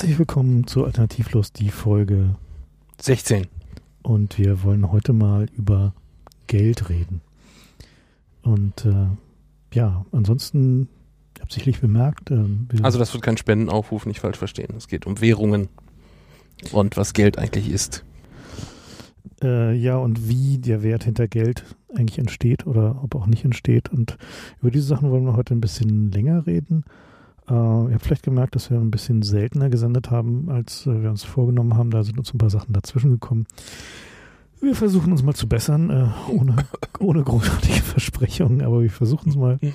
Herzlich willkommen zu Alternativlos, die Folge 16. Und wir wollen heute mal über Geld reden. Und ansonsten, ihr habt sicherlich bemerkt. Also das wird kein Spendenaufruf, nicht falsch verstehen. Es geht um Währungen und was Geld eigentlich ist. Und wie der Wert hinter Geld eigentlich entsteht oder ob auch nicht entsteht. Und über diese Sachen wollen wir heute ein bisschen länger reden. Ihr habt vielleicht gemerkt, dass wir ein bisschen seltener gesendet haben, als wir uns vorgenommen haben. Da sind uns ein paar Sachen dazwischen gekommen. Wir versuchen uns mal zu bessern, ohne großartige Versprechungen, aber wir versuchen es mal.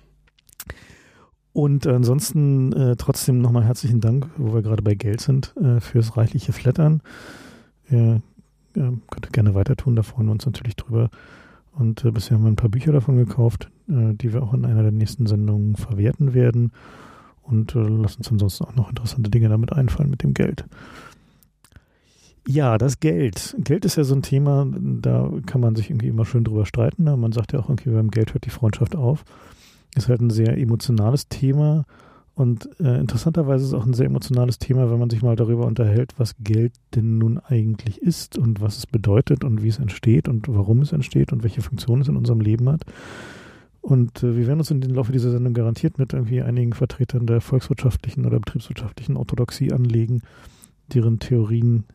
Und ansonsten trotzdem nochmal herzlichen Dank, wo wir gerade bei Geld sind, fürs reichliche Flattern. Ihr könnt gerne weiter tun, da freuen wir uns natürlich drüber. Und bisher haben wir ein paar Bücher davon gekauft, die wir auch in einer der nächsten Sendungen verwerten werden. Und lassen uns ansonsten auch noch interessante Dinge damit einfallen mit dem Geld. Ja, das Geld. Geld ist ja so ein Thema, da kann man sich irgendwie immer schön drüber streiten. Ne? Man sagt ja auch, okay, beim Geld hört die Freundschaft auf. Ist halt ein sehr emotionales Thema. Und interessanterweise ist es auch ein sehr emotionales Thema, wenn man sich mal darüber unterhält, was Geld denn nun eigentlich ist und was es bedeutet und wie es entsteht und warum es entsteht und welche Funktion es in unserem Leben hat. Und wir werden uns in den Laufe dieser Sendung garantiert mit irgendwie einigen Vertretern der volkswirtschaftlichen oder betriebswirtschaftlichen Orthodoxie anlegen, deren Theorien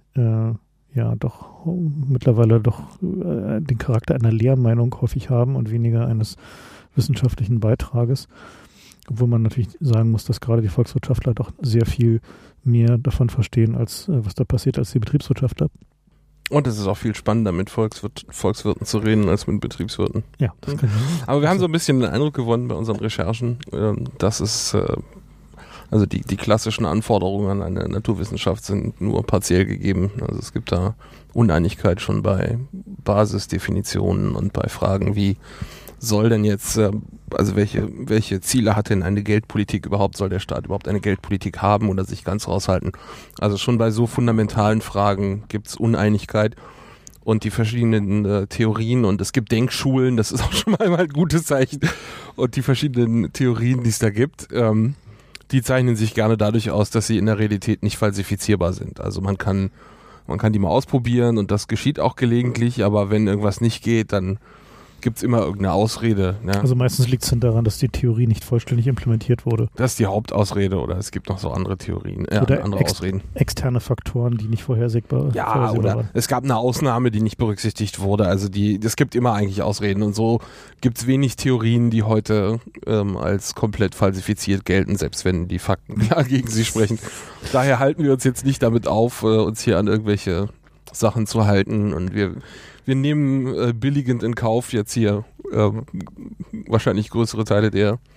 mittlerweile den Charakter einer Lehrmeinung häufig haben und weniger eines wissenschaftlichen Beitrages. Obwohl man natürlich sagen muss, dass gerade die Volkswirtschaftler doch sehr viel mehr davon verstehen, als was da passiert, als die Betriebswirtschaftler. Und es ist auch viel spannender, mit Volkswirten zu reden, als mit Betriebswirten. Ja, das kann ich. Aber wir haben so ein bisschen den Eindruck gewonnen bei unseren Recherchen, dass es, also die klassischen Anforderungen an eine Naturwissenschaft sind nur partiell gegeben. Also es gibt da Uneinigkeit schon bei Basisdefinitionen und bei Fragen wie, soll denn jetzt, also welche Ziele hat denn eine Geldpolitik überhaupt? Soll der Staat überhaupt eine Geldpolitik haben oder sich ganz raushalten? Also schon bei so fundamentalen Fragen gibt es Uneinigkeit und die verschiedenen Theorien und es gibt Denkschulen, das ist auch schon mal ein gutes Zeichen. Und die verschiedenen Theorien, die es da gibt, die zeichnen sich gerne dadurch aus, dass sie in der Realität nicht falsifizierbar sind. Also man kann die mal ausprobieren und das geschieht auch gelegentlich, aber wenn irgendwas nicht geht, dann gibt es immer irgendeine Ausrede. Ja. Also meistens liegt es dann daran, dass die Theorie nicht vollständig implementiert wurde. Das ist die Hauptausrede oder es gibt noch so andere Theorien, oder andere Ausreden. Externe Faktoren, die nicht vorhersehbar waren. Es gab eine Ausnahme, die nicht berücksichtigt wurde. Also es gibt immer eigentlich Ausreden und so gibt es wenig Theorien, die heute als komplett falsifiziert gelten, selbst wenn die Fakten klar gegen sie sprechen. Daher halten wir uns jetzt nicht damit auf, uns hier an irgendwelche Sachen zu halten und wir nehmen billigend in Kauf, jetzt hier wahrscheinlich größere Teile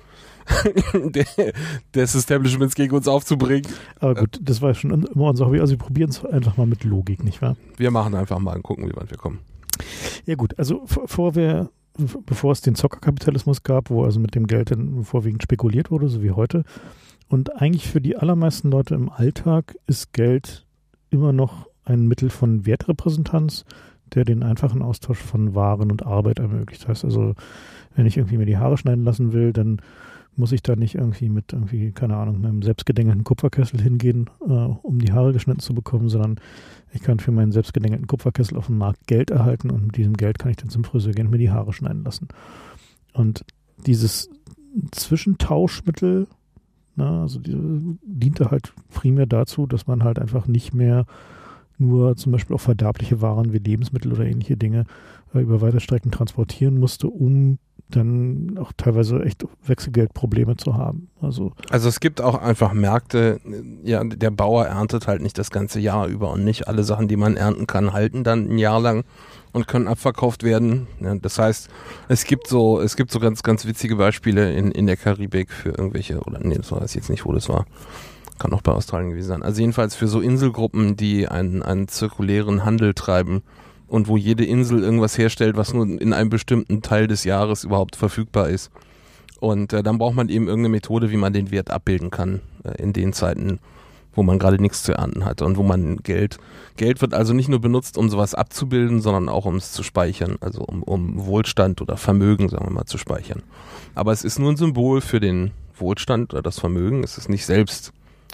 des Establishments gegen uns aufzubringen. Aber gut, das war schon immer unser Hobby. Also wir probieren es einfach mal mit Logik, nicht wahr? Wir machen einfach mal und gucken, wie weit wir kommen. Ja gut, also bevor es den Zockerkapitalismus gab, wo also mit dem Geld dann vorwiegend spekuliert wurde, so wie heute, und eigentlich für die allermeisten Leute im Alltag ist Geld immer noch ein Mittel von Wertrepräsentanz, der den einfachen Austausch von Waren und Arbeit ermöglicht. Das heißt also, wenn ich irgendwie mir die Haare schneiden lassen will, dann muss ich da nicht irgendwie mit einem selbstgedengelten Kupferkessel hingehen, um die Haare geschnitten zu bekommen, sondern ich kann für meinen selbstgedengelten Kupferkessel auf dem Markt Geld erhalten und mit diesem Geld kann ich dann zum Friseur gehen und mir die Haare schneiden lassen. Und dieses Zwischentauschmittel, diente halt primär dazu, dass man halt einfach nicht mehr nur zum Beispiel auch verderbliche Waren wie Lebensmittel oder ähnliche Dinge über weite Strecken transportieren musste, um dann auch teilweise echt Wechselgeldprobleme zu haben. Also es gibt auch einfach Märkte, ja, der Bauer erntet halt nicht das ganze Jahr über und nicht alle Sachen, die man ernten kann, halten dann ein Jahr lang und können abverkauft werden. Ja, das heißt, es gibt so ganz, ganz witzige Beispiele in der Karibik für irgendwelche, das weiß ich jetzt nicht, wo das war. Kann auch bei Australien gewesen sein. Also jedenfalls für so Inselgruppen, die einen zirkulären Handel treiben und wo jede Insel irgendwas herstellt, was nur in einem bestimmten Teil des Jahres überhaupt verfügbar ist. Und dann braucht man eben irgendeine Methode, wie man den Wert abbilden kann in den Zeiten, wo man gerade nichts zu ernten hat und wo man Geld wird also nicht nur benutzt, um sowas abzubilden, sondern auch um es zu speichern, also um Wohlstand oder Vermögen, sagen wir mal, zu speichern. Aber es ist nur ein Symbol für den Wohlstand oder das Vermögen, es ist nicht selbst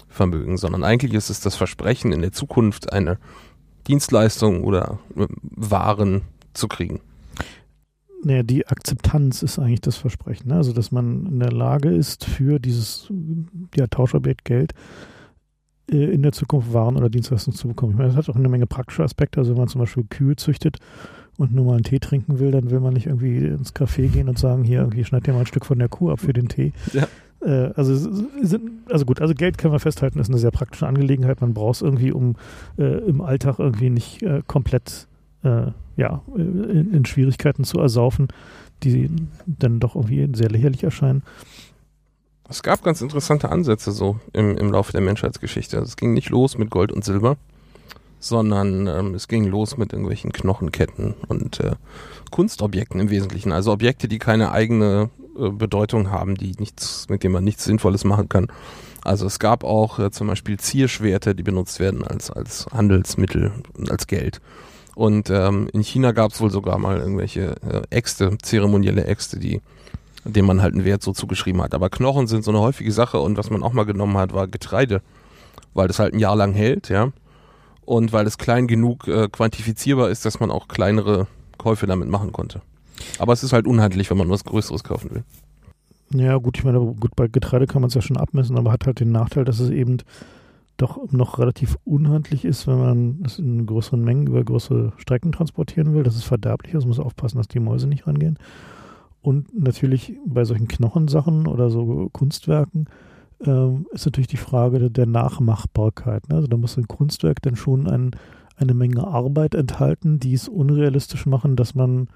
Vermögen, sondern eigentlich ist es das Versprechen, in der Zukunft eine Dienstleistung oder Waren zu kriegen. Naja, die Akzeptanz ist eigentlich das Versprechen. Ne? Also, dass man in der Lage ist, für dieses Tauschobjekt Geld in der Zukunft Waren oder Dienstleistungen zu bekommen. Ich meine, das hat auch eine Menge praktische Aspekte. Also, wenn man zum Beispiel Kühe züchtet und nur mal einen Tee trinken will, dann will man nicht irgendwie ins Café gehen und sagen, hier, irgendwie schneid dir mal ein Stück von der Kuh ab für den Tee. Ja. Also Geld können wir festhalten, ist eine sehr praktische Angelegenheit. Man braucht es irgendwie, um im Alltag irgendwie nicht komplett in Schwierigkeiten zu ersaufen, die dann doch irgendwie sehr lächerlich erscheinen. Es gab ganz interessante Ansätze so im Laufe der Menschheitsgeschichte. Also es ging nicht los mit Gold und Silber, sondern es ging los mit irgendwelchen Knochenketten und Kunstobjekten im Wesentlichen. Also Objekte, die keine eigene Bedeutung haben, mit denen man nichts Sinnvolles machen kann. Also es gab auch zum Beispiel Zierschwerter, die benutzt werden als Handelsmittel, als Geld. Und in China gab es wohl sogar mal irgendwelche Äxte, zeremonielle Äxte, denen man halt einen Wert so zugeschrieben hat. Aber Knochen sind so eine häufige Sache und was man auch mal genommen hat, war Getreide, weil das halt ein Jahr lang hält, ja. Und weil es klein genug quantifizierbar ist, dass man auch kleinere Käufe damit machen konnte. Aber es ist halt unhandlich, wenn man was Größeres kaufen will. Ja gut, ich meine, bei Getreide kann man es ja schon abmessen, aber hat halt den Nachteil, dass es eben doch noch relativ unhandlich ist, wenn man es in größeren Mengen über größere Strecken transportieren will. Das ist verderblich, also muss man aufpassen, dass die Mäuse nicht rangehen. Und natürlich bei solchen Knochensachen oder so Kunstwerken ist natürlich die Frage der Nachmachbarkeit. Ne? Also da muss ein Kunstwerk dann schon eine Menge Arbeit enthalten, die es unrealistisch machen, dass man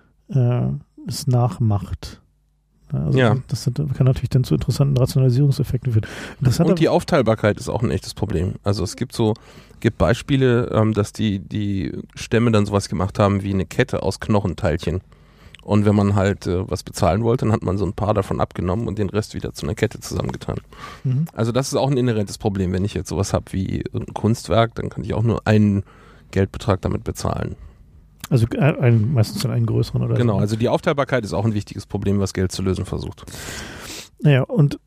es nachmacht. Also ja. Das kann natürlich dann zu interessanten Rationalisierungseffekten führen. Und die Aufteilbarkeit ist auch ein echtes Problem. Also es gibt Beispiele, dass die Stämme dann sowas gemacht haben wie eine Kette aus Knochenteilchen. Und wenn man halt was bezahlen wollte, dann hat man so ein paar davon abgenommen und den Rest wieder zu einer Kette zusammengetan. Mhm. Also das ist auch ein inhärentes Problem. Wenn ich jetzt sowas habe wie ein Kunstwerk, dann kann ich auch nur einen Geldbetrag damit bezahlen. Also meistens dann einen größeren oder Genau, so. also die Aufteilbarkeit ist auch ein wichtiges Problem, was Geld zu lösen versucht. Naja, und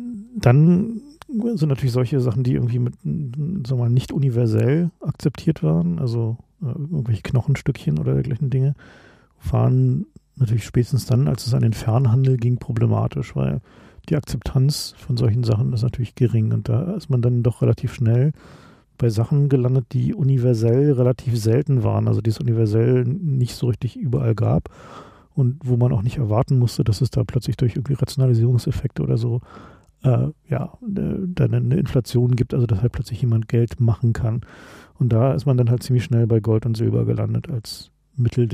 dann sind natürlich solche Sachen, die irgendwie sagen wir mal, nicht universell akzeptiert waren, also irgendwelche Knochenstückchen oder dergleichen Dinge, waren natürlich spätestens dann, als es an den Fernhandel ging, problematisch, weil die Akzeptanz von solchen Sachen ist natürlich gering und da ist man dann doch relativ schnell bei Sachen gelandet, die universell relativ selten waren, also die es universell nicht so richtig überall gab und wo man auch nicht erwarten musste, dass es da plötzlich durch irgendwie Rationalisierungseffekte oder so dann eine Inflation gibt, also dass halt plötzlich jemand Geld machen kann. Und da ist man dann halt ziemlich schnell bei Gold und Silber gelandet als Mittel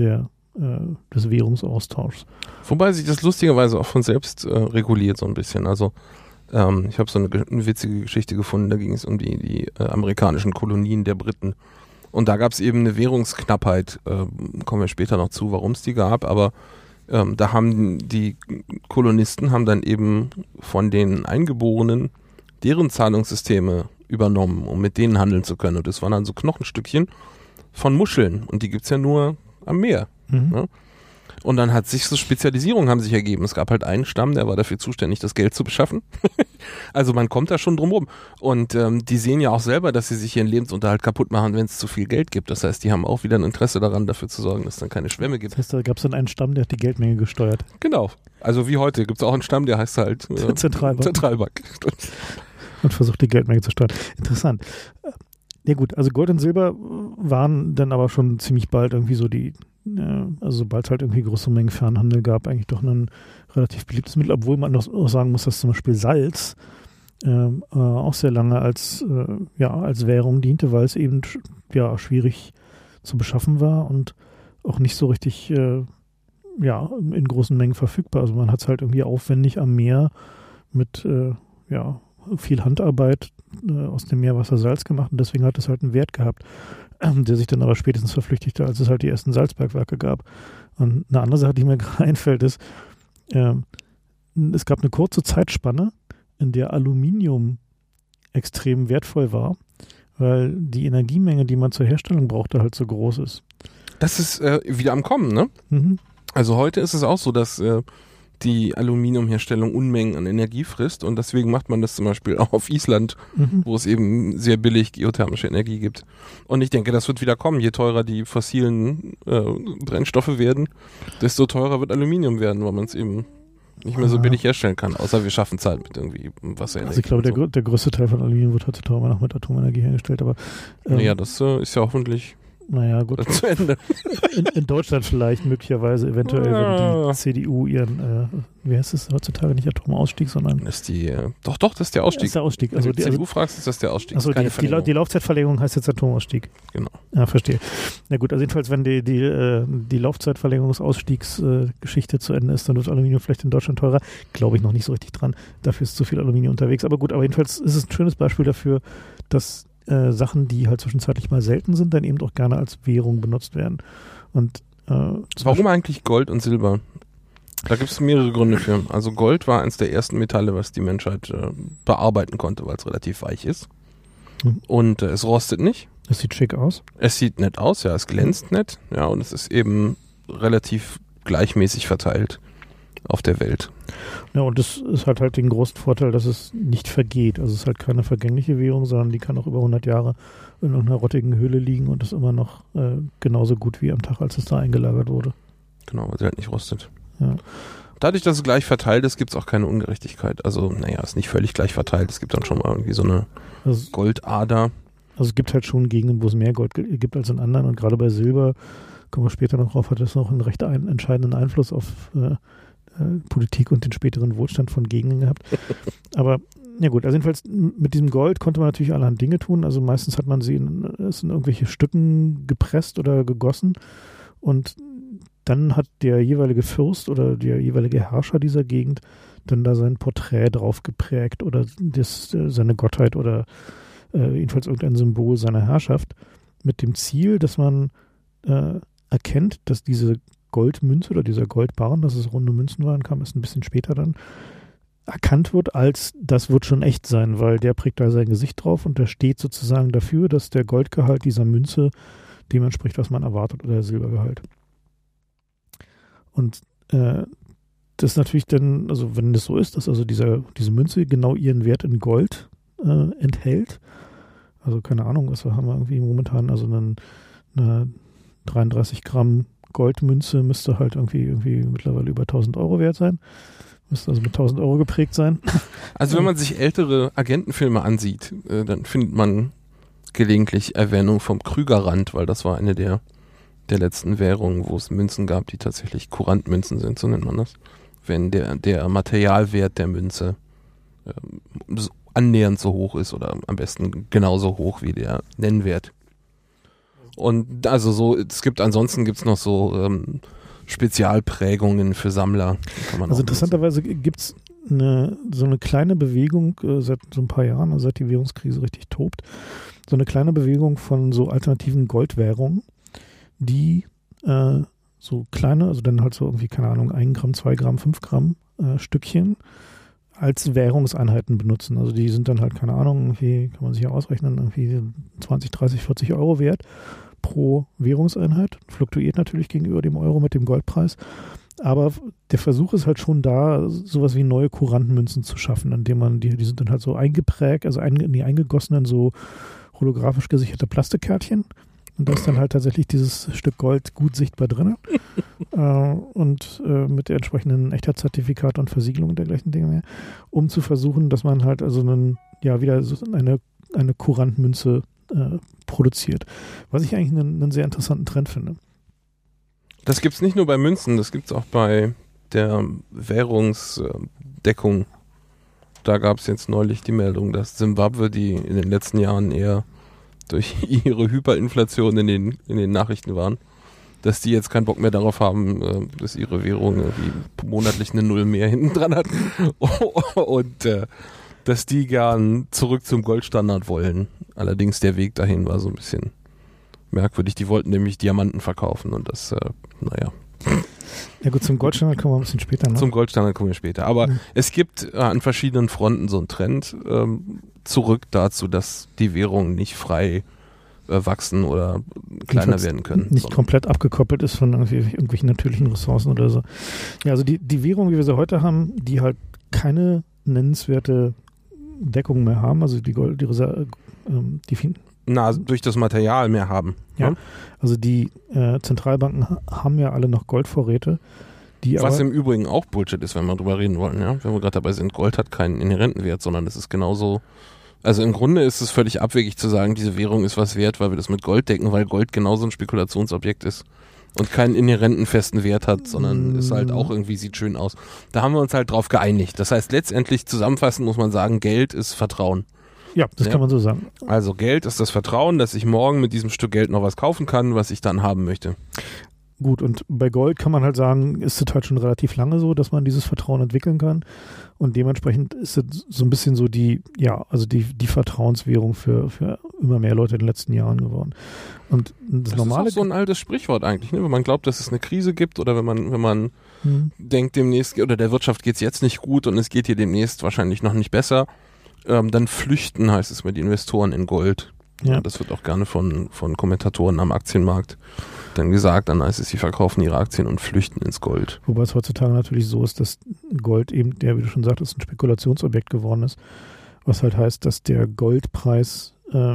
des Währungsaustauschs. Wobei sich das lustigerweise auch von selbst reguliert so ein bisschen. Also ich habe so eine witzige Geschichte gefunden, da ging es um die amerikanischen Kolonien der Briten. Und da gab es eben eine Währungsknappheit, kommen wir später noch zu, warum es die gab, aber da haben die Kolonisten dann eben von den Eingeborenen deren Zahlungssysteme übernommen, um mit denen handeln zu können. Und das waren dann so Knochenstückchen von Muscheln und die gibt es ja nur am Meer. Mhm. Ja? Und dann hat sich so Spezialisierungen haben sich ergeben. Es gab halt einen Stamm, der war dafür zuständig, das Geld zu beschaffen. Also man kommt da schon drum rum. Und die sehen ja auch selber, dass sie sich ihren Lebensunterhalt kaputt machen, wenn es zu viel Geld gibt. Das heißt, die haben auch wieder ein Interesse daran, dafür zu sorgen, dass es dann keine Schwämme gibt. Das heißt, da gab es dann einen Stamm, der hat die Geldmenge gesteuert. Genau. Also wie heute gibt es auch einen Stamm, der heißt halt Zentralbank. Und versucht die Geldmenge zu steuern. Interessant. Ja gut, also Gold und Silber waren dann aber schon ziemlich bald irgendwie so also sobald es halt irgendwie große Mengen Fernhandel gab, eigentlich doch ein relativ beliebtes Mittel, obwohl man noch sagen muss, dass zum Beispiel Salz auch sehr lange als Währung diente, weil es eben schwierig zu beschaffen war und auch nicht so richtig in großen Mengen verfügbar. Also man hat es halt irgendwie aufwendig am Meer mit viel Handarbeit aus dem Meerwasser Salz gemacht und deswegen hat es halt einen Wert gehabt, der sich dann aber spätestens verflüchtigte, als es halt die ersten Salzbergwerke gab. Und eine andere Sache, die mir gerade einfällt, ist, es gab eine kurze Zeitspanne, in der Aluminium extrem wertvoll war, weil die Energiemenge, die man zur Herstellung brauchte, halt so groß ist. Das ist wieder am Kommen, ne? Mhm. Also heute ist es auch so, dass die Aluminiumherstellung Unmengen an Energie frisst und deswegen macht man das zum Beispiel auch auf Island, wo es eben sehr billig geothermische Energie gibt. Und ich denke, das wird wieder kommen. Je teurer die fossilen Brennstoffe werden, desto teurer wird Aluminium werden, weil man es eben nicht mehr so billig herstellen kann, außer wir schaffen es halt mit irgendwie Wasserenergie. Also ich glaube, der größte Teil von Aluminium wird heutzutage immer noch mit Atomenergie hergestellt, aber naja, das ist ja hoffentlich gut. zu Ende. In Deutschland vielleicht möglicherweise eventuell, wenn die CDU ihren, wie heißt es heutzutage, nicht Atomausstieg, sondern... Das ist die, doch, das ist der Ausstieg. Das ist der Ausstieg. Also die CDU fragst, ist das der Ausstieg. Also die Laufzeitverlängerung heißt jetzt Atomausstieg. Genau. Ja, verstehe. Na gut, also jedenfalls, wenn die Laufzeitverlängerungsausstiegsgeschichte zu Ende ist, dann wird Aluminium vielleicht in Deutschland teurer. Glaube ich noch nicht so richtig dran. Dafür ist zu viel Aluminium unterwegs. Aber gut, aber jedenfalls ist es ein schönes Beispiel dafür, dass Sachen, die halt zwischenzeitlich mal selten sind, dann eben auch gerne als Währung benutzt werden. Und warum eigentlich Gold und Silber? Da gibt es mehrere Gründe für. Also Gold war eines der ersten Metalle, was die Menschheit bearbeiten konnte, weil es relativ weich ist. Und es rostet nicht. Es sieht schick aus. Es sieht nett aus, ja, es glänzt nett. Ja, und es ist eben relativ gleichmäßig verteilt auf der Welt. Ja, und das ist halt den großen Vorteil, dass es nicht vergeht. Also es ist halt keine vergängliche Währung, sondern die kann auch über 100 Jahre in einer rottigen Höhle liegen und ist immer noch genauso gut wie am Tag, als es da eingelagert wurde. Genau, weil sie halt nicht rostet. Ja. Dadurch, dass es gleich verteilt ist, gibt es auch keine Ungerechtigkeit. Also, naja, es ist nicht völlig gleich verteilt. Es gibt dann schon mal irgendwie so eine Goldader. Also es gibt halt schon Gegenden, wo es mehr Gold gibt als in anderen. Und gerade bei Silber, kommen wir später noch drauf, hat das noch einen recht entscheidenden Einfluss auf Politik und den späteren Wohlstand von Gegenden gehabt. Aber ja gut, also jedenfalls mit diesem Gold konnte man natürlich allerhand Dinge tun. Also meistens hat man sie in irgendwelche Stücken gepresst oder gegossen und dann hat der jeweilige Fürst oder der jeweilige Herrscher dieser Gegend dann da sein Porträt drauf geprägt oder seine Gottheit oder jedenfalls irgendein Symbol seiner Herrschaft mit dem Ziel, dass man erkennt, dass diese Goldmünze oder dieser Goldbarren, dass es runde Münzen waren, kam erst ein bisschen später dann, erkannt wird als, das wird schon echt sein, weil der prägt da sein Gesicht drauf und der steht sozusagen dafür, dass der Goldgehalt dieser Münze dem entspricht, was man erwartet, oder der Silbergehalt. Und das ist natürlich dann, also wenn das so ist, dass also diese Münze genau ihren Wert in Gold enthält, also keine Ahnung, was haben wir irgendwie momentan, also eine 33 Gramm Goldmünze müsste halt irgendwie mittlerweile über 1.000 Euro wert sein. Müsste also mit 1.000 Euro geprägt sein. Also wenn man sich ältere Agentenfilme ansieht, dann findet man gelegentlich Erwähnung vom Krügerrand, weil das war eine der letzten Währungen, wo es Münzen gab, die tatsächlich Kurantmünzen sind, so nennt man das. Wenn der Materialwert der Münze annähernd so hoch ist oder am besten genauso hoch wie der Nennwert. Und also ansonsten gibt es noch so Spezialprägungen für Sammler. Also interessanterweise gibt es so eine kleine Bewegung seit so ein paar Jahren, also seit die Währungskrise richtig tobt, so eine kleine Bewegung von so alternativen Goldwährungen, die so kleine, also dann halt so irgendwie, keine Ahnung, 1 Gramm, 2 Gramm, 5 Gramm Stückchen als Währungseinheiten benutzen. Also die sind dann halt, keine Ahnung, irgendwie kann man sich ja ausrechnen, irgendwie 20, 30, 40 Euro wert pro Währungseinheit. Fluktuiert natürlich gegenüber dem Euro mit dem Goldpreis. Aber der Versuch ist halt schon da, sowas wie neue Kurantmünzen zu schaffen, indem man die sind dann halt so eingeprägt, also eingegossen in so holographisch gesicherte Plastikkärtchen. Und da ist dann halt tatsächlich dieses Stück Gold gut sichtbar drin. Und mit der entsprechenden Echtheitszertifikat und Versiegelung und dergleichen Dinge mehr, um zu versuchen, dass man halt also wieder so eine Kurantmünze produziert. Was ich eigentlich einen sehr interessanten Trend finde. Das gibt es nicht nur bei Münzen, das gibt es auch bei der Währungsdeckung. Da gab es jetzt neulich die Meldung, dass Zimbabwe, die in den letzten Jahren eher durch ihre Hyperinflation in den Nachrichten waren, dass die jetzt keinen Bock mehr darauf haben, dass ihre Währung irgendwie monatlich eine Null mehr hinten dran hat und dass die gern zurück zum Goldstandard wollen. Allerdings der Weg dahin war so ein bisschen merkwürdig. Die wollten nämlich Diamanten verkaufen und das, naja. Ja gut, zum Goldstandard kommen wir ein bisschen später. Ne? Zum Goldstandard kommen wir später. Aber es gibt an verschiedenen Fronten so einen Trend zurück dazu, dass die Währung nicht frei wachsen oder kleiner werden können. Nicht komplett abgekoppelt ist von irgendwelchen natürlichen Ressourcen oder so. Ja, also die Währung, wie wir sie heute haben, die halt keine nennenswerte Deckung mehr haben, also die durch das Material mehr haben. Ja, also die Zentralbanken haben ja alle noch Goldvorräte. Was im Übrigen auch Bullshit ist, wenn wir drüber reden wollen. Ja? Wenn wir gerade dabei sind, Gold hat keinen inhärenten Wert, sondern es ist genauso. Also im Grunde ist es völlig abwegig zu sagen, diese Währung ist was wert, weil wir das mit Gold decken, weil Gold genauso ein Spekulationsobjekt ist und keinen inhärenten festen Wert hat, sondern es halt auch irgendwie sieht schön aus. Da haben wir uns halt drauf geeinigt. Das heißt, letztendlich zusammenfassend muss man sagen, Geld ist Vertrauen. Ja, das kann man so sagen. Also Geld ist das Vertrauen, dass ich morgen mit diesem Stück Geld noch was kaufen kann, was ich dann haben möchte. Gut, und bei Gold kann man halt sagen, ist es halt schon relativ lange so, dass man dieses Vertrauen entwickeln kann. Und dementsprechend ist es so ein bisschen so die Vertrauenswährung für immer mehr Leute in den letzten Jahren geworden. Und das Normale ist auch so ein altes Sprichwort eigentlich, ne? Wenn man glaubt, dass es eine Krise gibt oder wenn man denkt, demnächst oder der Wirtschaft geht es jetzt nicht gut und es geht hier demnächst wahrscheinlich noch nicht besser, dann flüchten, heißt es mit Investoren in Gold. Ja. Das wird auch gerne von Kommentatoren am Aktienmarkt dann gesagt, dann heißt es, sie verkaufen ihre Aktien und flüchten ins Gold. Wobei es heutzutage natürlich so ist, dass Gold eben, wie du schon sagtest, ein Spekulationsobjekt geworden ist, was halt heißt, dass der Goldpreis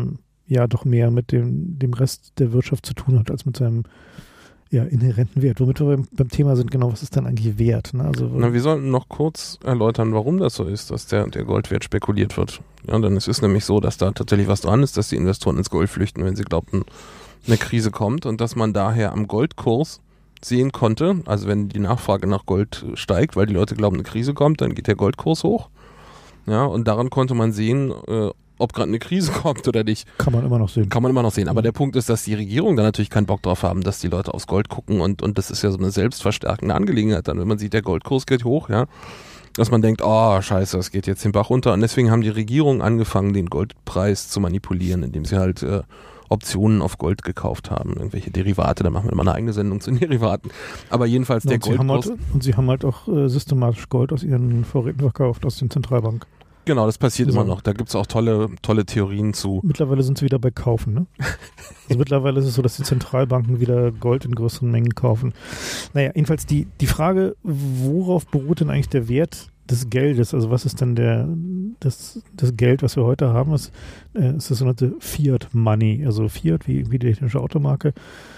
doch mehr mit dem Rest der Wirtschaft zu tun hat, als mit seinem inhärenten Wert. Womit wir beim Thema sind, genau, was ist dann eigentlich wert? Ne? Also, wir sollten noch kurz erläutern, warum das so ist, dass der Goldwert spekuliert wird. Ja, denn es ist nämlich so, dass da tatsächlich was dran ist, dass die Investoren ins Gold flüchten, wenn sie glaubten, eine Krise kommt und dass man daher am Goldkurs sehen konnte, also wenn die Nachfrage nach Gold steigt, weil die Leute glauben, eine Krise kommt, dann geht der Goldkurs hoch. Ja, und daran konnte man sehen, ob gerade eine Krise kommt oder nicht. Kann man immer noch sehen. Aber der Punkt ist, dass die Regierung da natürlich keinen Bock drauf haben, dass die Leute aufs Gold gucken und das ist ja so eine selbstverstärkende Angelegenheit dann, wenn man sieht, der Goldkurs geht hoch, ja, dass man denkt, oh, scheiße, es geht jetzt den Bach runter und deswegen haben die Regierungen angefangen, den Goldpreis zu manipulieren, indem sie halt Optionen auf Gold gekauft haben, irgendwelche Derivate, da machen wir mal eine eigene Sendung zu den Derivaten. Aber jedenfalls der Goldkurs. Sie haben halt auch systematisch Gold aus ihren Vorräten verkauft, aus den Zentralbanken. Genau, das passiert immer noch. Da gibt es auch tolle Theorien zu. Mittlerweile sind sie wieder bei Kaufen, ne? Also mittlerweile ist es so, dass die Zentralbanken wieder Gold in größeren Mengen kaufen. Naja, jedenfalls die Frage, worauf beruht denn eigentlich der Wert des Geldes? Also was ist denn das Geld, was wir heute haben? Ist das sogenannte Fiat Money, also Fiat wie die technische Automarke.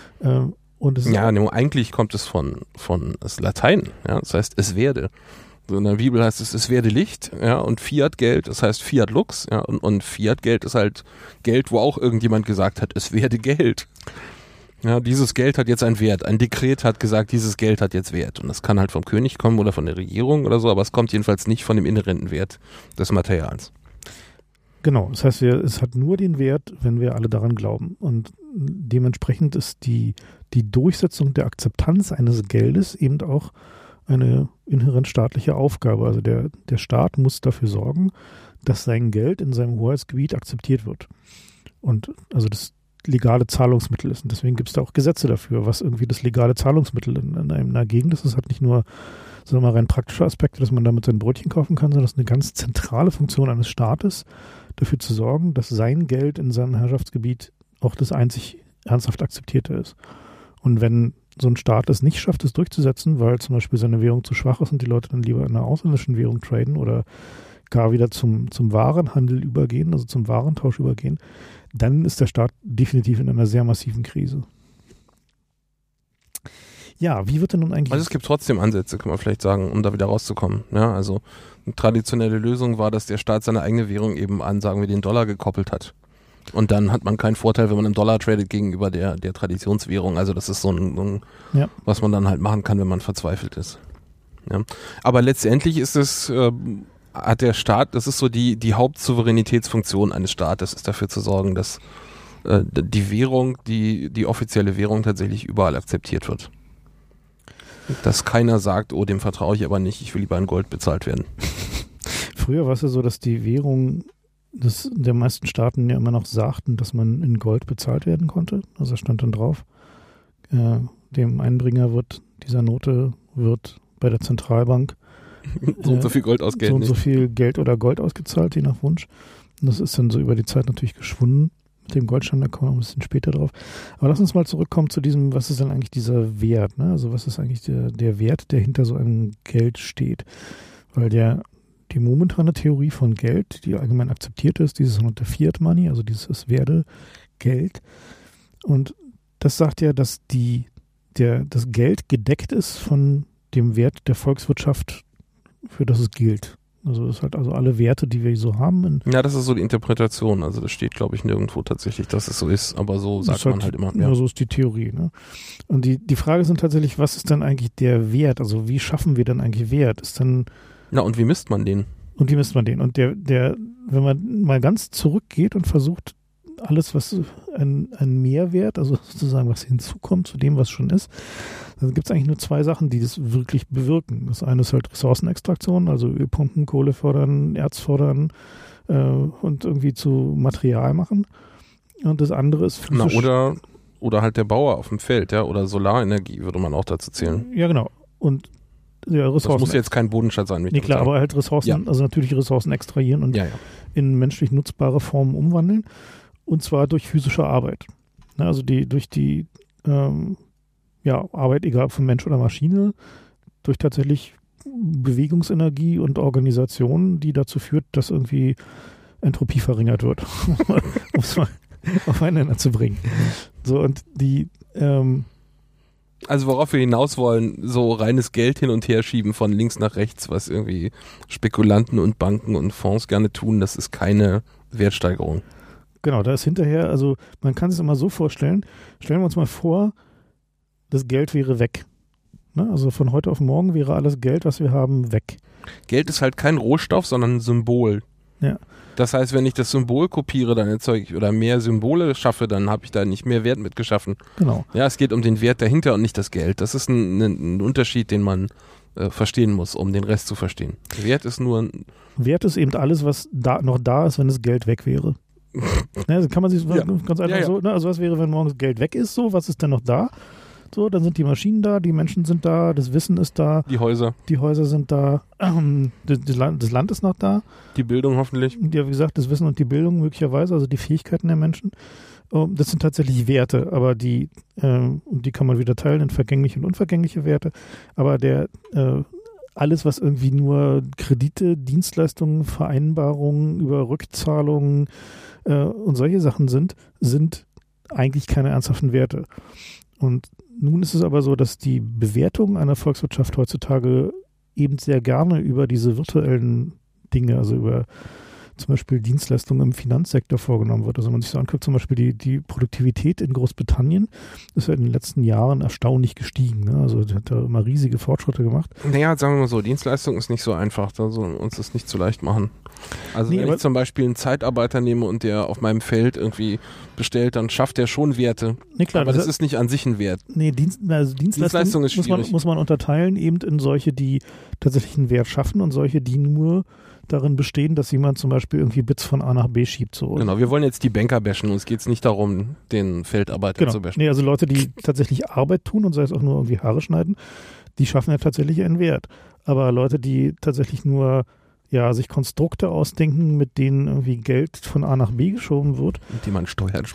Und es eigentlich kommt es von das Latein, ja, das heißt es werde. So in der Bibel heißt es werde Licht, ja, und Fiat-Geld, das heißt Fiat Lux, ja, und Fiat-Geld ist halt Geld, wo auch irgendjemand gesagt hat, es werde Geld. Ja, dieses Geld hat jetzt einen Wert. Ein Dekret hat gesagt, dieses Geld hat jetzt Wert. Und das kann halt vom König kommen oder von der Regierung oder so, aber es kommt jedenfalls nicht von dem inhärenten Wert des Materials. Genau, das heißt, es hat nur den Wert, wenn wir alle daran glauben. Und dementsprechend ist die Durchsetzung der Akzeptanz eines Geldes eben auch eine inhärent staatliche Aufgabe. Also der Staat muss dafür sorgen, dass sein Geld in seinem Hoheitsgebiet akzeptiert wird. Und also das legale Zahlungsmittel ist. Und deswegen gibt es da auch Gesetze dafür, was irgendwie das legale Zahlungsmittel in einer Gegend ist. Das hat nicht nur, sagen wir mal, rein praktische Aspekte, dass man damit sein Brötchen kaufen kann, sondern das ist eine ganz zentrale Funktion eines Staates, dafür zu sorgen, dass sein Geld in seinem Herrschaftsgebiet auch das einzig ernsthaft akzeptierte ist. Und wenn so ein Staat es nicht schafft, es durchzusetzen, weil zum Beispiel seine Währung zu schwach ist und die Leute dann lieber in einer ausländischen Währung traden oder gar wieder zum Warenhandel übergehen, also zum Warentausch übergehen, dann ist der Staat definitiv in einer sehr massiven Krise. Ja, wie wird denn nun eigentlich... Also es gibt trotzdem Ansätze, kann man vielleicht sagen, um da wieder rauszukommen. Ja, also eine traditionelle Lösung war, dass der Staat seine eigene Währung eben an, sagen wir, den Dollar gekoppelt hat. Und dann hat man keinen Vorteil, wenn man im Dollar tradet gegenüber der Traditionswährung. Also das ist so ein was man dann halt machen kann, wenn man verzweifelt ist. Ja. Aber letztendlich ist es, hat der Staat, das ist so die Hauptsouveränitätsfunktion eines Staates, ist dafür zu sorgen, dass die Währung, die offizielle Währung tatsächlich überall akzeptiert wird. Dass keiner sagt, oh, dem vertraue ich aber nicht, ich will lieber in Gold bezahlt werden. Früher war es ja so, dass die Währung der meisten Staaten ja immer noch sagten, dass man in Gold bezahlt werden konnte. Also da stand dann drauf, dem Einbringer dieser Note wird bei der Zentralbank so und so viel Gold ausgegeben. So viel Geld oder Gold ausgezahlt, je nach Wunsch. Und das ist dann so über die Zeit natürlich geschwunden. Mit dem Goldstandard kommen wir noch ein bisschen später drauf. Aber lass uns mal zurückkommen zu diesem, was ist denn eigentlich dieser Wert? Ne? Also was ist eigentlich der Wert, der hinter so einem Geld steht? Weil die momentane Theorie von Geld, die allgemein akzeptiert ist, dieses sogenannte Fiat Money, also dieses Werdegeld. Und das sagt ja, dass das Geld gedeckt ist von dem Wert der Volkswirtschaft, für das es gilt. Also das ist halt also alle Werte, die wir so haben. Ja, das ist so die Interpretation. Also das steht, glaube ich, nirgendwo tatsächlich, dass es so ist, aber so sagt man halt immer. Ja, so ist die Theorie. Ne? Und die Frage sind tatsächlich, was ist denn eigentlich der Wert? Also wie schaffen wir denn eigentlich Wert? Und wie misst man den? Und wenn man mal ganz zurückgeht und versucht, alles, was ein Mehrwert, also sozusagen was hinzukommt zu dem, was schon ist, dann gibt es eigentlich nur zwei Sachen, die das wirklich bewirken. Das eine ist halt Ressourcenextraktion, also Ölpumpen, Kohle fördern, Erz fördern und irgendwie zu Material machen. Und das andere ist physisch. Oder halt der Bauer auf dem Feld, ja, oder Solarenergie würde man auch dazu zählen. Ja, genau. Und ja, Ressourcen. Das muss jetzt kein Bodenschatz sein. Nee, klar, aber halt Ressourcen, also natürliche Ressourcen extrahieren und in menschlich nutzbare Formen umwandeln. Und zwar durch physische Arbeit. Also durch die Arbeit, egal ob von Mensch oder Maschine, durch tatsächlich Bewegungsenergie und Organisation, die dazu führt, dass irgendwie Entropie verringert wird, um es mal aufeinander zu bringen. So, und also worauf wir hinaus wollen, so reines Geld hin und her schieben von links nach rechts, was irgendwie Spekulanten und Banken und Fonds gerne tun, das ist keine Wertsteigerung. Genau, da ist hinterher, also man kann es immer so vorstellen, stellen wir uns mal vor, das Geld wäre weg. Ne? Also von heute auf morgen wäre alles Geld, was wir haben, weg. Geld ist halt kein Rohstoff, sondern ein Symbol. Ja. Das heißt, wenn ich das Symbol kopiere, dann erzeuge ich oder mehr Symbole schaffe, dann habe ich da nicht mehr Wert mit geschaffen. Genau. Ja, es geht um den Wert dahinter und nicht das Geld. Das ist ein Unterschied, den man verstehen muss, um den Rest zu verstehen. Wert ist eben alles, was noch da ist, wenn das Geld weg wäre. Ne, also kann man sich ganz einfach so, ne, also was wäre, wenn morgen das Geld weg ist, so, was ist denn noch da? So, dann sind die Maschinen da, die Menschen sind da, das Wissen ist da. Die Häuser sind da, das Land ist noch da. Die Bildung hoffentlich. Ja, wie gesagt, das Wissen und die Bildung möglicherweise, also die Fähigkeiten der Menschen. Das sind tatsächlich Werte, aber die kann man wieder teilen in vergängliche und unvergängliche Werte. Aber alles, was irgendwie nur Kredite, Dienstleistungen, Vereinbarungen über Rückzahlungen und solche Sachen sind eigentlich keine ernsthaften Werte. Und nun ist es aber so, dass die Bewertung einer Volkswirtschaft heutzutage eben sehr gerne über diese virtuellen Dinge, also über zum Beispiel Dienstleistungen im Finanzsektor vorgenommen wird. Also wenn man sich so anguckt, zum Beispiel die Produktivität in Großbritannien ist ja in den letzten Jahren erstaunlich gestiegen. Ne? Also die hat da immer riesige Fortschritte gemacht. Naja, sagen wir mal so, Dienstleistung ist nicht so einfach, also uns das nicht so leicht machen. Also wenn ich zum Beispiel einen Zeitarbeiter nehme und der auf meinem Feld irgendwie bestellt, dann schafft der schon Werte. Nee, klar, aber das ist nicht an sich ein Wert. Nee, Dienstleistung ist schwierig. Muss man unterteilen eben in solche, die tatsächlich einen Wert schaffen und solche, die nur darin bestehen, dass jemand zum Beispiel irgendwie Bits von A nach B schiebt. So. Genau, wir wollen jetzt die Banker bashen. Uns geht es nicht darum, den Feldarbeiter zu bashen. Nee, also Leute, die tatsächlich Arbeit tun und sei es auch nur irgendwie Haare schneiden, die schaffen ja tatsächlich einen Wert. Aber Leute, die tatsächlich nur sich Konstrukte ausdenken, mit denen irgendwie Geld von A nach B geschoben wird. Mit denen man Steuern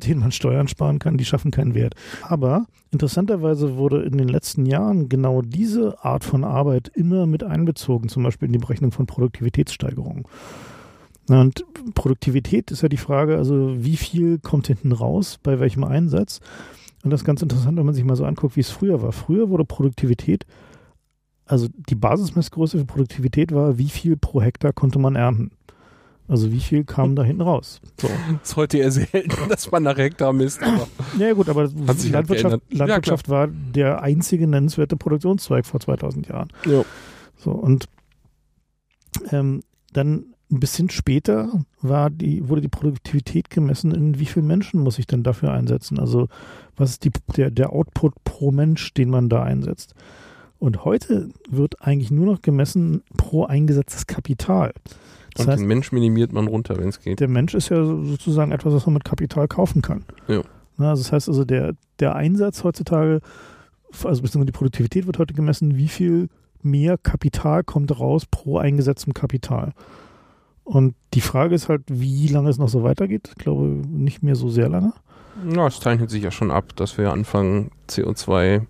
sparen kann. Die schaffen keinen Wert. Aber interessanterweise wurde in den letzten Jahren genau diese Art von Arbeit immer mit einbezogen, zum Beispiel in die Berechnung von Produktivitätssteigerungen. Und Produktivität ist ja die Frage, also wie viel kommt hinten raus, bei welchem Einsatz? Und das ist ganz interessant, wenn man sich mal so anguckt, wie es früher war. Früher wurde Produktivität, also die Basismessgröße für Produktivität war, wie viel pro Hektar konnte man ernten. Also wie viel kam da hinten raus. So. Das ist heute eher selten, dass man nach Hektar misst. Ja gut, aber Landwirtschaft war der einzige nennenswerte Produktionszweig vor 2000 Jahren. Ja. So, und dann ein bisschen später wurde die Produktivität gemessen, in wie viele Menschen muss ich denn dafür einsetzen. Also was ist der Output pro Mensch, den man da einsetzt. Und heute wird eigentlich nur noch gemessen pro eingesetztes Kapital. Das heißt, den Mensch minimiert man runter, wenn es geht. Der Mensch ist ja sozusagen etwas, was man mit Kapital kaufen kann. Ja. Also das heißt also, der Einsatz heutzutage, also beziehungsweise die Produktivität wird heute gemessen, wie viel mehr Kapital kommt raus pro eingesetztem Kapital. Und die Frage ist halt, wie lange es noch so weitergeht. Ich glaube, nicht mehr so sehr lange. Ja, es zeichnet sich ja schon ab, dass wir anfangen, CO2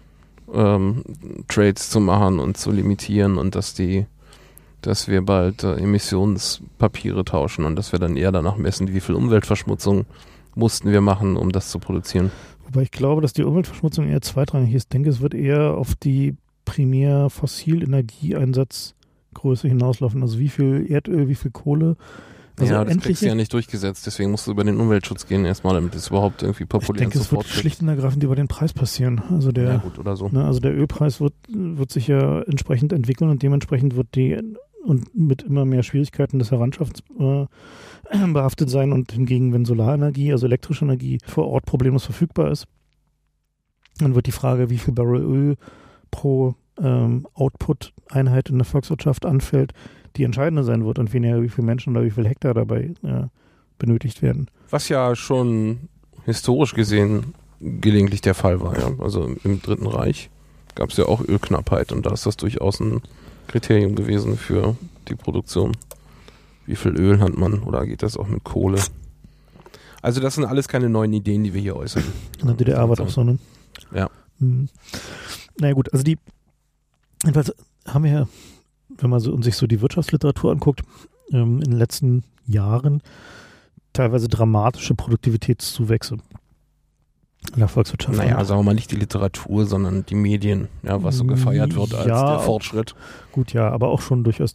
Trades zu machen und zu limitieren und dass wir bald Emissionspapiere tauschen und dass wir dann eher danach messen, wie viel Umweltverschmutzung mussten wir machen, um das zu produzieren. Wobei ich glaube, dass die Umweltverschmutzung eher zweitrangig ist. Ich denke, es wird eher auf die primär Fossil-Energieeinsatzgröße hinauslaufen. Also wie viel Erdöl, wie viel Kohle. Also ja, das kriegst du ja nicht durchgesetzt, deswegen musst du über den Umweltschutz gehen erstmal, damit es überhaupt irgendwie populär ist. Ich denke, es wird schlicht und ergreifend über den Preis passieren. Also ja, gut, oder so. Also der Ölpreis wird sich ja entsprechend entwickeln und dementsprechend wird und mit immer mehr Schwierigkeiten des Heranschaffens behaftet sein und hingegen, wenn Solarenergie, also elektrische Energie vor Ort problemlos verfügbar ist, dann wird die Frage, wie viel Barrel Öl pro Output-Einheit in der Volkswirtschaft anfällt, die entscheidende sein wird und weniger wie viele Menschen oder wie viel Hektar dabei benötigt werden. Was ja schon historisch gesehen gelegentlich der Fall war. Ja? Also im Dritten Reich gab es ja auch Ölknappheit und da ist das durchaus ein Kriterium gewesen für die Produktion. Wie viel Öl hat man oder geht das auch mit Kohle? Also das sind alles keine neuen Ideen, die wir hier äußern. In der DDR war das so, ne? Ja. Naja gut, also jedenfalls haben wir ja, wenn man sich so die Wirtschaftsliteratur anguckt, in den letzten Jahren teilweise dramatische Produktivitätszuwächse in der Volkswirtschaft. Naja, sagen wir mal nicht die Literatur, sondern die Medien, ja, was so gefeiert wird als der Fortschritt. Gut, ja, aber auch schon durchaus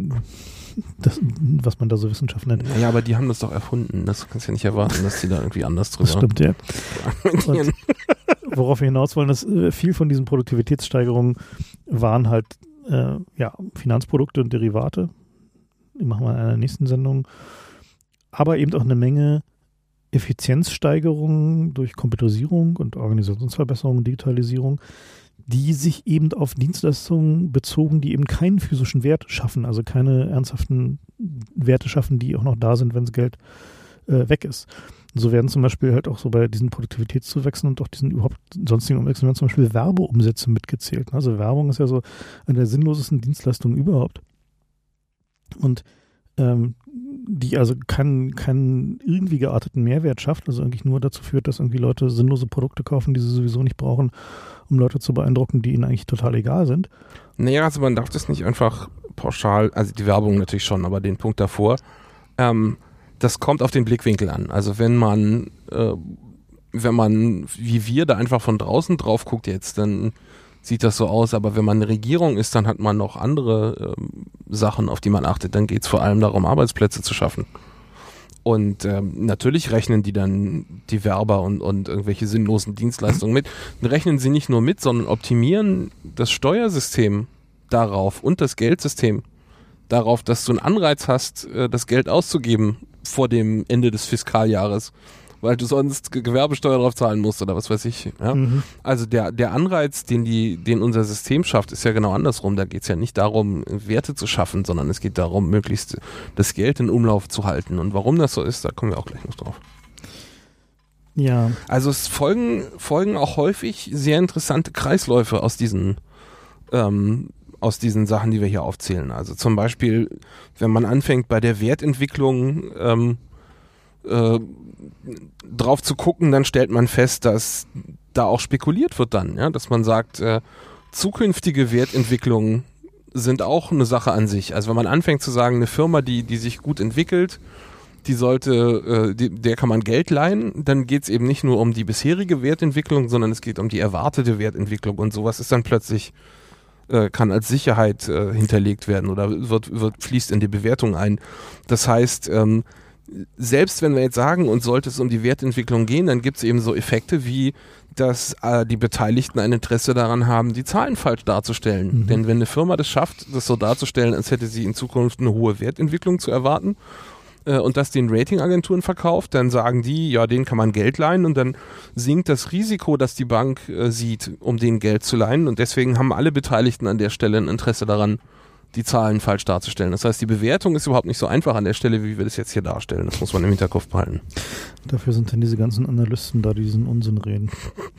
das, was man da so Wissenschaft nennt. Naja, aber die haben das doch erfunden. Das kannst du ja nicht erwarten, dass die da irgendwie anders drüber. Das stimmt, ja. Und worauf wir hinaus wollen, dass viel von diesen Produktivitätssteigerungen waren halt Finanzprodukte und Derivate. Die machen wir in einer nächsten Sendung. Aber eben auch eine Menge Effizienzsteigerungen durch Computerisierung und Organisationsverbesserung, Digitalisierung, die sich eben auf Dienstleistungen bezogen, die eben keinen physischen Wert schaffen, also keine ernsthaften Werte schaffen, die auch noch da sind, wenn das Geld weg ist. So werden zum Beispiel halt auch so bei diesen Produktivitätszuwächsen und auch diesen überhaupt sonstigen Umwechseln werden zum Beispiel Werbeumsätze mitgezählt. Also Werbung ist ja so eine der sinnlosesten Dienstleistungen überhaupt. Und die also keinen irgendwie gearteten Mehrwert schafft, also eigentlich nur dazu führt, dass irgendwie Leute sinnlose Produkte kaufen, die sie sowieso nicht brauchen, um Leute zu beeindrucken, die ihnen eigentlich total egal sind. Naja, also man darf das nicht einfach pauschal, also die Werbung natürlich schon, aber den Punkt davor, das kommt auf den Blickwinkel an. Also wenn man wie wir da einfach von draußen drauf guckt jetzt, dann sieht das so aus, aber wenn man eine Regierung ist, dann hat man noch andere Sachen, auf die man achtet. Dann geht es vor allem darum, Arbeitsplätze zu schaffen. Und natürlich rechnen die dann die Werber und irgendwelche sinnlosen Dienstleistungen mit. Dann rechnen sie nicht nur mit, sondern optimieren das Steuersystem darauf und das Geldsystem darauf, dass du einen Anreiz hast, das Geld auszugeben vor dem Ende des Fiskaljahres, weil du sonst Gewerbesteuer drauf zahlen musst oder was weiß ich. Ja? Also der Anreiz, den unser System schafft, ist ja genau andersrum. Da geht es ja nicht darum, Werte zu schaffen, sondern es geht darum, möglichst das Geld in Umlauf zu halten. Und warum das so ist, da kommen wir auch gleich noch drauf. Ja. Also es folgen auch häufig sehr interessante Kreisläufe aus diesen Sachen, die wir hier aufzählen. Also zum Beispiel, wenn man anfängt bei der Wertentwicklung drauf zu gucken, dann stellt man fest, dass da auch spekuliert wird dann, ja, dass man sagt, zukünftige Wertentwicklungen sind auch eine Sache an sich. Also wenn man anfängt zu sagen, eine Firma, die sich gut entwickelt, die sollte, der kann man Geld leihen, dann geht es eben nicht nur um die bisherige Wertentwicklung, sondern es geht um die erwartete Wertentwicklung und sowas ist dann plötzlich kann als Sicherheit hinterlegt werden oder fließt in die Bewertung ein. Das heißt, selbst wenn wir jetzt sagen, uns sollte es um die Wertentwicklung gehen, dann gibt es eben so Effekte wie, dass die Beteiligten ein Interesse daran haben, die Zahlen falsch darzustellen. Denn wenn eine Firma das schafft, das so darzustellen, als hätte sie in Zukunft eine hohe Wertentwicklung zu erwarten und das den Ratingagenturen verkauft, dann sagen die, ja, denen kann man Geld leihen und dann sinkt das Risiko, das die Bank sieht, um denen Geld zu leihen und deswegen haben alle Beteiligten an der Stelle ein Interesse daran, die Zahlen falsch darzustellen. Das heißt, die Bewertung ist überhaupt nicht so einfach an der Stelle, wie wir das jetzt hier darstellen. Das muss man im Hinterkopf behalten. Dafür sind dann diese ganzen Analysten da, die diesen Unsinn reden.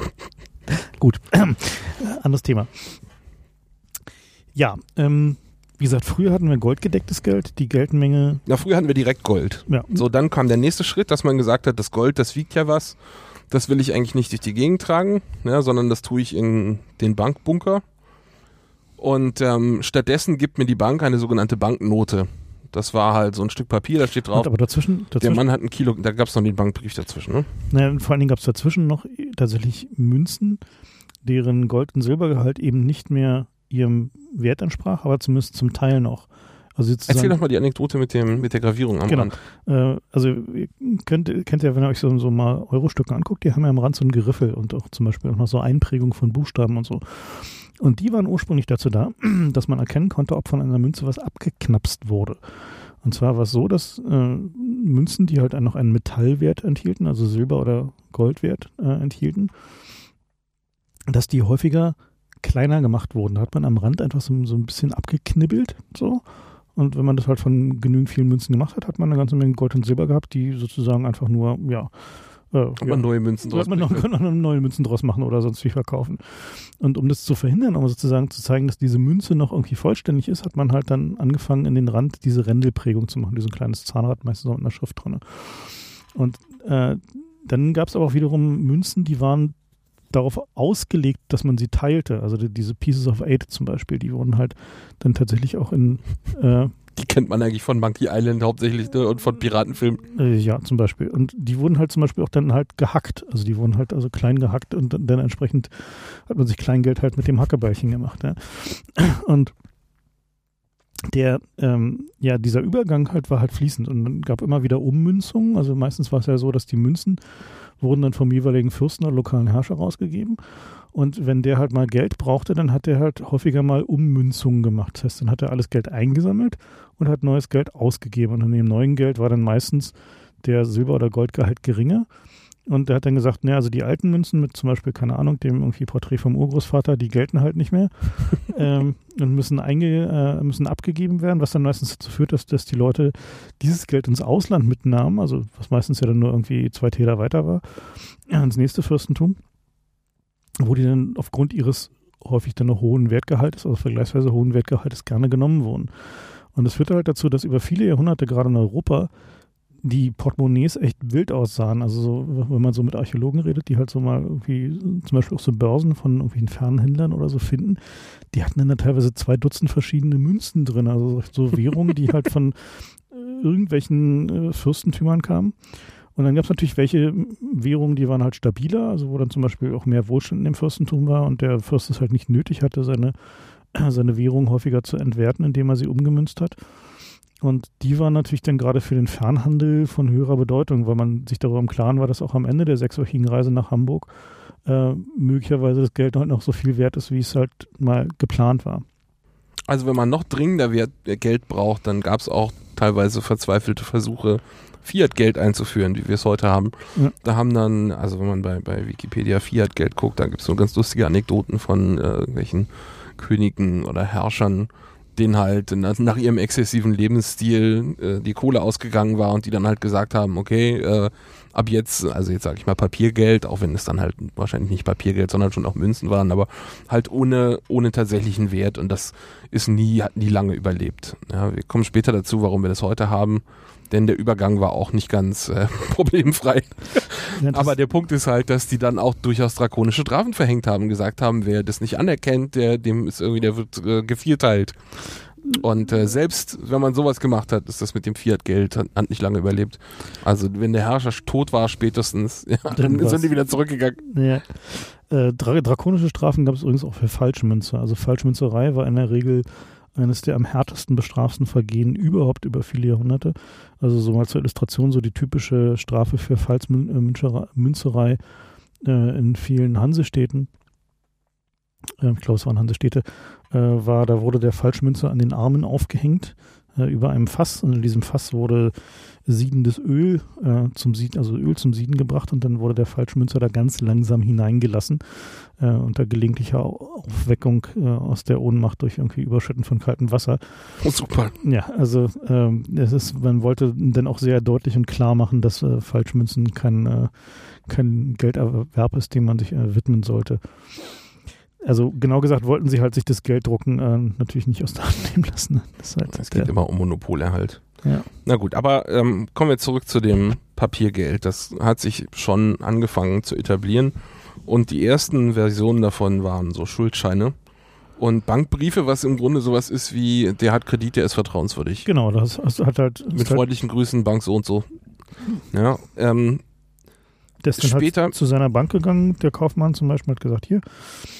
Gut, anderes Thema. Ja, Wie gesagt, früher hatten wir goldgedecktes Geld, die Geldmenge... Na, früher hatten wir direkt Gold. Ja. So, dann kam der nächste Schritt, dass man gesagt hat, das Gold, das wiegt ja was. Das will ich eigentlich nicht durch die Gegend tragen, ja, sondern das tue ich in den Bankbunker. Und stattdessen gibt mir die Bank eine sogenannte Banknote. Das war halt so ein Stück Papier, da steht drauf, aber dazwischen der Mann hat 1 Kilo, da gab es noch den Bankbrief dazwischen. Ne? Naja, vor allen Dingen gab es dazwischen noch tatsächlich Münzen, deren Gold- und Silbergehalt eben nicht mehr ihrem Wert entsprach, aber zumindest zum Teil noch. Also erzähl doch mal die Anekdote mit der Gravierung am Rand. Also ihr kennt ja, wenn ihr euch so mal Euro-Stücke anguckt, die haben ja am Rand so ein Geriffel und auch zum Beispiel auch noch so Einprägung von Buchstaben und so. Und die waren ursprünglich dazu da, dass man erkennen konnte, ob von einer Münze was abgeknapst wurde. Und zwar war es so, dass Münzen, die halt noch einen Metallwert enthielten, also Silber- oder Goldwert enthielten, dass die häufiger kleiner gemacht wurden. Da hat man am Rand einfach so ein bisschen abgeknibbelt, so. Und wenn man das halt von genügend vielen Münzen gemacht hat, hat man eine ganze Menge Gold und Silber gehabt, die sozusagen einfach nur, neue Münzen draus machen. Man kann noch neue Münzen draus machen oder sonst wie verkaufen. Und um das zu verhindern, um sozusagen zu zeigen, dass diese Münze noch irgendwie vollständig ist, hat man halt dann angefangen, in den Rand diese Rändelprägung zu machen, dieses kleines Zahnrad, meistens auch mit einer Schrift drin. Und dann gab es aber auch wiederum Münzen, die waren darauf ausgelegt, dass man sie teilte. Also diese Pieces of Eight zum Beispiel, die wurden halt dann tatsächlich auch in... die kennt man eigentlich von Monkey Island hauptsächlich, ne? Und von Piratenfilmen. Ja, zum Beispiel. Und die wurden halt zum Beispiel auch dann halt gehackt. Also die wurden halt also klein gehackt und dann entsprechend hat man sich Kleingeld halt mit dem Hackebeilchen gemacht. Ja. Und dieser Übergang halt war halt fließend und dann gab immer wieder Ummünzungen. Also meistens war es ja so, dass die Münzen wurden dann vom jeweiligen Fürsten oder lokalen Herrscher rausgegeben. Und wenn der halt mal Geld brauchte, dann hat der halt häufiger mal Ummünzungen gemacht. Das heißt, dann hat er alles Geld eingesammelt und hat neues Geld ausgegeben. Und an dem neuen Geld war dann meistens der Silber- oder Goldgehalt geringer. Und er hat dann gesagt, also die alten Münzen mit zum Beispiel, keine Ahnung, dem irgendwie Porträt vom Urgroßvater, die gelten halt nicht mehr und müssen abgegeben werden, was dann meistens dazu führt, dass die Leute dieses Geld ins Ausland mitnahmen, also was meistens ja dann nur irgendwie 2 Täler weiter war, ins nächste Fürstentum, wo die dann aufgrund ihres häufig dann noch hohen Wertgehaltes, also vergleichsweise hohen Wertgehaltes, gerne genommen wurden. Und das führte halt dazu, dass über viele Jahrhunderte gerade in Europa die Portemonnaies echt wild aussahen. Also so, wenn man so mit Archäologen redet, die halt so mal irgendwie zum Beispiel auch so Börsen von irgendwelchen Fernhändlern oder so finden, die hatten dann da teilweise 2 Dutzend verschiedene Münzen drin, also so Währungen, die halt von irgendwelchen Fürstentümern kamen. Und dann gab es natürlich welche Währungen, die waren halt stabiler, also wo dann zum Beispiel auch mehr Wohlstand in dem Fürstentum war und der Fürst es halt nicht nötig hatte, seine Währung häufiger zu entwerten, indem er sie umgemünzt hat. Und die waren natürlich dann gerade für den Fernhandel von höherer Bedeutung, weil man sich darüber im Klaren war, dass auch am Ende der 6-wöchigen Reise nach Hamburg möglicherweise das Geld halt noch so viel wert ist, wie es halt mal geplant war. Also wenn man noch dringender Geld braucht, dann gab es auch teilweise verzweifelte Versuche, Fiat-Geld einzuführen, wie wir es heute haben. Ja. Da haben dann, also wenn man bei Wikipedia Fiat-Geld guckt, da gibt es so ganz lustige Anekdoten von irgendwelchen Königen oder Herrschern, denen halt nach ihrem exzessiven Lebensstil die Kohle ausgegangen war und die dann halt gesagt haben, okay, ab jetzt, also jetzt sage ich mal Papiergeld, auch wenn es dann halt wahrscheinlich nicht Papiergeld, sondern schon auch Münzen waren, aber halt ohne tatsächlichen Wert und das hat nie lange überlebt. Ja, wir kommen später dazu, warum wir das heute haben, denn der Übergang war auch nicht ganz problemfrei. Ja, aber der Punkt ist halt, dass die dann auch durchaus drakonische Strafen verhängt haben, gesagt haben, wer das nicht anerkennt, der wird gevierteilt. Und selbst wenn man sowas gemacht hat, ist das mit dem Fiat-Geld hat nicht lange überlebt. Also wenn der Herrscher tot war spätestens, dann sind die wieder zurückgegangen. Ja. Drakonische Strafen gab es übrigens auch für Falschmünze. Also Falschmünzerei war in der Regel eines der am härtesten bestraften Vergehen überhaupt über viele Jahrhunderte. Also so mal zur Illustration, so die typische Strafe für Falschmünzerei in vielen Hansestädten, ich glaube es waren Hansestädte, da wurde der Falschmünzer an den Armen aufgehängt über einem Fass und in diesem Fass wurde siedendes Öl zum Sieden gebracht und dann wurde der Falschmünzer da ganz langsam hineingelassen unter gelegentlicher Aufweckung aus der Ohnmacht durch irgendwie Überschütten von kaltem Wasser. Oh, super. Ja, also man wollte dann auch sehr deutlich und klar machen, dass Falschmünzen kein Gelderwerb ist, dem man sich widmen sollte. Also genau gesagt wollten sie halt sich das Gelddrucken natürlich nicht aus der Hand nehmen lassen. Es geht immer um Monopolerhalt. Ja. Na gut, aber kommen wir zurück zu dem Papiergeld. Das hat sich schon angefangen zu etablieren und die ersten Versionen davon waren so Schuldscheine und Bankbriefe, was im Grunde sowas ist wie, der hat Kredit, der ist vertrauenswürdig. Genau, das hat halt... Mit freundlichen Grüßen, Bank so und so. Ja, der ist dann später halt zu seiner Bank gegangen, der Kaufmann zum Beispiel hat gesagt, hier,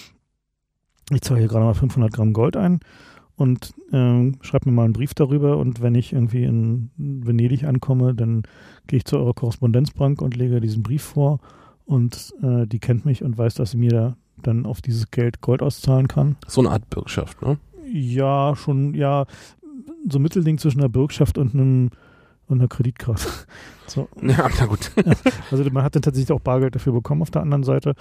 ich zahle hier gerade mal 500 Gramm Gold ein und schreibt mir mal einen Brief darüber und wenn ich irgendwie in Venedig ankomme, dann gehe ich zu eurer Korrespondenzbank und lege diesen Brief vor und die kennt mich und weiß, dass sie mir da dann auf dieses Geld Gold auszahlen kann. So eine Art Bürgschaft, ne? Ja, schon, ja, so ein Mittelding zwischen einer Bürgschaft und einer Kreditkarte. So. Ja, na gut. Also man hat dann tatsächlich auch Bargeld dafür bekommen auf der anderen Seite.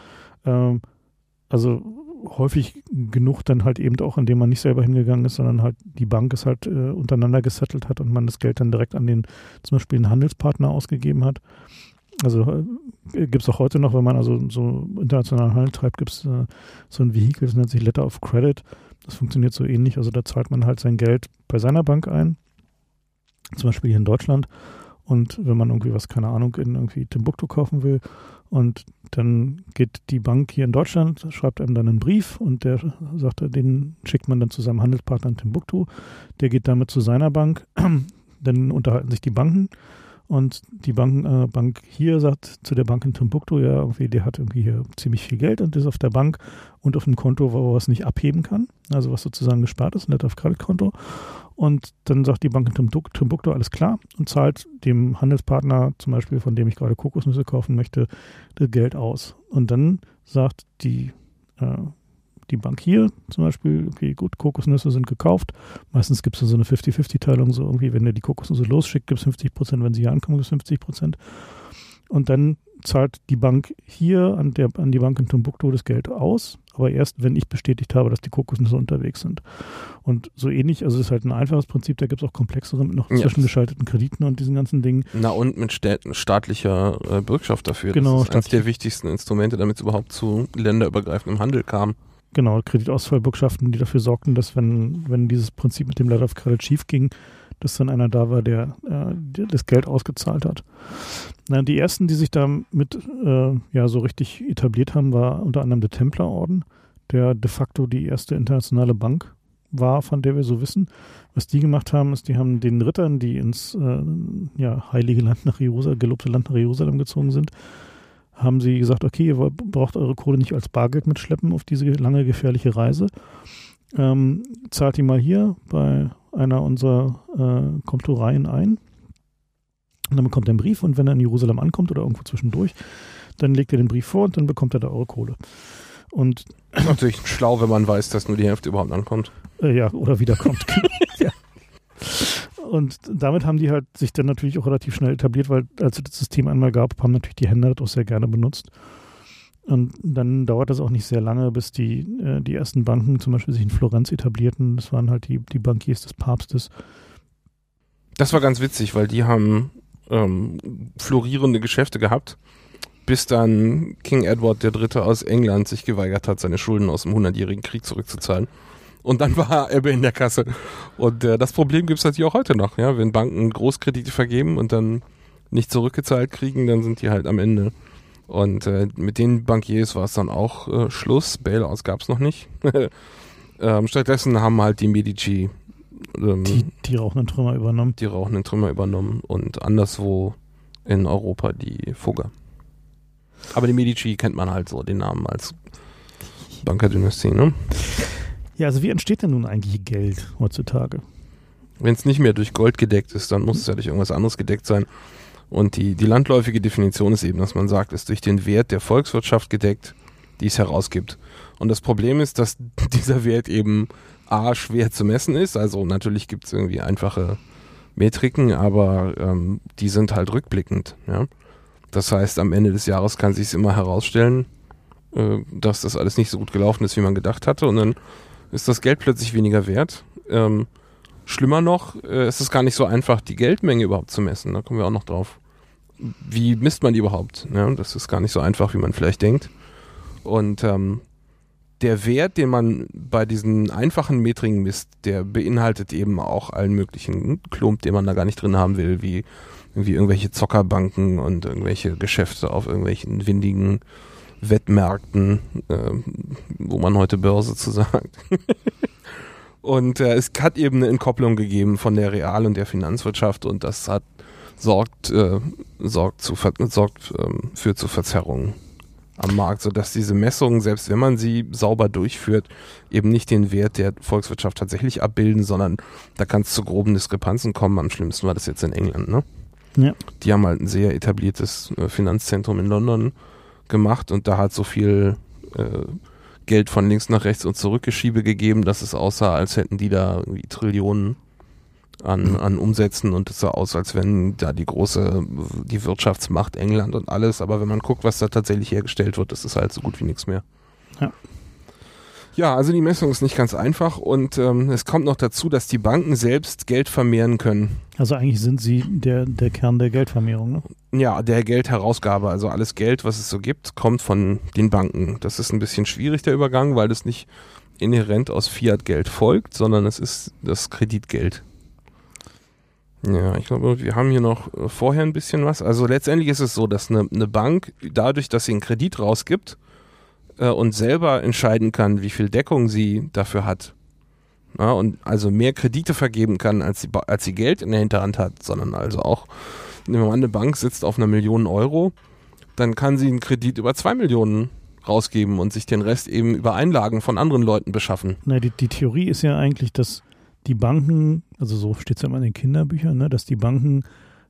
Also häufig genug dann halt eben auch, indem man nicht selber hingegangen ist, sondern halt die Bank es halt untereinander gesettelt hat und man das Geld dann direkt an den zum Beispiel einen Handelspartner ausgegeben hat. Also gibt es auch heute noch, wenn man also so internationalen Handel treibt, gibt es so ein Vehikel, das nennt sich Letter of Credit. Das funktioniert so ähnlich. Also da zahlt man halt sein Geld bei seiner Bank ein, zum Beispiel hier in Deutschland. Und wenn man irgendwie was, keine Ahnung, in irgendwie Timbuktu kaufen will und dann geht die Bank hier in Deutschland, schreibt einem dann einen Brief und der sagt, den schickt man dann zu seinem Handelspartner in Timbuktu. Der geht damit zu seiner Bank, dann unterhalten sich die Banken. Und die Bank hier sagt zu der Bank in Timbuktu, ja, irgendwie, der hat irgendwie hier ziemlich viel Geld und ist auf der Bank und auf dem Konto, wo er was nicht abheben kann, also was sozusagen gespart ist, ein Letter of Credit Konto. Und dann sagt die Bank in Timbuktu, alles klar, und zahlt dem Handelspartner, zum Beispiel, von dem ich gerade Kokosnüsse kaufen möchte, das Geld aus. Und dann sagt die Bank hier zum Beispiel, okay, gut, Kokosnüsse sind gekauft. Meistens gibt es so eine 50-50-Teilung, so irgendwie, wenn ihr die Kokosnüsse losschickt, gibt es 50%, wenn sie hier ankommen, gibt es 50%. Und dann zahlt die Bank hier an die Bank in Timbuktu das Geld aus, aber erst, wenn ich bestätigt habe, dass die Kokosnüsse unterwegs sind. Und so ähnlich, also es ist halt ein einfaches Prinzip, da gibt es auch komplexere mit noch zwischengeschalteten Krediten und diesen ganzen Dingen. Na und mit staatlicher Bürgschaft dafür. Genau, das ist eines der wichtigsten Instrumente, damit es überhaupt zu länderübergreifendem Handel kam. Genau, Kreditausfallbürgschaften, die dafür sorgten, dass wenn dieses Prinzip mit dem Letter of Credit schief ging, dass dann einer da war, der das Geld ausgezahlt hat. Na, die ersten, die sich da mit so richtig etabliert haben, war unter anderem der Templerorden, der de facto die erste internationale Bank war, von der wir so wissen. Was die gemacht haben, ist, die haben den Rittern, die ins heilige Land nach Jerusalem, gelobte Land nach Jerusalem gezogen sind, haben sie gesagt, okay, ihr braucht eure Kohle nicht als Bargeld mitschleppen auf diese lange, gefährliche Reise. Zahlt die mal hier bei einer unserer Komtureien ein. Und dann bekommt er einen Brief und wenn er in Jerusalem ankommt oder irgendwo zwischendurch, dann legt er den Brief vor und dann bekommt er da eure Kohle. Und das ist natürlich schlau, wenn man weiß, dass nur die Hälfte überhaupt ankommt. Oder wiederkommt. Ja. Und damit haben die halt sich dann natürlich auch relativ schnell etabliert, weil als es das System einmal gab, haben natürlich die Händler das auch sehr gerne benutzt. Und dann dauert das auch nicht sehr lange, bis die ersten Banken zum Beispiel sich in Florenz etablierten. Das waren halt die Bankiers des Papstes. Das war ganz witzig, weil die haben florierende Geschäfte gehabt, bis dann King Edward III. Aus England sich geweigert hat, seine Schulden aus dem 100-jährigen Krieg zurückzuzahlen. Und dann war Ebbe in der Kasse. Und das Problem gibt es natürlich auch heute noch. Ja? Wenn Banken Großkredite vergeben und dann nicht zurückgezahlt kriegen, dann sind die halt am Ende. Und mit den Bankiers war es dann auch Schluss. Bailouts gab es noch nicht. Stattdessen haben halt die Medici die rauchenden Trümmer übernommen. Die rauchenden Trümmer übernommen und anderswo in Europa die Fugger. Aber die Medici kennt man halt so, den Namen als Bankerdynastie, ne? Ja, also wie entsteht denn nun eigentlich Geld heutzutage? Wenn es nicht mehr durch Gold gedeckt ist, dann muss es ja durch irgendwas anderes gedeckt sein. Und die landläufige Definition ist eben, dass man sagt, es ist durch den Wert der Volkswirtschaft gedeckt, die es herausgibt. Und das Problem ist, dass dieser Wert eben A, schwer zu messen ist. Also natürlich gibt es irgendwie einfache Metriken, aber die sind halt rückblickend. Ja? Das heißt, am Ende des Jahres kann sich immer herausstellen, dass das alles nicht so gut gelaufen ist, wie man gedacht hatte. Und dann ist das Geld plötzlich weniger wert. Schlimmer noch, es ist gar nicht so einfach, die Geldmenge überhaupt zu messen. Da kommen wir auch noch drauf. Wie misst man die überhaupt? Ja, das ist gar nicht so einfach, wie man vielleicht denkt. Und der Wert, den man bei diesen einfachen Metringen misst, der beinhaltet eben auch allen möglichen Klump, den man da gar nicht drin haben will, wie irgendwie irgendwelche Zockerbanken und irgendwelche Geschäfte auf irgendwelchen windigen Wettmärkten, wo man heute Börse zu sagt. Und es hat eben eine Entkopplung gegeben von der Real- und der Finanzwirtschaft und das sorgt für zu Verzerrungen am Markt, sodass diese Messungen, selbst wenn man sie sauber durchführt, eben nicht den Wert der Volkswirtschaft tatsächlich abbilden, sondern da kann es zu groben Diskrepanzen kommen. Am schlimmsten war das jetzt in England, ne? Ja. Die haben halt ein sehr etabliertes Finanzzentrum in London gemacht und da hat so viel Geld von links nach rechts und zurückgeschiebe gegeben, dass es aussah, als hätten die da irgendwie Trillionen an Umsätzen und es sah aus, als wenn da die Wirtschaftsmacht England und alles, aber wenn man guckt, was da tatsächlich hergestellt wird, das ist halt so gut wie nichts mehr. Ja. Ja, also die Messung ist nicht ganz einfach und es kommt noch dazu, dass die Banken selbst Geld vermehren können. Also eigentlich sind sie der Kern der Geldvermehrung, ne? Ja, der Geldherausgabe, also alles Geld, was es so gibt, kommt von den Banken. Das ist ein bisschen schwierig, der Übergang, weil das nicht inhärent aus Fiat-Geld folgt, sondern es ist das Kreditgeld. Ja, ich glaube, wir haben hier noch vorher ein bisschen was. Also letztendlich ist es so, dass eine Bank dadurch, dass sie einen Kredit rausgibt und selber entscheiden kann, wie viel Deckung sie dafür hat, ja, und also mehr Kredite vergeben kann, als sie Geld in der Hinterhand hat, sondern also auch, nehmen wir mal an, eine Bank sitzt auf 1 Million Euro, dann kann sie einen Kredit über 2 Millionen rausgeben und sich den Rest eben über Einlagen von anderen Leuten beschaffen. Na, die Theorie ist ja eigentlich, dass die Banken, also so steht es ja immer in den Kinderbüchern, ne, dass die Banken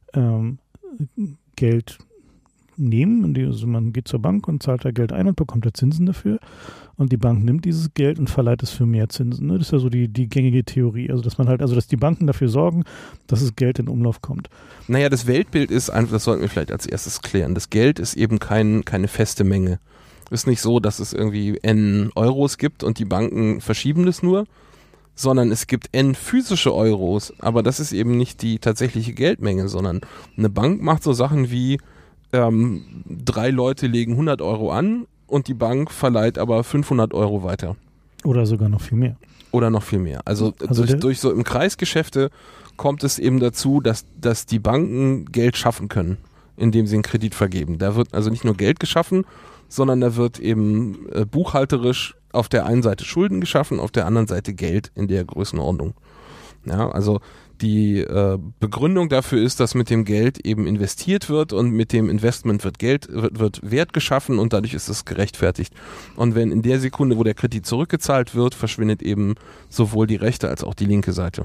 Geld nehmen, also man geht zur Bank und zahlt da Geld ein und bekommt da Zinsen dafür und die Bank nimmt dieses Geld und verleiht es für mehr Zinsen. Ne? Das ist ja so die gängige Theorie, also dass die Banken dafür sorgen, dass das Geld in Umlauf kommt. Naja, das Weltbild ist einfach, das sollten wir vielleicht als erstes klären, das Geld ist eben keine feste Menge. Es ist nicht so, dass es irgendwie N Euros gibt und die Banken verschieben das nur, sondern es gibt N physische Euros, aber das ist eben nicht die tatsächliche Geldmenge, sondern eine Bank macht so Sachen wie 3 Leute legen 100 Euro an und die Bank verleiht aber 500 Euro weiter. Oder sogar noch viel mehr. Oder noch viel mehr. Also durch so im Kreisgeschäfte kommt es eben dazu, dass die Banken Geld schaffen können, indem sie einen Kredit vergeben. Da wird also nicht nur Geld geschaffen, sondern da wird eben buchhalterisch auf der einen Seite Schulden geschaffen, auf der anderen Seite Geld in der Größenordnung. Ja, also die Begründung dafür ist, dass mit dem Geld eben investiert wird und mit dem Investment wird Wert geschaffen und dadurch ist es gerechtfertigt. Und wenn in der Sekunde, wo der Kredit zurückgezahlt wird, verschwindet eben sowohl die rechte als auch die linke Seite.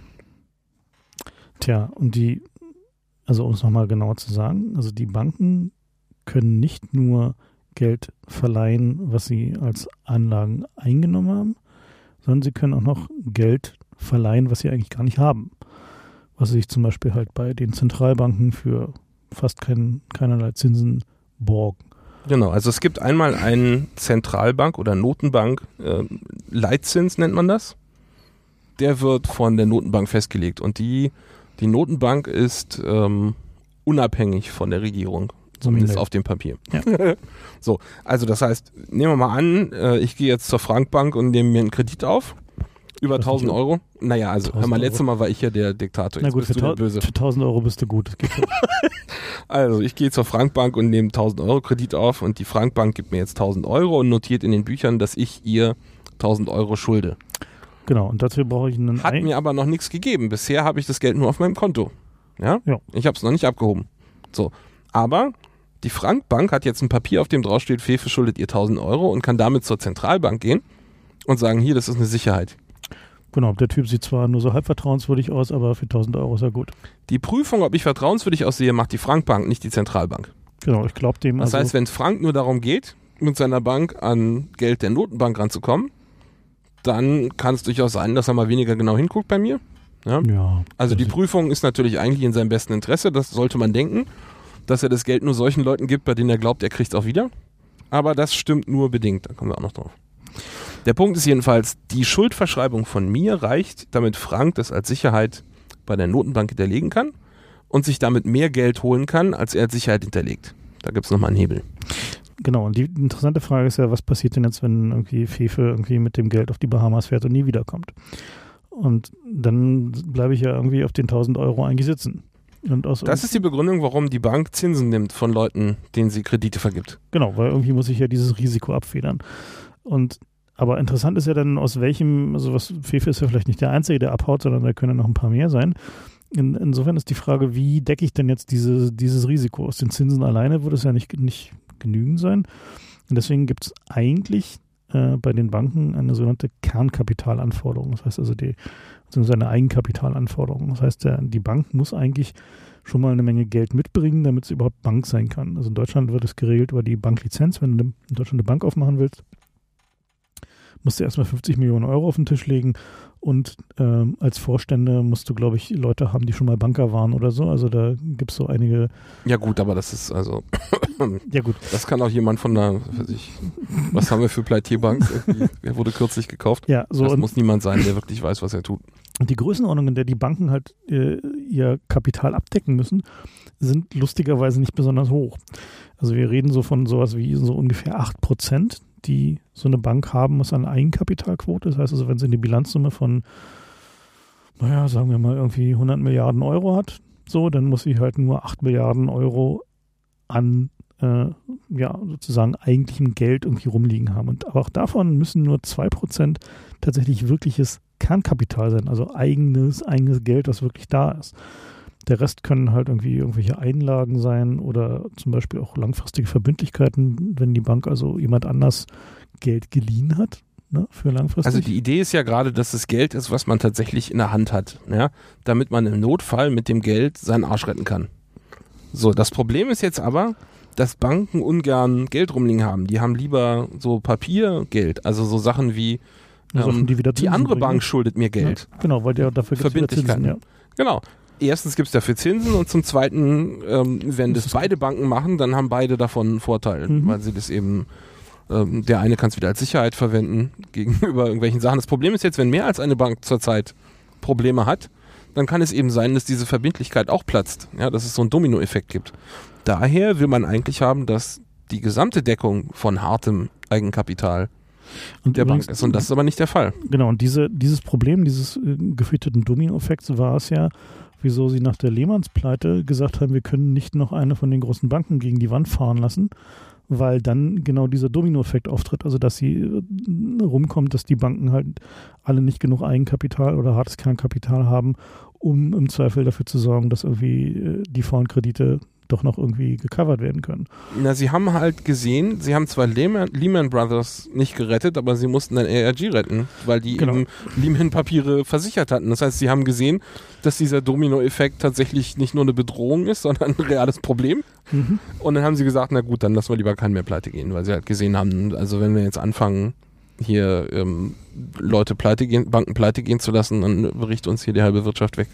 Tja, und also um es nochmal genauer zu sagen, also die Banken können nicht nur Geld verleihen, was sie als Anlagen eingenommen haben, sondern sie können auch noch Geld verleihen, was sie eigentlich gar nicht haben. Was sie sich zum Beispiel halt bei den Zentralbanken für fast keinerlei Zinsen borgen. Genau, also es gibt einmal einen Zentralbank- oder Notenbank, Leitzins nennt man das. Der wird von der Notenbank festgelegt und die Notenbank ist unabhängig von der Regierung. Zumindest auf dem Papier. Ja. So, also das heißt, nehmen wir mal an, ich gehe jetzt zur Frankbank und nehme mir einen Kredit auf. Über 1.000 Euro. Naja, also hör mal, letztes Mal war ich ja der Diktator. Jetzt na gut, bist du der Böse. Für 1.000 Euro bist du gut. Das geht schon. Also ich gehe zur Frankbank und nehme 1.000 Euro Kredit auf und die Frankbank gibt mir jetzt 1.000 Euro und notiert in den Büchern, dass ich ihr 1.000 Euro schulde. Genau, und dazu brauche ich einen... Hat mir aber noch nichts gegeben. Bisher habe ich das Geld nur auf meinem Konto. Ja? Ich habe es noch nicht abgehoben. So, aber die Frankbank hat jetzt ein Papier, auf dem draufsteht, Fefe schuldet ihr 1.000 Euro und kann damit zur Zentralbank gehen und sagen, hier, das ist eine Sicherheit. Genau, der Typ sieht zwar nur so halb vertrauenswürdig aus, aber für 1.000 Euro ist er gut. Die Prüfung, ob ich vertrauenswürdig aussehe, macht die Frankbank, nicht die Zentralbank. Genau, ich glaube dem. Das heißt, wenn Frank nur darum geht, mit seiner Bank an Geld der Notenbank ranzukommen, dann kann es durchaus sein, dass er mal weniger genau hinguckt bei mir. Ja. Also die Prüfung ist natürlich eigentlich in seinem besten Interesse, das sollte man denken, dass er das Geld nur solchen Leuten gibt, bei denen er glaubt, er kriegt es auch wieder. Aber das stimmt nur bedingt, da kommen wir auch noch drauf. Der Punkt ist jedenfalls, die Schuldverschreibung von mir reicht, damit Frank das als Sicherheit bei der Notenbank hinterlegen kann und sich damit mehr Geld holen kann, als er als Sicherheit hinterlegt. Da gibt es nochmal einen Hebel. Genau, und die interessante Frage ist ja, was passiert denn jetzt, wenn irgendwie Fefe irgendwie mit dem Geld auf die Bahamas fährt und nie wiederkommt? Und dann bleibe ich ja irgendwie auf den 1.000 Euro eigentlich sitzen. Und das ist die Begründung, warum die Bank Zinsen nimmt von Leuten, denen sie Kredite vergibt. Genau, weil irgendwie muss ich ja dieses Risiko abfedern. Aber interessant ist ja dann, aus welchem, also Fefe ist ja vielleicht nicht der Einzige, der abhaut, sondern da können ja noch ein paar mehr sein. Insofern ist die Frage, wie decke ich denn jetzt dieses Risiko? Aus den Zinsen alleine würde es ja nicht genügend sein. Und deswegen gibt es eigentlich bei den Banken eine sogenannte Kernkapitalanforderung. Das heißt also beziehungsweise eine Eigenkapitalanforderung. Das heißt, die Bank muss eigentlich schon mal eine Menge Geld mitbringen, damit es überhaupt Bank sein kann. Also in Deutschland wird es geregelt über die Banklizenz. Wenn du in Deutschland eine Bank aufmachen willst, musst du erstmal 50 Millionen Euro auf den Tisch legen und als Vorstände musst du, glaube ich, Leute haben, die schon mal Banker waren oder so. Also da gibt es so einige... Ja gut, aber das ist also... ja gut. Das kann auch jemand von der... Was haben wir für Pleitierbank? Der wurde kürzlich gekauft. Ja, so das muss niemand sein, der wirklich weiß, was er tut. Und die Größenordnung, in der die Banken halt ihr Kapital abdecken müssen, sind lustigerweise nicht besonders hoch. Also wir reden so von sowas wie so ungefähr 8%, die so eine Bank haben muss an Eigenkapitalquote. Das heißt also, wenn sie eine Bilanzsumme von, sagen wir mal irgendwie 100 Milliarden Euro hat, so, dann muss sie halt nur 8 Milliarden Euro an sozusagen eigentlichem Geld irgendwie rumliegen haben. Und auch davon müssen nur 2% tatsächlich wirkliches Kernkapital sein, also eigenes Geld, was wirklich da ist. Der Rest können halt irgendwie irgendwelche Einlagen sein oder zum Beispiel auch langfristige Verbindlichkeiten, wenn die Bank also jemand anders Geld geliehen hat, ne, für langfristig. Also die Idee ist ja gerade, dass es Geld ist, was man tatsächlich in der Hand hat, ja, damit man im Notfall mit dem Geld seinen Arsch retten kann. So, das Problem ist jetzt aber, dass Banken ungern Geld rumliegen haben. Die haben lieber so Papiergeld, also so Sachen wie die andere Bank schuldet mir Geld. Ja, genau, weil der dafür Verbindlichkeiten. Zinsen, ja. Genau. Erstens gibt es dafür Zinsen und zum Zweiten, wenn das beide Banken machen, dann haben beide davon Vorteile, weil sie das eben, der eine kann es wieder als Sicherheit verwenden gegenüber irgendwelchen Sachen. Das Problem ist jetzt, wenn mehr als eine Bank zurzeit Probleme hat, dann kann es eben sein, dass diese Verbindlichkeit auch platzt, ja, dass es so einen Dominoeffekt gibt. Daher will man eigentlich haben, dass die gesamte Deckung von hartem Eigenkapital und der Bank ist. Und das ist aber nicht der Fall. Genau, und dieses Problem, dieses gefürchteten Dominoeffekts war es ja, wieso sie nach der Lehmanns-Pleite gesagt haben, wir können nicht noch eine von den großen Banken gegen die Wand fahren lassen, weil dann genau dieser Dominoeffekt auftritt, also dass sie rumkommt, dass die Banken halt alle nicht genug Eigenkapital oder hartes Kernkapital haben, um im Zweifel dafür zu sorgen, dass irgendwie die Foreign-Kredite doch noch irgendwie gecovert werden können. Na, sie haben halt gesehen, sie haben zwar Lehman Brothers nicht gerettet, aber sie mussten dann AIG retten, weil die eben Lehman-Papiere versichert hatten. Das heißt, sie haben gesehen, dass dieser Domino-Effekt tatsächlich nicht nur eine Bedrohung ist, sondern ein reales Problem. Und dann haben sie gesagt, na gut, dann lassen wir lieber keinen mehr pleite gehen, weil sie halt gesehen haben, also wenn wir jetzt anfangen, hier Banken pleite gehen zu lassen, dann bricht uns hier die halbe Wirtschaft weg.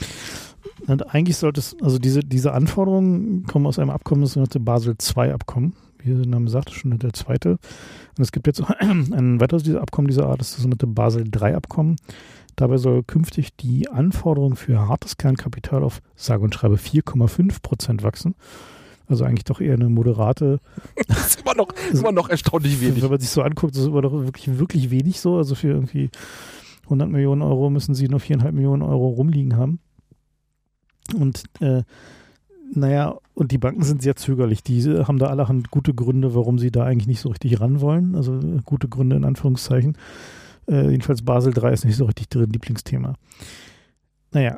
Und eigentlich sollte es, also diese Anforderungen kommen aus einem Abkommen, das sogenannte Basel II-Abkommen, wie der Name sagt, schon der zweite. Und es gibt jetzt ein weiteres Abkommen dieser Art, das sogenannte Basel III-Abkommen. Dabei soll künftig die Anforderung für hartes Kernkapital auf sage und schreibe 4,5% wachsen. Also eigentlich doch eher eine moderate. Das ist immer noch erstaunlich wenig. Wenn man sich so anguckt, das ist immer doch wirklich, wirklich wenig so. Also für irgendwie 100 Millionen Euro müssen sie nur 4,5 Millionen Euro rumliegen haben. Und und die Banken sind sehr zögerlich. Die haben da allerhand gute Gründe, warum sie da eigentlich nicht so richtig ran wollen. Also gute Gründe in Anführungszeichen. Jedenfalls Basel III ist nicht so richtig deren Lieblingsthema. Wir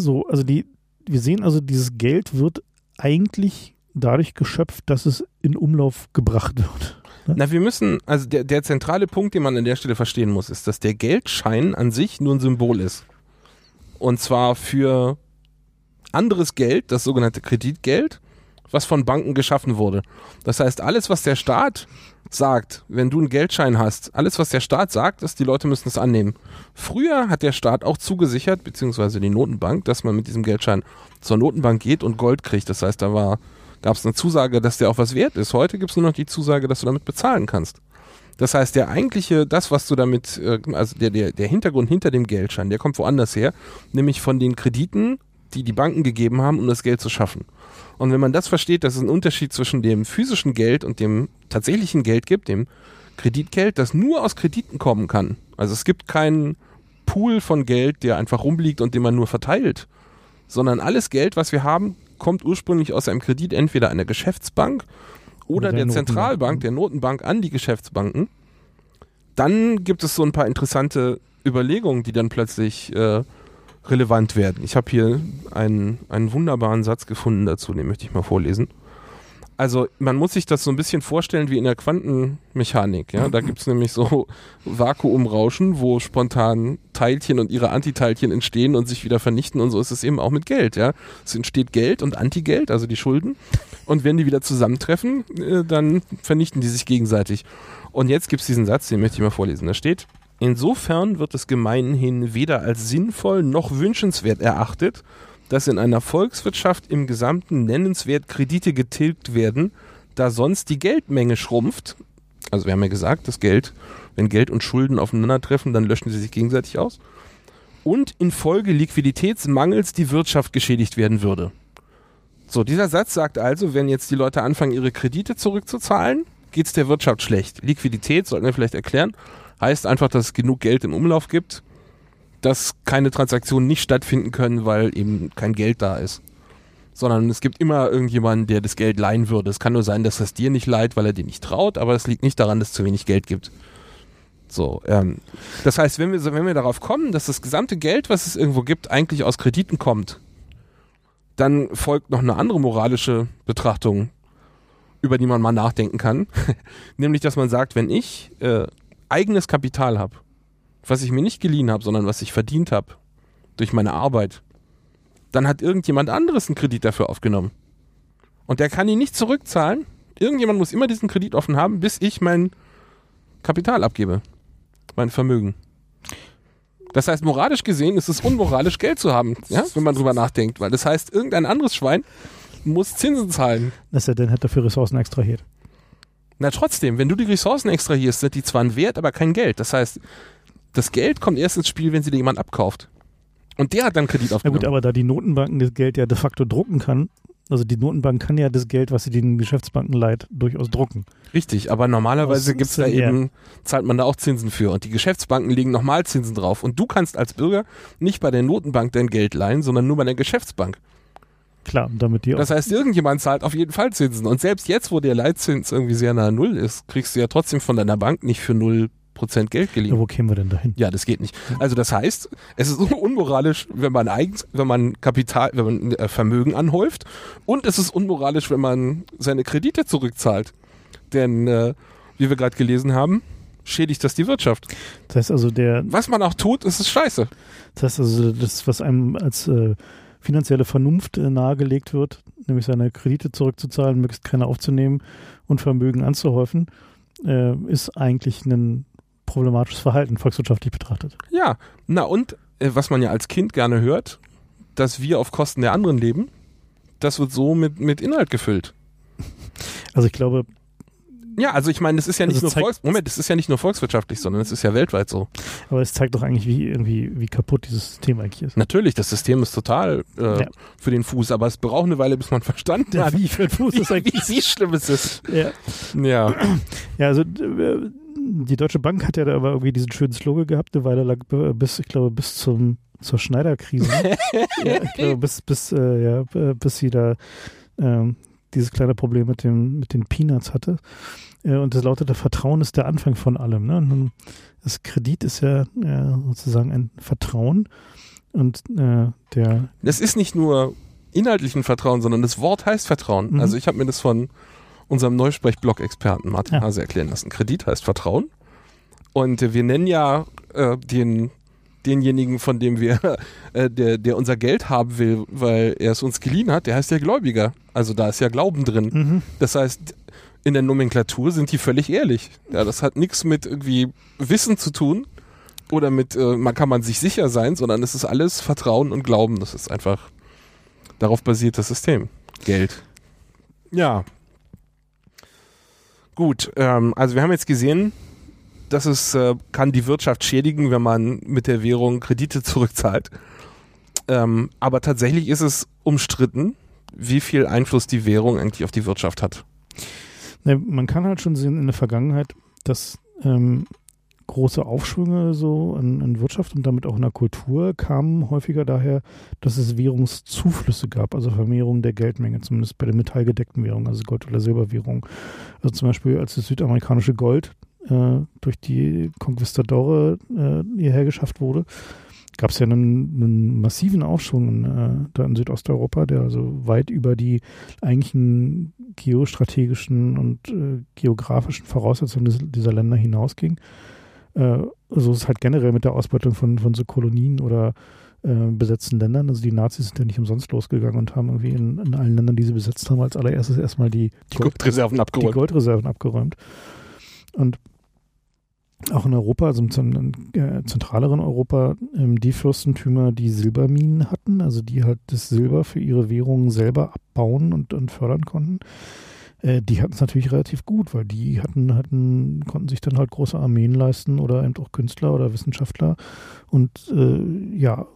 sehen also, dieses Geld wird eigentlich dadurch geschöpft, dass es in Umlauf gebracht wird. Ne? Na, wir müssen, also der zentrale Punkt, den man an der Stelle verstehen muss, ist, dass der Geldschein an sich nur ein Symbol ist. Und zwar für anderes Geld, das sogenannte Kreditgeld, was von Banken geschaffen wurde. Das heißt, alles, was der Staat sagt, wenn du einen Geldschein hast, alles, was der Staat sagt, ist, die Leute müssen es annehmen. Früher hat der Staat auch zugesichert, beziehungsweise die Notenbank, dass man mit diesem Geldschein zur Notenbank geht und Gold kriegt. Das heißt, da gab es eine Zusage, dass der auch was wert ist. Heute gibt es nur noch die Zusage, dass du damit bezahlen kannst. Das heißt, das, was du damit, also der Hintergrund hinter dem Geldschein, der kommt woanders her, nämlich von den Krediten, die die Banken gegeben haben, um das Geld zu schaffen. Und wenn man das versteht, dass es einen Unterschied zwischen dem physischen Geld und dem tatsächlichen Geld gibt, dem Kreditgeld, das nur aus Krediten kommen kann. Also es gibt keinen Pool von Geld, der einfach rumliegt und den man nur verteilt, sondern alles Geld, was wir haben, kommt ursprünglich aus einem Kredit, entweder einer Geschäftsbank oder der Zentralbank, der Notenbank an die Geschäftsbanken. Dann gibt es so ein paar interessante Überlegungen, die dann plötzlich relevant werden. Ich habe hier einen wunderbaren Satz gefunden dazu, den möchte ich mal vorlesen. Also man muss sich das so ein bisschen vorstellen wie in der Quantenmechanik. Ja? Da gibt es nämlich so Vakuumrauschen, wo spontan Teilchen und ihre Antiteilchen entstehen und sich wieder vernichten, und so ist es eben auch mit Geld. Ja? Es entsteht Geld und Antigeld, also die Schulden, und wenn die wieder zusammentreffen, dann vernichten die sich gegenseitig. Und jetzt gibt es diesen Satz, den möchte ich mal vorlesen. Da steht: Insofern wird es gemeinhin weder als sinnvoll noch wünschenswert erachtet, dass in einer Volkswirtschaft im Gesamten nennenswert Kredite getilgt werden, da sonst die Geldmenge schrumpft. Also wir haben ja gesagt, das Geld, wenn Geld und Schulden aufeinandertreffen, dann löschen sie sich gegenseitig aus. Und infolge Liquiditätsmangels die Wirtschaft geschädigt werden würde. So, dieser Satz sagt also, wenn jetzt die Leute anfangen, ihre Kredite zurückzuzahlen, geht es der Wirtschaft schlecht. Liquidität, sollten wir vielleicht erklären, heißt einfach, dass es genug Geld im Umlauf gibt, dass keine Transaktionen nicht stattfinden können, weil eben kein Geld da ist. Sondern es gibt immer irgendjemanden, der das Geld leihen würde. Es kann nur sein, dass das dir nicht leiht, weil er dir nicht traut, aber es liegt nicht daran, dass es zu wenig Geld gibt. So, das heißt, wenn wir darauf kommen, dass das gesamte Geld, was es irgendwo gibt, eigentlich aus Krediten kommt, dann folgt noch eine andere moralische Betrachtung, über die man mal nachdenken kann. Nämlich, dass man sagt, wenn ich eigenes Kapital habe, was ich mir nicht geliehen habe, sondern was ich verdient habe durch meine Arbeit, dann hat irgendjemand anderes einen Kredit dafür aufgenommen. Und der kann ihn nicht zurückzahlen. Irgendjemand muss immer diesen Kredit offen haben, bis ich mein Kapital abgebe. Mein Vermögen. Das heißt, moralisch gesehen ist es unmoralisch, Geld zu haben, ja, wenn man drüber nachdenkt. Weil das heißt, irgendein anderes Schwein muss Zinsen zahlen. Dass er dann hat dafür Ressourcen extrahiert. Na trotzdem, wenn du die Ressourcen extrahierst, sind die zwar ein Wert, aber kein Geld. Das heißt, das Geld kommt erst ins Spiel, wenn sie dir jemand abkauft. Und der hat dann Kredit aufgenommen. Ja gut, aber da die Notenbanken das Geld ja de facto drucken kann, also die Notenbank kann ja das Geld, was sie den Geschäftsbanken leiht, durchaus drucken. Richtig, aber normalerweise gibt's da eben, zahlt man da auch Zinsen für. Und die Geschäftsbanken legen nochmal Zinsen drauf. Und du kannst als Bürger nicht bei der Notenbank dein Geld leihen, sondern nur bei der Geschäftsbank. Klar, damit die auch. Das heißt, irgendjemand zahlt auf jeden Fall Zinsen. Und selbst jetzt, wo der Leitzins irgendwie sehr nahe Null ist, kriegst du ja trotzdem von deiner Bank nicht für 0% Geld geliehen. Ja, wo kämen wir denn dahin? Ja, das geht nicht. Also das heißt, es ist unmoralisch, wenn man Kapital, wenn man Vermögen anhäuft, und es ist unmoralisch, wenn man seine Kredite zurückzahlt. Denn, wie wir gerade gelesen haben, schädigt das die Wirtschaft. Das heißt also, was man auch tut, ist es scheiße. Das heißt also, das, was einem als finanzielle Vernunft nahegelegt wird, nämlich seine Kredite zurückzuzahlen, möglichst keine aufzunehmen und Vermögen anzuhäufen, ist eigentlich ein problematisches Verhalten, volkswirtschaftlich betrachtet. Ja, na und, was man ja als Kind gerne hört, dass wir auf Kosten der anderen leben, das wird so mit Inhalt gefüllt. Also ich glaube... Ja, also ich meine, das ist ja nicht das ist ja nicht nur volkswirtschaftlich, sondern es ist ja weltweit so. Aber es zeigt doch eigentlich, wie kaputt dieses System eigentlich ist. Natürlich, das System ist total für den Fuß, aber es braucht eine Weile, bis man verstanden hat, wie für den Fuß ist eigentlich. Wie schlimm es ist. Ja. Ja. Ja, also die Deutsche Bank hat ja da aber irgendwie diesen schönen Slogan gehabt, eine Weile lang, bis zur Schneider-Krise. Ja, ich glaube, bis sie da dieses kleine Problem mit den Peanuts hatte. Und das lautete: Vertrauen ist der Anfang von allem. Ne? Und das Kredit ist ja sozusagen ein Vertrauen. Und das ist nicht nur inhaltlichen Vertrauen, sondern das Wort heißt Vertrauen. Mhm. Also ich habe mir das von unserem Neusprech-Blog-Experten Martin Hase erklären lassen. Kredit heißt Vertrauen. Und wir nennen ja denjenigen, von dem wir, der unser Geld haben will, weil er es uns geliehen hat, der heißt ja Gläubiger. Also da ist ja Glauben drin. Mhm. Das heißt, in der Nomenklatur sind die völlig ehrlich. Ja, das hat nichts mit irgendwie Wissen zu tun oder mit, kann man sich sicher sein, sondern es ist alles Vertrauen und Glauben. Das ist einfach, darauf basiert das System. Geld. Ja. Gut, also wir haben jetzt gesehen, dass es kann die Wirtschaft schädigen, wenn man mit der Währung Kredite zurückzahlt. Aber tatsächlich ist es umstritten, wie viel Einfluss die Währung eigentlich auf die Wirtschaft hat. Ne, man kann halt schon sehen in der Vergangenheit, dass große Aufschwünge so in Wirtschaft und damit auch in der Kultur kamen häufiger daher, dass es Währungszuflüsse gab, also Vermehrung der Geldmenge, zumindest bei den metallgedeckten Währungen, also Gold- oder Silberwährungen. Also zum Beispiel, als das südamerikanische Gold durch die Conquistadore hierher geschafft wurde, gab es ja einen massiven Aufschwung da in Südosteuropa, der also weit über die eigentlichen geostrategischen und geografischen Voraussetzungen dieser Länder hinausging. So ist es halt generell mit der Ausbeutung von so Kolonien oder besetzten Ländern. Also die Nazis sind ja nicht umsonst losgegangen und haben irgendwie in allen Ländern, die sie besetzt haben, als allererstes erstmal die Goldreserven abgeräumt. Und auch in Europa, also im zentraleren Europa, die Fürstentümer, die Silberminen hatten, also die halt das Silber für ihre Währungen selber abbauen und fördern konnten, die hatten es natürlich relativ gut, weil die konnten sich dann halt große Armeen leisten oder eben auch Künstler oder Wissenschaftler und eben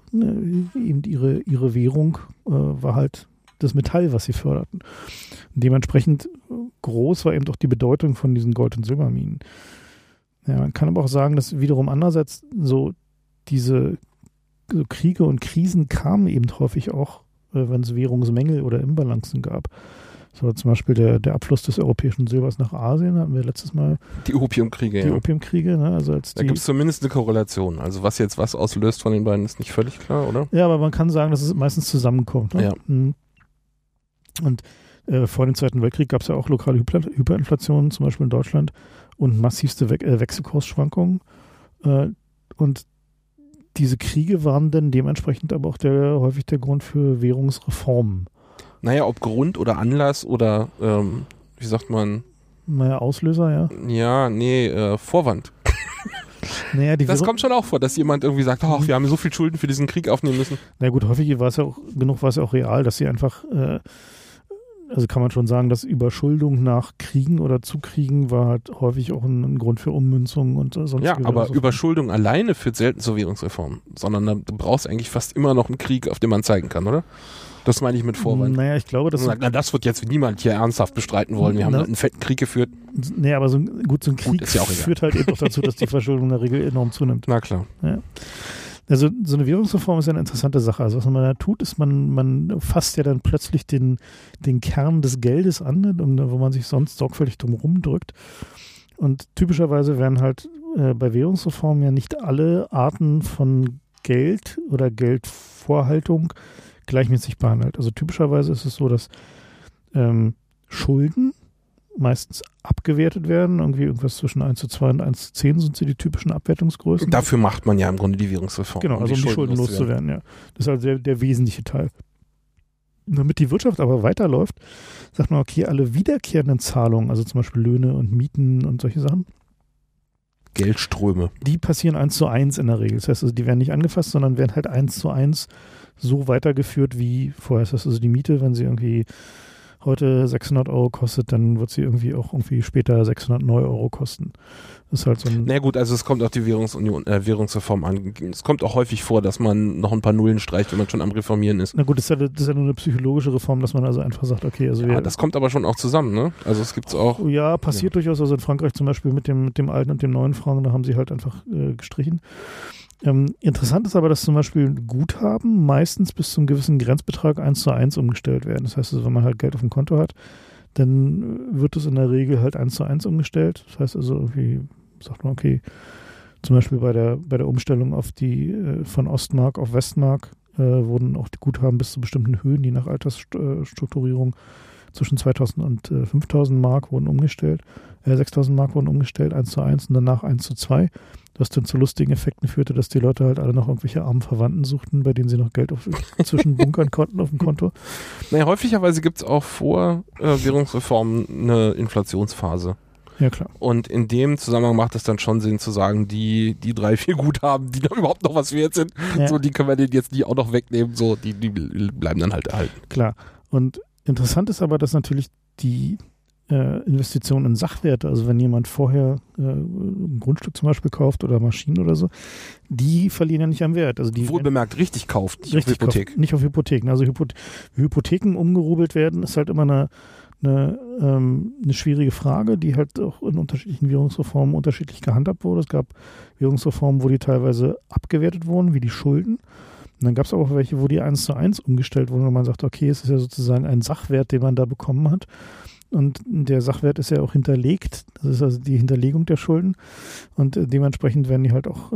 ihre Währung war halt das Metall, was sie förderten. Und dementsprechend groß war eben auch die Bedeutung von diesen Gold- und Silberminen. Ja, man kann aber auch sagen, dass wiederum andererseits so diese so Kriege und Krisen kamen eben häufig auch, wenn es Währungsmängel oder Imbalancen gab. So zum Beispiel der Abfluss des europäischen Silbers nach Asien, hatten wir letztes Mal. Die Opiumkriege, ne? Also da gibt es zumindest eine Korrelation. Also was jetzt was auslöst von den beiden, ist nicht völlig klar, oder? Ja, aber man kann sagen, dass es meistens zusammenkommt. Ne? Ja. Und vor dem Zweiten Weltkrieg gab es ja auch lokale Hyperinflationen, zum Beispiel in Deutschland, und massivste Wechselkursschwankungen. Und diese Kriege waren dann dementsprechend aber auch häufig der Grund für Währungsreformen. Naja, ob Grund oder Anlass oder, wie sagt man? Naja, Auslöser, ja. Ja, nee, Vorwand. Naja, das kommt schon auch vor, dass jemand irgendwie sagt, ach, wir haben so viel Schulden für diesen Krieg aufnehmen müssen. Na gut, häufig war es ja auch real, dass sie einfach, also kann man schon sagen, dass Überschuldung nach Kriegen oder zu Kriegen war halt häufig auch ein Grund für Ummünzungen und sonst. Ja, aber Überschuldung alleine führt selten zur Währungsreform, sondern da brauchst du eigentlich fast immer noch einen Krieg, auf den man zeigen kann, oder? Das meine ich mit Vorwand. Naja, ich glaube, dass... das wird jetzt niemand hier ernsthaft bestreiten wollen. Wir haben einen fetten Krieg geführt. Nee, aber so ein Krieg ist ja auch führt halt eben auch dazu, dass die Verschuldung in der Regel enorm zunimmt. Na klar. Ja. Also so eine Währungsreform ist ja eine interessante Sache. Also was man da tut, ist, man fasst ja dann plötzlich den Kern des Geldes an, wo man sich sonst sorgfältig drum rumdrückt. Und typischerweise werden halt bei Währungsreformen ja nicht alle Arten von Geld oder Geldvorhaltung gleichmäßig behandelt. Also typischerweise ist es so, dass Schulden meistens abgewertet werden. Irgendwie irgendwas zwischen 1:2 und 1:10 sind sie die typischen Abwertungsgrößen. Dafür macht man ja im Grunde die Währungsreform. Genau, also um die Schulden loszuwerden. Ja. Das ist also der wesentliche Teil. Damit die Wirtschaft aber weiterläuft, sagt man, okay, alle wiederkehrenden Zahlungen, also zum Beispiel Löhne und Mieten und solche Sachen, Geldströme, die passieren 1:1 in der Regel. Das heißt, also die werden nicht angefasst, sondern werden halt 1:1 so weitergeführt wie vorher. Das heißt also die Miete, wenn sie irgendwie heute 600 € kostet, dann wird sie irgendwie später 609 € kosten. Das ist halt so ein... Na gut, also es kommt auf die Währungsreform an. Es kommt auch häufig vor, dass man noch ein paar Nullen streicht, wenn man schon am Reformieren ist. Na gut, das ist ja nur eine psychologische Reform, dass man also einfach sagt, okay, also das kommt aber schon auch zusammen, ne? Also es gibt's auch... Ja, passiert durchaus. Also in Frankreich zum Beispiel mit dem alten und dem neuen Franc, da haben sie halt einfach gestrichen. Interessant ist aber, dass zum Beispiel Guthaben meistens bis zum gewissen Grenzbetrag 1:1 umgestellt werden. Das heißt also, wenn man halt Geld auf dem Konto hat, dann wird es in der Regel halt 1:1 umgestellt. Das heißt also irgendwie, sagt man, okay, zum Beispiel bei der Umstellung auf die von Ostmark auf Westmark wurden auch die Guthaben bis zu bestimmten Höhen, die nach Altersstrukturierung zwischen 2000 und 5000 Mark wurden umgestellt, 6000 Mark wurden umgestellt, 1:1 und danach 1:2. Was dann zu lustigen Effekten führte, dass die Leute halt alle noch irgendwelche armen Verwandten suchten, bei denen sie noch Geld zwischenbunkern konnten auf dem Konto. Naja, häufigerweise gibt es auch vor Währungsreformen eine Inflationsphase. Ja, klar. Und in dem Zusammenhang macht es dann schon Sinn zu sagen, die 3, 4 Guthaben, die da überhaupt noch was wert sind, ja. So, die können wir denen jetzt nicht auch noch wegnehmen, so, die bleiben dann halt erhalten. Klar. Und interessant ist aber, dass natürlich die Investitionen in Sachwerte, also wenn jemand vorher ein Grundstück zum Beispiel kauft oder Maschinen oder so, die verlieren ja nicht am Wert. Also die wohlbemerkt richtig kauft, nicht richtig auf Hypothek. Kauft, nicht auf Hypotheken. Also Hypotheken umgerubelt werden, ist halt immer eine schwierige Frage, die halt auch in unterschiedlichen Währungsreformen unterschiedlich gehandhabt wurde. Es gab Währungsreformen, wo die teilweise abgewertet wurden, wie die Schulden. Und dann gab es aber auch welche, wo die 1:1 umgestellt wurden, wo man sagt, okay, es ist ja sozusagen ein Sachwert, den man da bekommen hat. Und der Sachwert ist ja auch hinterlegt. Das ist also die Hinterlegung der Schulden. Und dementsprechend werden die halt auch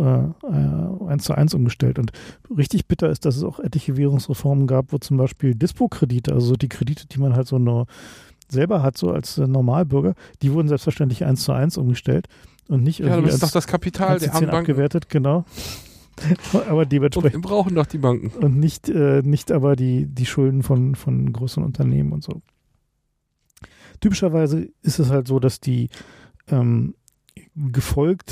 1:1 umgestellt. Und richtig bitter ist, dass es auch etliche Währungsreformen gab, wo zum Beispiel Dispo-Kredite, also die Kredite, die man halt so nur selber hat, so als Normalbürger, die wurden selbstverständlich 1:1 umgestellt und nicht irgendwie ja, das ist doch das Kapital der armen Banken. Abgewertet, genau. Aber dementsprechend. Und wir brauchen doch die Banken. Und nicht aber die Schulden von größeren Unternehmen und so. Typischerweise ist es halt so, dass die im Gefolge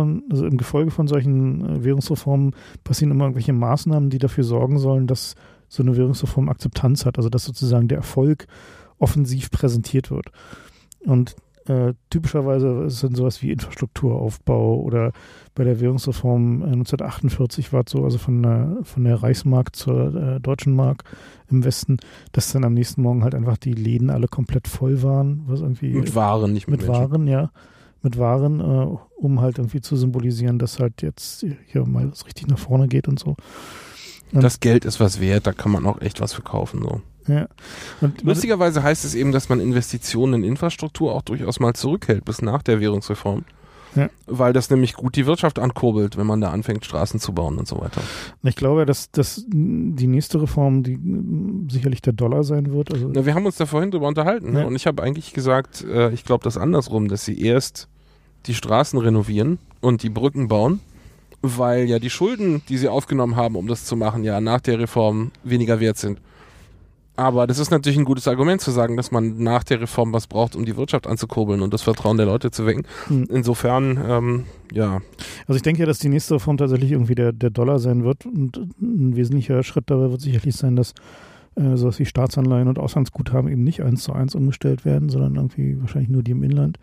von solchen Währungsreformen passieren immer irgendwelche Maßnahmen, die dafür sorgen sollen, dass so eine Währungsreform Akzeptanz hat, also dass sozusagen der Erfolg offensiv präsentiert wird. Und typischerweise ist es dann sowas wie Infrastrukturaufbau oder bei der Währungsreform 1948 war es so, also von der Reichsmark zur Deutschen Mark im Westen, dass dann am nächsten Morgen halt einfach die Läden alle komplett voll waren. Was irgendwie mit Waren, nicht mit Menschen. Waren, ja. Mit Waren, um halt irgendwie zu symbolisieren, dass halt jetzt hier mal was richtig nach vorne geht und so. Und das Geld ist was wert, da kann man auch echt was verkaufen. So. Ja. Und lustigerweise heißt es eben, dass man Investitionen in Infrastruktur auch durchaus mal zurückhält bis nach der Währungsreform. Ja. Weil das nämlich gut die Wirtschaft ankurbelt, wenn man da anfängt, Straßen zu bauen und so weiter. Ich glaube, dass die nächste Reform, die sicherlich der Dollar sein wird. Also wir haben uns da vorhin drüber unterhalten. Ja. Und ich habe eigentlich gesagt, ich glaube das andersrum, dass sie erst die Straßen renovieren und die Brücken bauen, weil ja die Schulden, die sie aufgenommen haben, um das zu machen, ja nach der Reform weniger wert sind. Aber das ist natürlich ein gutes Argument zu sagen, dass man nach der Reform was braucht, um die Wirtschaft anzukurbeln und das Vertrauen der Leute zu wecken. Insofern, ja. Also ich denke ja, dass die nächste Reform tatsächlich irgendwie der Dollar sein wird und ein wesentlicher Schritt dabei wird sicherlich sein, dass sowas wie Staatsanleihen und Auslandsguthaben eben nicht 1:1 umgestellt werden, sondern irgendwie wahrscheinlich nur die im Inland.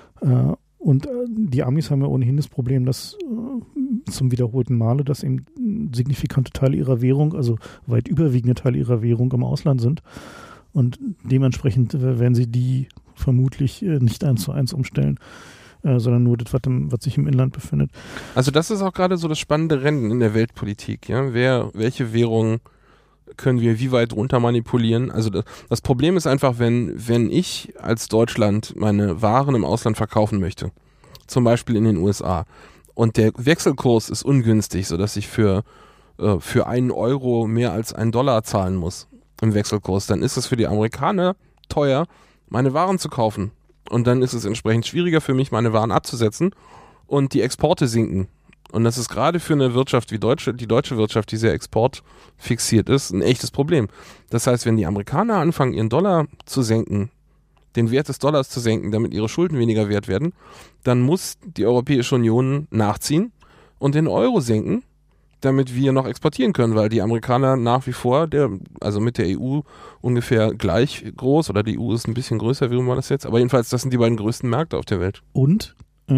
Und die Amis haben ja ohnehin das Problem, dass zum wiederholten Male, dass eben signifikante Teile ihrer Währung, also weit überwiegende Teile ihrer Währung im Ausland sind. Und dementsprechend werden sie die vermutlich nicht 1:1 umstellen, sondern nur das, was sich im Inland befindet. Also das ist auch gerade so das spannende Rennen in der Weltpolitik. Ja? Welche Währung können wir wie weit runter manipulieren? Also das Problem ist einfach, wenn ich als Deutschland meine Waren im Ausland verkaufen möchte, zum Beispiel in den USA, und der Wechselkurs ist ungünstig, sodass ich für 1 Euro mehr als $1 zahlen muss im Wechselkurs, dann ist es für die Amerikaner teuer, meine Waren zu kaufen. Und dann ist es entsprechend schwieriger für mich, meine Waren abzusetzen und die Exporte sinken. Und das ist gerade für eine Wirtschaft wie die deutsche Wirtschaft, die sehr exportfixiert ist, ein echtes Problem. Das heißt, wenn die Amerikaner anfangen, ihren Dollar zu senken, den Wert des Dollars zu senken, damit ihre Schulden weniger wert werden, dann muss die Europäische Union nachziehen und den Euro senken, damit wir noch exportieren können, weil die Amerikaner nach wie vor, also mit der EU ungefähr gleich groß, oder die EU ist ein bisschen größer, wie war das jetzt? Aber jedenfalls, das sind die beiden größten Märkte auf der Welt. Und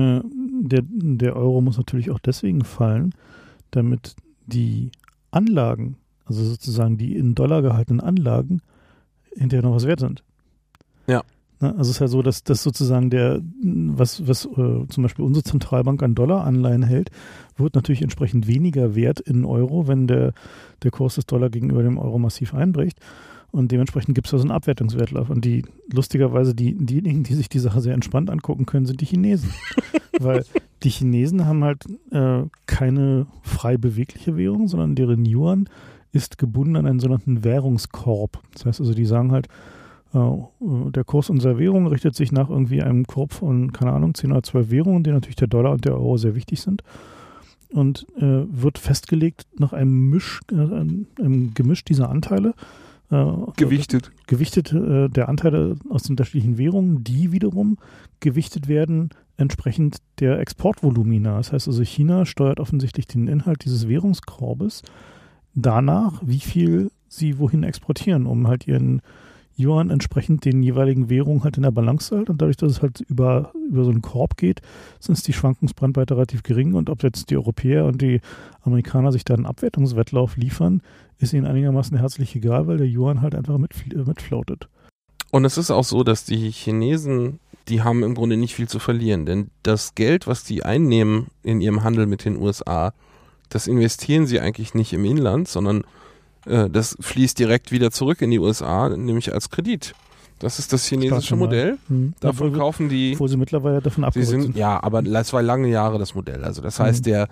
der Euro muss natürlich auch deswegen fallen, damit die Anlagen, also sozusagen die in Dollar gehaltenen Anlagen, hinterher noch was wert sind. Ja. Also es ist ja so, dass das sozusagen was zum Beispiel unsere Zentralbank an Dollaranleihen hält, wird natürlich entsprechend weniger wert in Euro, wenn der Kurs des Dollar gegenüber dem Euro massiv einbricht. Und dementsprechend gibt es da so einen Abwertungswertlauf. Und lustigerweise, diejenigen, die sich die Sache sehr entspannt angucken können, sind die Chinesen. Weil die Chinesen haben halt keine frei bewegliche Währung, sondern deren Yuan ist gebunden an einen sogenannten Währungskorb. Das heißt also, die sagen halt, der Kurs unserer Währung richtet sich nach irgendwie einem Korb von, keine Ahnung, 10 oder 12 Währungen, denen natürlich der Dollar und der Euro sehr wichtig sind. Und wird festgelegt nach einem Gemisch dieser Anteile. Gewichtet der Anteile aus den unterschiedlichen Währungen, die wiederum gewichtet werden entsprechend der Exportvolumina. Das heißt also, China steuert offensichtlich den Inhalt dieses Währungskorbes danach, wie viel sie wohin exportieren, um halt ihren Yuan entsprechend den jeweiligen Währungen halt in der Balance hält und dadurch, dass es halt über so einen Korb geht, ist die Schwankungsbrandweite relativ gering und ob jetzt die Europäer und die Amerikaner sich da einen Abwertungswettlauf liefern, ist ihnen einigermaßen herzlich egal, weil der Yuan halt einfach mitfloatet. Und es ist auch so, dass die Chinesen, die haben im Grunde nicht viel zu verlieren, denn das Geld, was die einnehmen in ihrem Handel mit den USA, das investieren sie eigentlich nicht im Inland, sondern das fließt direkt wieder zurück in die USA, nämlich als Kredit. Das ist das chinesische Modell. Davon kaufen die... Wo sie mittlerweile davon abgerückt sind. Ja, aber das war lange Jahre das Modell. Also das heißt, der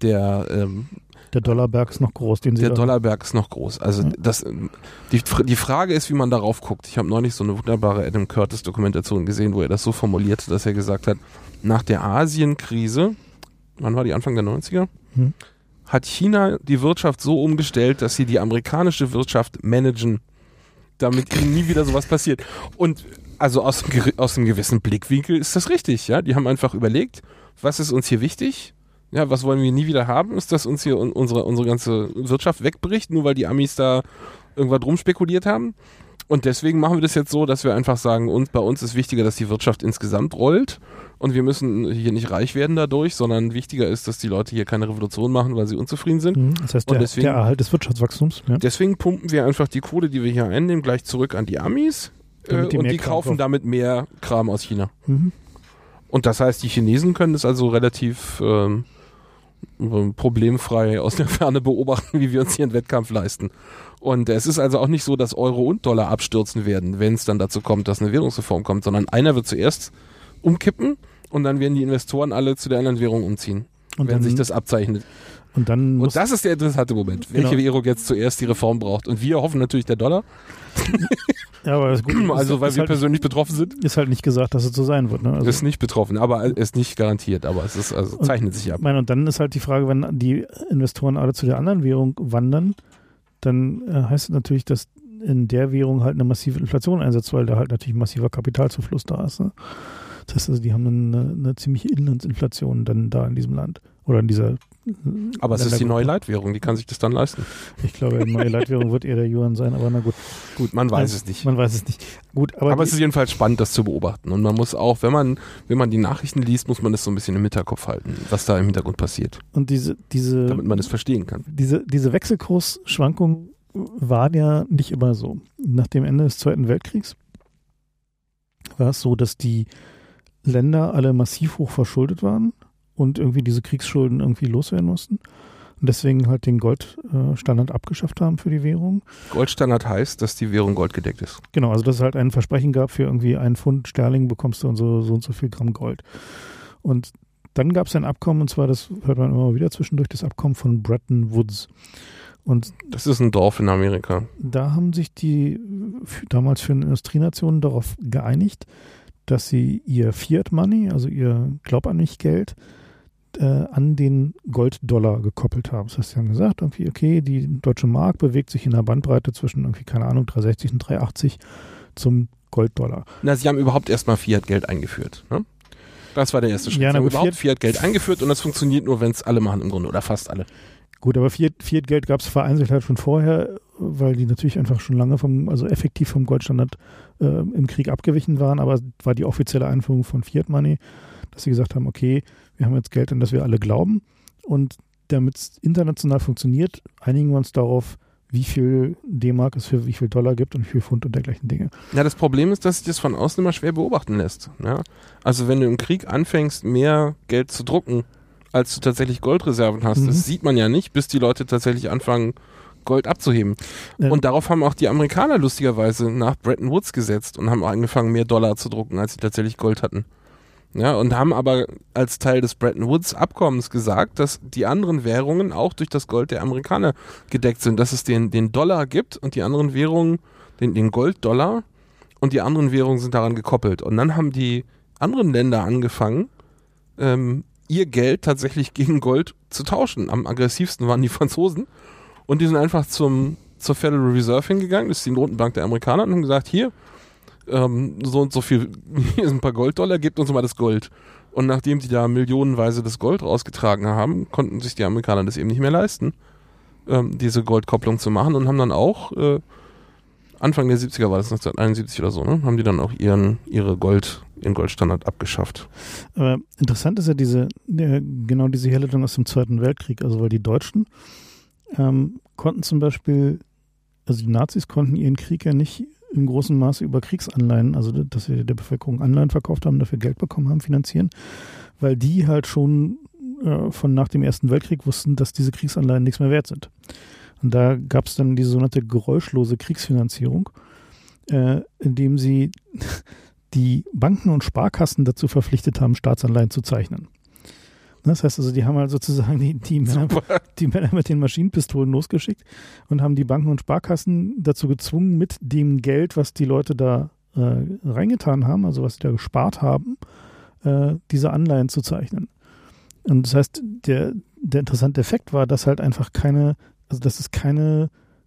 Dollarberg ist noch groß. Der Dollarberg ist noch groß. Also die Frage ist, wie man darauf guckt. Ich habe neulich so eine wunderbare Adam Curtis-Dokumentation gesehen, wo er das so formulierte, dass er gesagt hat, nach der Asienkrise, wann war die, Anfang der 90er? Hat China die Wirtschaft so umgestellt, dass sie die amerikanische Wirtschaft managen, damit ihnen nie wieder sowas passiert. Und also aus einem gewissen Blickwinkel ist das richtig. Ja, die haben einfach überlegt, was ist uns hier wichtig? Ja, was wollen wir nie wieder haben? Ist, dass uns hier unsere ganze Wirtschaft wegbricht, nur weil die Amis da irgendwas drum spekuliert haben? Und deswegen machen wir das jetzt so, dass wir einfach sagen, bei uns ist wichtiger, dass die Wirtschaft insgesamt rollt und wir müssen hier nicht reich werden dadurch, sondern wichtiger ist, dass die Leute hier keine Revolution machen, weil sie unzufrieden sind. Das heißt, der Erhalt des Wirtschaftswachstums. Ja. Deswegen pumpen wir einfach die Kohle, die wir hier einnehmen, gleich zurück an die Amis und die kaufen damit mehr Kram aus China. Und das heißt, die Chinesen können das also relativ problemfrei aus der Ferne beobachten, wie wir uns hier einen Wettkampf leisten. Und es ist also auch nicht so, dass Euro und Dollar abstürzen werden, wenn es dann dazu kommt, dass eine Währungsreform kommt, sondern einer wird zuerst umkippen und dann werden die Investoren alle zu der anderen Währung umziehen, und wenn sich das abzeichnet. Und das ist der interessante Moment, welche Währung jetzt zuerst die Reform braucht. Und wir hoffen natürlich der Dollar. Ja, aber das ist gut. Also, weil wir halt persönlich betroffen sind. Ist halt nicht gesagt, dass es so sein wird. Ne? Also ist nicht betroffen, aber ist nicht garantiert, aber es ist, also zeichnet sich ab. Und dann ist halt die Frage, wenn die Investoren alle zu der anderen Währung wandern, dann heißt es natürlich, dass in der Währung halt eine massive Inflation einsetzt, weil da halt natürlich massiver Kapitalzufluss da ist. Ne? Das heißt also, die haben eine ziemliche Inlandsinflation dann da in diesem Land. Oder in dieser Aber es ist die neue Leitwährung, die kann sich das dann leisten. Ich glaube, die neue Leitwährung wird eher der Yuan sein, aber na gut. Gut, man weiß es nicht. Man weiß es nicht. Gut, aber es ist jedenfalls spannend, das zu beobachten. Und man muss auch, wenn man die Nachrichten liest, muss man das so ein bisschen im Hinterkopf halten, was da im Hintergrund passiert. Und damit man es verstehen kann. Diese Wechselkursschwankungen waren ja nicht immer so. Nach dem Ende des Zweiten Weltkriegs war es so, dass die Länder alle massiv hoch verschuldet waren und irgendwie diese Kriegsschulden irgendwie loswerden mussten. Und deswegen halt den Goldstandard abgeschafft haben für die Währung. Goldstandard heißt, dass die Währung goldgedeckt ist. Genau, also dass es halt ein Versprechen gab, für irgendwie 1 Pfund Sterling bekommst du und so viel Gramm Gold. Und dann gab es ein Abkommen, und zwar, das hört man immer wieder zwischendurch, das Abkommen von Bretton Woods. Und das ist ein Dorf in Amerika. Da haben sich die damals für Industrienationen darauf geeinigt, dass sie ihr Fiat-Money, also ihr Glaub an mich Geld, an den Gold-Dollar gekoppelt haben. Das heißt, sie haben gesagt, irgendwie, okay, die deutsche Mark bewegt sich in der Bandbreite zwischen irgendwie, keine Ahnung, 360 und 380 zum Gold-Dollar. Na, sie haben überhaupt erstmal Fiat-Geld eingeführt, ne? Das war der erste Schritt. Ja, sie haben überhaupt Fiat-Geld eingeführt und das funktioniert nur, wenn es alle machen im Grunde, oder fast alle. Gut, aber Fiat-Geld gab es vereinzelt halt schon vorher, weil die natürlich einfach schon lange effektiv vom Goldstandard im Krieg abgewichen waren, aber war die offizielle Einführung von Fiat-Money, dass sie gesagt haben, okay, wir haben jetzt Geld, an das wir alle glauben, und damit es international funktioniert, einigen wir uns darauf, wie viel D-Mark es für wie viel Dollar gibt und wie viel Pfund und dergleichen Dinge. Ja, das Problem ist, dass sich das von außen immer schwer beobachten lässt. Ja? Also wenn du im Krieg anfängst, mehr Geld zu drucken, als du tatsächlich Goldreserven hast, das sieht man ja nicht, bis die Leute tatsächlich anfangen, Gold abzuheben. Und darauf haben auch die Amerikaner lustigerweise nach Bretton Woods gesetzt und haben angefangen, mehr Dollar zu drucken, als sie tatsächlich Gold hatten. Ja, und haben aber als Teil des Bretton Woods Abkommens gesagt, dass die anderen Währungen auch durch das Gold der Amerikaner gedeckt sind, dass es den Dollar gibt und die anderen Währungen, den Golddollar, und die anderen Währungen sind daran gekoppelt. Und dann haben die anderen Länder angefangen, ihr Geld tatsächlich gegen Gold zu tauschen. Am aggressivsten waren die Franzosen. Und die sind einfach zur Federal Reserve hingegangen, das ist die Notenbank der Amerikaner, und haben gesagt, hier, so und so viel, hier sind ein paar Golddollar, gebt uns mal das Gold. Und nachdem die da millionenweise das Gold rausgetragen haben, konnten sich die Amerikaner das eben nicht mehr leisten, diese Goldkopplung zu machen, und haben dann auch Anfang der 70er war das 1971 oder so, ne? Haben die dann auch ihren Goldstandard abgeschafft. Aber interessant ist ja genau diese Herleitung aus dem Zweiten Weltkrieg, also weil die Deutschen konnten zum Beispiel, also die Nazis konnten ihren Krieg ja nicht im großen Maße über Kriegsanleihen, also dass sie der Bevölkerung Anleihen verkauft haben, dafür Geld bekommen haben, finanzieren, weil die halt schon von nach dem Ersten Weltkrieg wussten, dass diese Kriegsanleihen nichts mehr wert sind. Und da gab es dann diese sogenannte geräuschlose Kriegsfinanzierung, indem sie die Banken und Sparkassen dazu verpflichtet haben, Staatsanleihen zu zeichnen. Das heißt also, die haben halt sozusagen die Männer mit den Maschinenpistolen losgeschickt und haben die Banken und Sparkassen dazu gezwungen, mit dem Geld, was die Leute da reingetan haben, also was sie da gespart haben, diese Anleihen zu zeichnen. Und das heißt, der interessante Effekt war, dass halt einfach dass es keine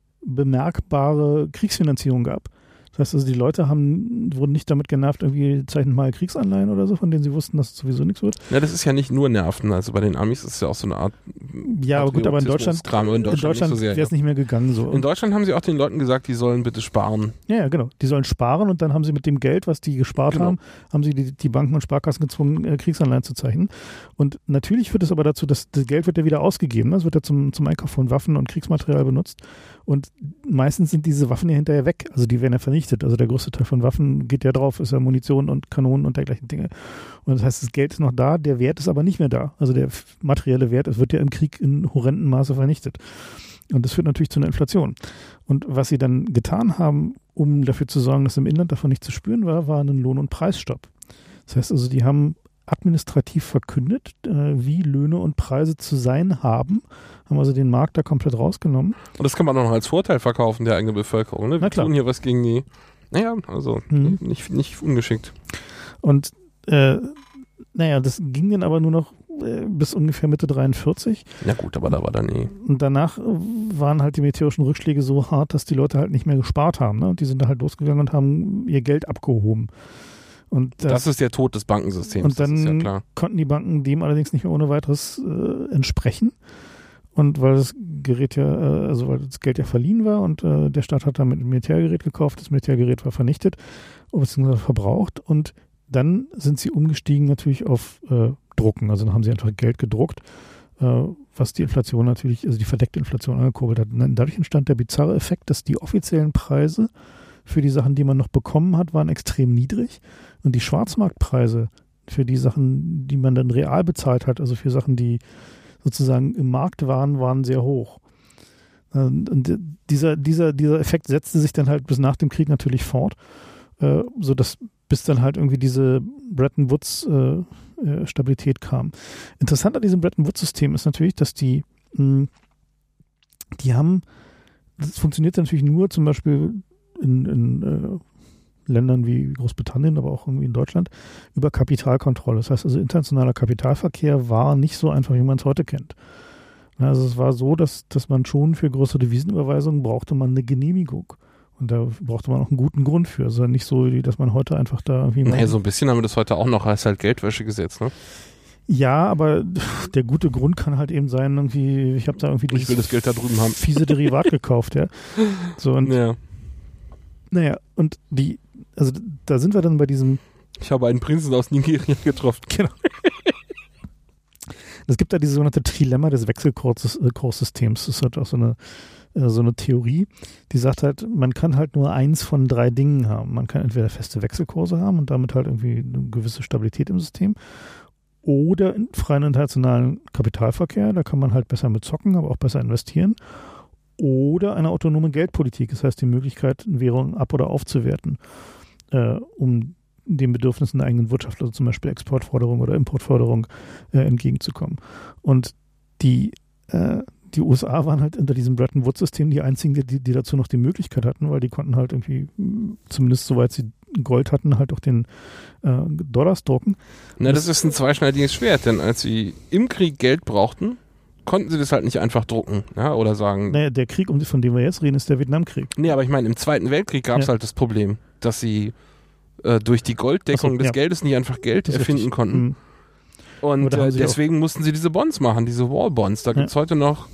bemerkbare Kriegsfinanzierung gab. Das heißt also, die Leute wurden nicht damit genervt, irgendwie zeichnen mal Kriegsanleihen oder so, von denen sie wussten, dass es sowieso nichts wird. Ja, das ist ja nicht nur Nerven. Also bei den Amis ist es ja auch so eine Art. Ja, aber gut, aber in Deutschland so wäre es nicht mehr gegangen. So. In Deutschland haben sie auch den Leuten gesagt, die sollen bitte sparen. Ja, genau. Die sollen sparen und dann haben sie mit dem Geld, was die gespart haben sie die Banken und Sparkassen gezwungen, Kriegsanleihen zu zeichnen. Und natürlich führt es aber dazu, dass das Geld wird ja wieder ausgegeben. Das wird ja zum Einkauf von Waffen und Kriegsmaterial benutzt. Und meistens sind diese Waffen ja hinterher weg. Also die werden ja vernichtet. Also der größte Teil von Waffen geht ja drauf, ist ja Munition und Kanonen und dergleichen Dinge. Und das heißt, das Geld ist noch da, der Wert ist aber nicht mehr da. Also der materielle Wert, es wird ja im Krieg in horrendem Maße vernichtet. Und das führt natürlich zu einer Inflation. Und was sie dann getan haben, um dafür zu sorgen, dass im Inland davon nicht zu spüren war ein Lohn- und Preisstopp. Das heißt also, die haben administrativ verkündet, wie Löhne und Preise zu sein haben also den Markt da komplett rausgenommen. Und das kann man auch noch als Vorteil verkaufen, der eigenen Bevölkerung. Ne? Wir tun hier was gegen die, nicht ungeschickt. Und das ging dann aber nur noch bis ungefähr Mitte 43. Ja gut, aber da war dann Und danach waren halt die meteorischen Rückschläge so hart, dass die Leute halt nicht mehr gespart haben. Ne? Und die sind da halt losgegangen und haben ihr Geld abgehoben. Und das ist der Tod des Bankensystems. Und dann das ist ja klar. Konnten die Banken dem allerdings nicht mehr ohne weiteres entsprechen. Und weil das Gerät weil das Geld ja verliehen war und der Staat hat damit ein Militärgerät gekauft, das Militärgerät war vernichtet bzw. verbraucht und dann sind sie umgestiegen natürlich auf Drucken. Also dann haben sie einfach Geld gedruckt, was die Inflation natürlich, also die verdeckte Inflation angekurbelt hat. Und dadurch entstand der bizarre Effekt, dass die offiziellen Preise für die Sachen, die man noch bekommen hat, waren extrem niedrig und die Schwarzmarktpreise für die Sachen, die man dann real bezahlt hat, also für Sachen, die sozusagen im Markt waren sehr hoch. Und dieser Effekt setzte sich dann halt bis nach dem Krieg natürlich fort, sodass bis dann halt irgendwie diese Bretton Woods Stabilität kam. Interessant an diesem Bretton Woods System ist natürlich, dass das funktioniert natürlich nur zum Beispiel in Ländern wie Großbritannien, aber auch irgendwie in Deutschland, über Kapitalkontrolle. Das heißt also, internationaler Kapitalverkehr war nicht so einfach, wie man es heute kennt. Also es war so, dass man schon für größere Devisenüberweisungen brauchte man eine Genehmigung. Und da brauchte man auch einen guten Grund für. Also nicht so, dass man heute einfach da irgendwie... Naja, so ein bisschen haben wir das heute auch noch, heißt halt Geldwäschegesetz, ne? Ja, aber der gute Grund kann halt eben sein, irgendwie, ich habe da irgendwie ich will das Geld da drüben haben. Fiese Derivat gekauft, ja. So, und naja, und da sind wir dann bei diesem... Ich habe einen Prinzen aus Nigeria getroffen. Genau. Es gibt da diese sogenannte Trilemma des Wechselkurssystems. Das ist halt auch so eine Theorie, die sagt halt, man kann halt nur eins von 3 Dingen haben. Man kann entweder feste Wechselkurse haben und damit halt irgendwie eine gewisse Stabilität im System oder in freien internationalen Kapitalverkehr, da kann man halt besser mit zocken, aber auch besser investieren. Oder eine autonome Geldpolitik, das heißt die Möglichkeit, Währungen ab- oder aufzuwerten, um den Bedürfnissen der eigenen Wirtschaft, also zum Beispiel Exportförderung oder Importförderung, entgegenzukommen. Und die USA waren halt unter diesem Bretton Woods-System die einzigen, die dazu noch die Möglichkeit hatten, weil die konnten halt irgendwie, zumindest soweit sie Gold hatten, halt auch den Dollars drucken. Na, das ist ein zweischneidiges Schwert, denn als sie im Krieg Geld brauchten, konnten sie das halt nicht einfach drucken, ja, oder sagen... Naja, der Krieg, von dem wir jetzt reden, ist der Vietnamkrieg. Nee, aber ich meine, im Zweiten Weltkrieg gab es halt das Problem, dass sie durch die Golddeckung des Geldes nicht einfach Geld erfinden konnten. Und deswegen mussten sie diese Bonds machen, diese Wall-Bonds. Da gibt es heute noch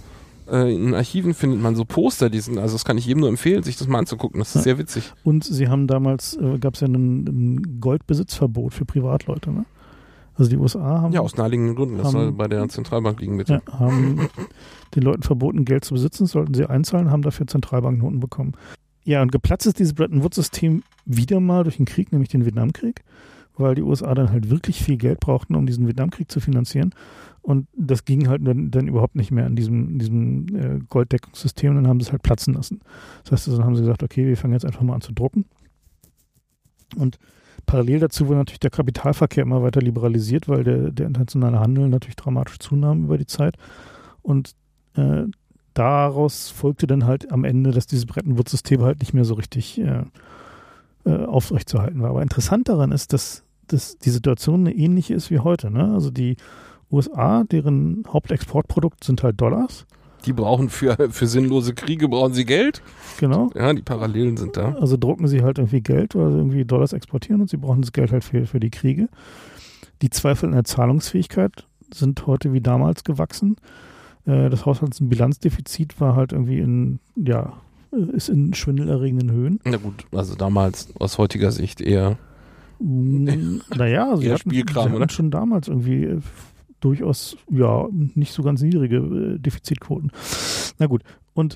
in Archiven findet man so Poster, also das kann ich jedem nur empfehlen, sich das mal anzugucken, das ist sehr witzig. Und sie haben damals, gab es ja ein Goldbesitzverbot für Privatleute, ne? Also die USA haben... Ja, aus naheliegenden Gründen, das soll bei der Zentralbank liegen, bitte. Ja, haben den Leuten verboten, Geld zu besitzen, sollten sie einzahlen, haben dafür Zentralbanknoten bekommen. Ja, und geplatzt ist dieses Bretton Woods-System wieder mal durch einen Krieg, nämlich den Vietnamkrieg, weil die USA dann halt wirklich viel Geld brauchten, um diesen Vietnamkrieg zu finanzieren. Und das ging halt dann überhaupt nicht mehr in diesem Golddeckungssystem, und dann haben sie es halt platzen lassen. Das heißt, dann haben sie gesagt, okay, wir fangen jetzt einfach mal an zu drucken. Und parallel dazu wurde natürlich der Kapitalverkehr immer weiter liberalisiert, weil der internationale Handel natürlich dramatisch zunahm über die Zeit. Und daraus folgte dann halt am Ende, dass dieses Bretton Woods-System halt nicht mehr so richtig aufrechtzuerhalten war. Aber interessant daran ist, dass die Situation eine ähnliche ist wie heute. Ne? Also die USA, deren Hauptexportprodukt sind halt Dollars. Die brauchen für sinnlose Kriege, brauchen sie Geld. Genau. Ja, die Parallelen sind da. Also drucken sie halt irgendwie Geld, weil sie irgendwie Dollars exportieren, und sie brauchen das Geld halt für die Kriege. Die Zweifel an der Zahlungsfähigkeit sind heute wie damals gewachsen. Das Haushalts- und Bilanzdefizit war halt irgendwie ist in schwindelerregenden Höhen. Na gut, also damals aus heutiger Sicht eher naja, also eher sie Spielkram, oder? hatten schon damals irgendwie durchaus, nicht so ganz niedrige Defizitquoten. Na gut, und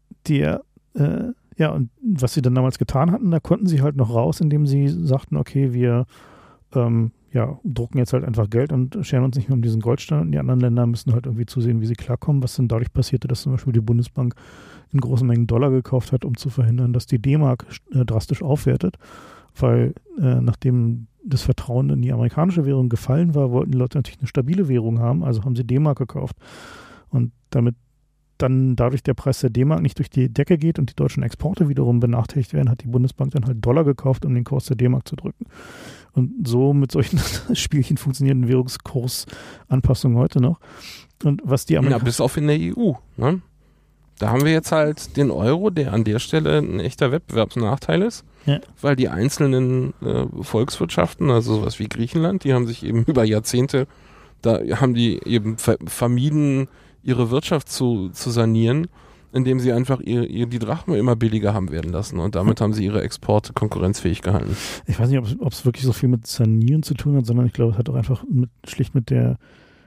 und was sie dann damals getan hatten, da konnten sie halt noch raus, indem sie sagten, okay, wir drucken jetzt halt einfach Geld und scheren uns nicht mehr um diesen Goldstandard. Und die anderen Länder müssen halt irgendwie zusehen, wie sie klarkommen, was dann dadurch passierte, dass zum Beispiel die Bundesbank in großen Mengen Dollar gekauft hat, um zu verhindern, dass die D-Mark drastisch aufwertet, weil nachdem das Vertrauen in die amerikanische Währung gefallen war, wollten die Leute natürlich eine stabile Währung haben, also haben sie D-Mark gekauft. Und damit dann dadurch der Preis der D-Mark nicht durch die Decke geht und die deutschen Exporte wiederum benachteiligt werden, hat die Bundesbank dann halt Dollar gekauft, um den Kurs der D-Mark zu drücken. Und so mit solchen Spielchen funktionieren Währungskursanpassungen heute noch. Und was die Amerikaner... bis auf in der EU, ne? Da haben wir jetzt halt den Euro, der an der Stelle ein echter Wettbewerbsnachteil ist, weil die einzelnen Volkswirtschaften, also sowas wie Griechenland, die haben sich eben über Jahrzehnte, da haben die eben vermieden, ihre Wirtschaft zu sanieren, indem sie einfach die Drachme immer billiger haben werden lassen, und damit haben sie ihre Exporte konkurrenzfähig gehalten. Ich weiß nicht, ob es wirklich so viel mit Sanieren zu tun hat, sondern ich glaube, es hat auch einfach schlicht mit der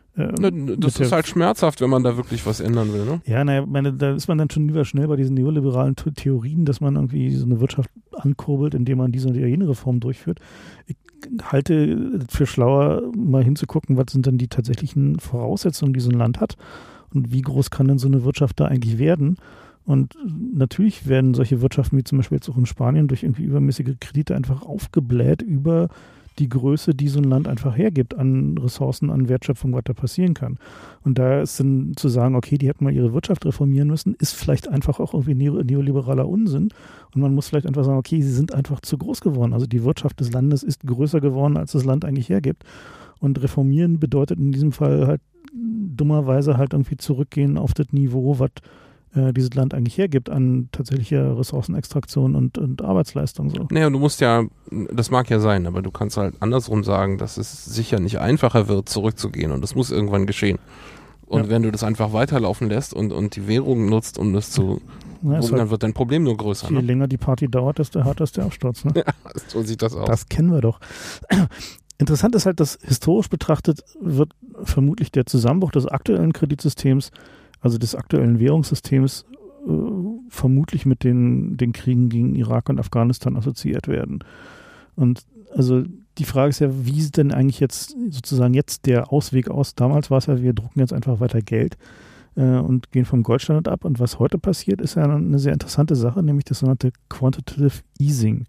das ist halt schmerzhaft, wenn man da wirklich was ändern will, ne? Ja, da ist man dann schon lieber schnell bei diesen neoliberalen Theorien, dass man irgendwie so eine Wirtschaft ankurbelt, indem man diese oder jene Reform durchführt. Ich halte für schlauer, mal hinzugucken, was sind denn die tatsächlichen Voraussetzungen, die so ein Land hat, und wie groß kann denn so eine Wirtschaft da eigentlich werden? Und natürlich werden solche Wirtschaften wie zum Beispiel jetzt auch in Spanien durch irgendwie übermäßige Kredite einfach aufgebläht über die Größe, die so ein Land einfach hergibt an Ressourcen, an Wertschöpfung, was da passieren kann. Und da ist dann zu sagen, okay, die hätten mal ihre Wirtschaft reformieren müssen, ist vielleicht einfach auch irgendwie neoliberaler Unsinn. Und man muss vielleicht einfach sagen, okay, sie sind einfach zu groß geworden. Also die Wirtschaft des Landes ist größer geworden, als das Land eigentlich hergibt. Und reformieren bedeutet in diesem Fall halt dummerweise halt irgendwie zurückgehen auf das Niveau, was dieses Land eigentlich hergibt an tatsächlicher Ressourcenextraktion und Arbeitsleistung. So. Naja, du musst das mag ja sein, aber du kannst halt andersrum sagen, dass es sicher nicht einfacher wird, zurückzugehen, und das muss irgendwann geschehen. Und wenn du das einfach weiterlaufen lässt und die Währung nutzt, um das zu dann wird dein Problem nur größer. Je länger die Party dauert, desto härter ist der Absturz. Ne? Ja, so sieht das aus. Das kennen wir doch. Interessant ist halt, dass historisch betrachtet wird vermutlich der Zusammenbruch des aktuellen Kreditsystems, also des aktuellen Währungssystems, vermutlich mit den Kriegen gegen Irak und Afghanistan assoziiert werden. Und also die Frage ist ja, wie ist denn eigentlich jetzt der Ausweg aus? Damals war es ja, wir drucken jetzt einfach weiter Geld und gehen vom Goldstandard ab. Und was heute passiert, ist ja eine sehr interessante Sache, nämlich das sogenannte Quantitative Easing.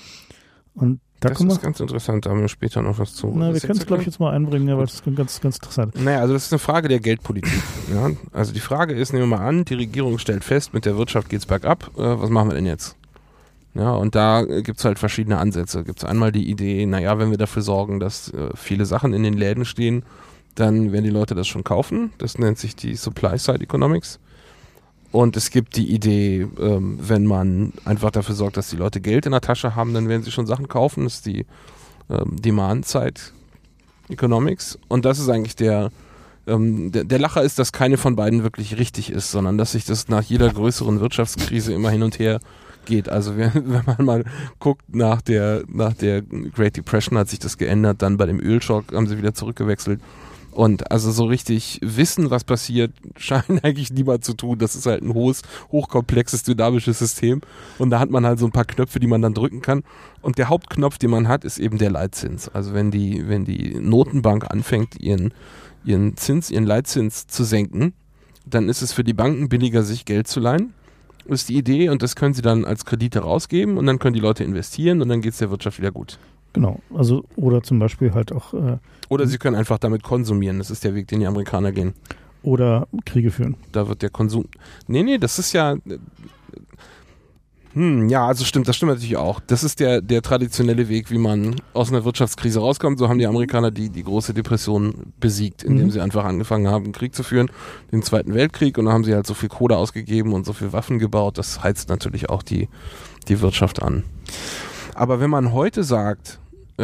Und das ist ganz interessant, da haben wir später noch was zu. Na, wir können es, glaube ich, jetzt mal einbringen, weil das ist ganz, ganz interessant. Naja, also das ist eine Frage der Geldpolitik. Ja? Also die Frage ist, nehmen wir mal an, die Regierung stellt fest, mit der Wirtschaft geht's bergab, was machen wir denn jetzt? Ja, und da gibt es halt verschiedene Ansätze. Gibt es einmal die Idee, naja, wenn wir dafür sorgen, dass viele Sachen in den Läden stehen, dann werden die Leute das schon kaufen. Das nennt sich die Supply-Side Economics. Und es gibt die Idee, wenn man einfach dafür sorgt, dass die Leute Geld in der Tasche haben, dann werden sie schon Sachen kaufen. Das ist die Demand-Side Economics. Und das ist eigentlich der Der Lacher ist, dass keine von beiden wirklich richtig ist, sondern dass sich das nach jeder größeren Wirtschaftskrise immer hin und her geht. Also wenn man mal guckt, nach der Great Depression hat sich das geändert, dann bei dem Ölschock haben sie wieder zurückgewechselt. Und also so richtig wissen, was passiert, scheint eigentlich niemand zu tun. Das ist halt ein hochkomplexes, dynamisches System. Und da hat man halt so ein paar Knöpfe, die man dann drücken kann. Und der Hauptknopf, den man hat, ist eben der Leitzins. Also wenn die Notenbank anfängt, ihren Leitzins zu senken, dann ist es für die Banken billiger, sich Geld zu leihen. Das ist die Idee und das können sie dann als Kredite rausgeben und dann können die Leute investieren und dann geht es der Wirtschaft wieder gut. Genau, also oder zum Beispiel halt auch... oder sie können einfach damit konsumieren, das ist der Weg, den die Amerikaner gehen. Oder Kriege führen. Da wird der Konsum... Nee, das ist ja... ja, also stimmt, das stimmt natürlich auch. Das ist der traditionelle Weg, wie man aus einer Wirtschaftskrise rauskommt. So haben die Amerikaner die große Depression besiegt, indem sie einfach angefangen haben, einen Krieg zu führen, den Zweiten Weltkrieg, und dann haben sie halt so viel Kohle ausgegeben und so viel Waffen gebaut. Das heizt natürlich auch die Wirtschaft an. Aber wenn man heute sagt,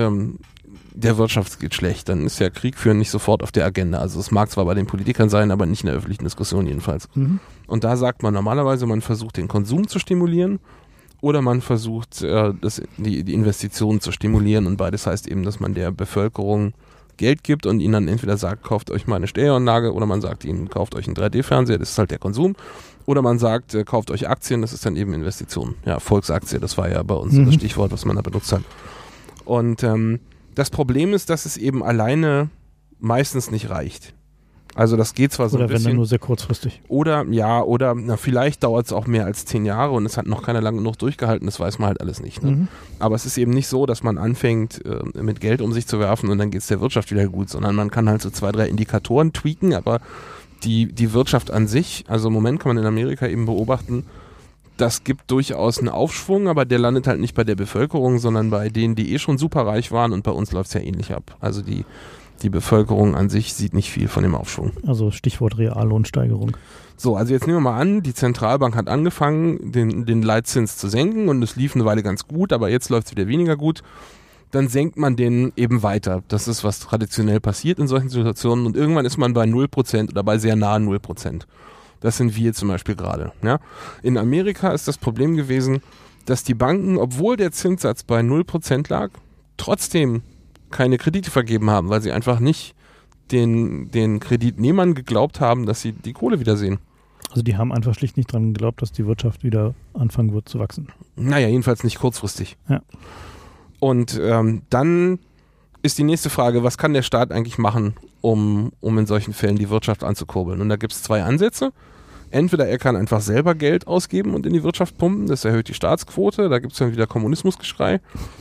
der Wirtschaft geht schlecht, dann ist ja Krieg führen nicht sofort auf der Agenda. Also es mag zwar bei den Politikern sein, aber nicht in der öffentlichen Diskussion jedenfalls. Und da sagt man normalerweise, man versucht den Konsum zu stimulieren oder man versucht die Investitionen zu stimulieren, und beides heißt eben, dass man der Bevölkerung Geld gibt und ihnen dann entweder sagt, kauft euch mal eine Stereoanlage, oder man sagt ihnen, kauft euch einen 3D-Fernseher, das ist halt der Konsum, oder man sagt, kauft euch Aktien, das ist dann eben Investitionen. Ja, Volksaktie, das war ja bei uns das Stichwort, was man da benutzt hat. Und das Problem ist, dass es eben alleine meistens nicht reicht. Also das geht zwar so ein bisschen. Oder wenn dann nur sehr kurzfristig. Oder vielleicht dauert es auch mehr als 10 Jahre und es hat noch keiner lange genug durchgehalten, das weiß man halt alles nicht. Ne? Aber es ist eben nicht so, dass man anfängt, mit Geld um sich zu werfen und dann geht es der Wirtschaft wieder gut, sondern man kann halt so 2, 3 Indikatoren tweaken, aber die Wirtschaft an sich, also im Moment kann man in Amerika eben beobachten, das gibt durchaus einen Aufschwung, aber der landet halt nicht bei der Bevölkerung, sondern bei denen, die schon super reich waren, und bei uns läuft es ja ähnlich ab. Also die Bevölkerung an sich sieht nicht viel von dem Aufschwung. Also Stichwort Reallohnsteigerung. So, also jetzt nehmen wir mal an, die Zentralbank hat angefangen, den Leitzins zu senken, und es lief eine Weile ganz gut, aber jetzt läuft es wieder weniger gut. Dann senkt man den eben weiter. Das ist, was traditionell passiert in solchen Situationen, und irgendwann ist man bei 0% oder bei sehr nahen 0%. Das sind wir zum Beispiel gerade. Ja? In Amerika ist das Problem gewesen, dass die Banken, obwohl der Zinssatz bei 0% lag, trotzdem keine Kredite vergeben haben, weil sie einfach nicht den Kreditnehmern geglaubt haben, dass sie die Kohle wiedersehen. Also die haben einfach schlicht nicht dran geglaubt, dass die Wirtschaft wieder anfangen wird zu wachsen. Naja, jedenfalls nicht kurzfristig. Ja. Und dann ist die nächste Frage, was kann der Staat eigentlich machen, um in solchen Fällen die Wirtschaft anzukurbeln? Und da gibt es 2 Ansätze. Entweder er kann einfach selber Geld ausgeben und in die Wirtschaft pumpen, das erhöht die Staatsquote, da gibt es dann wieder Kommunismusgeschrei.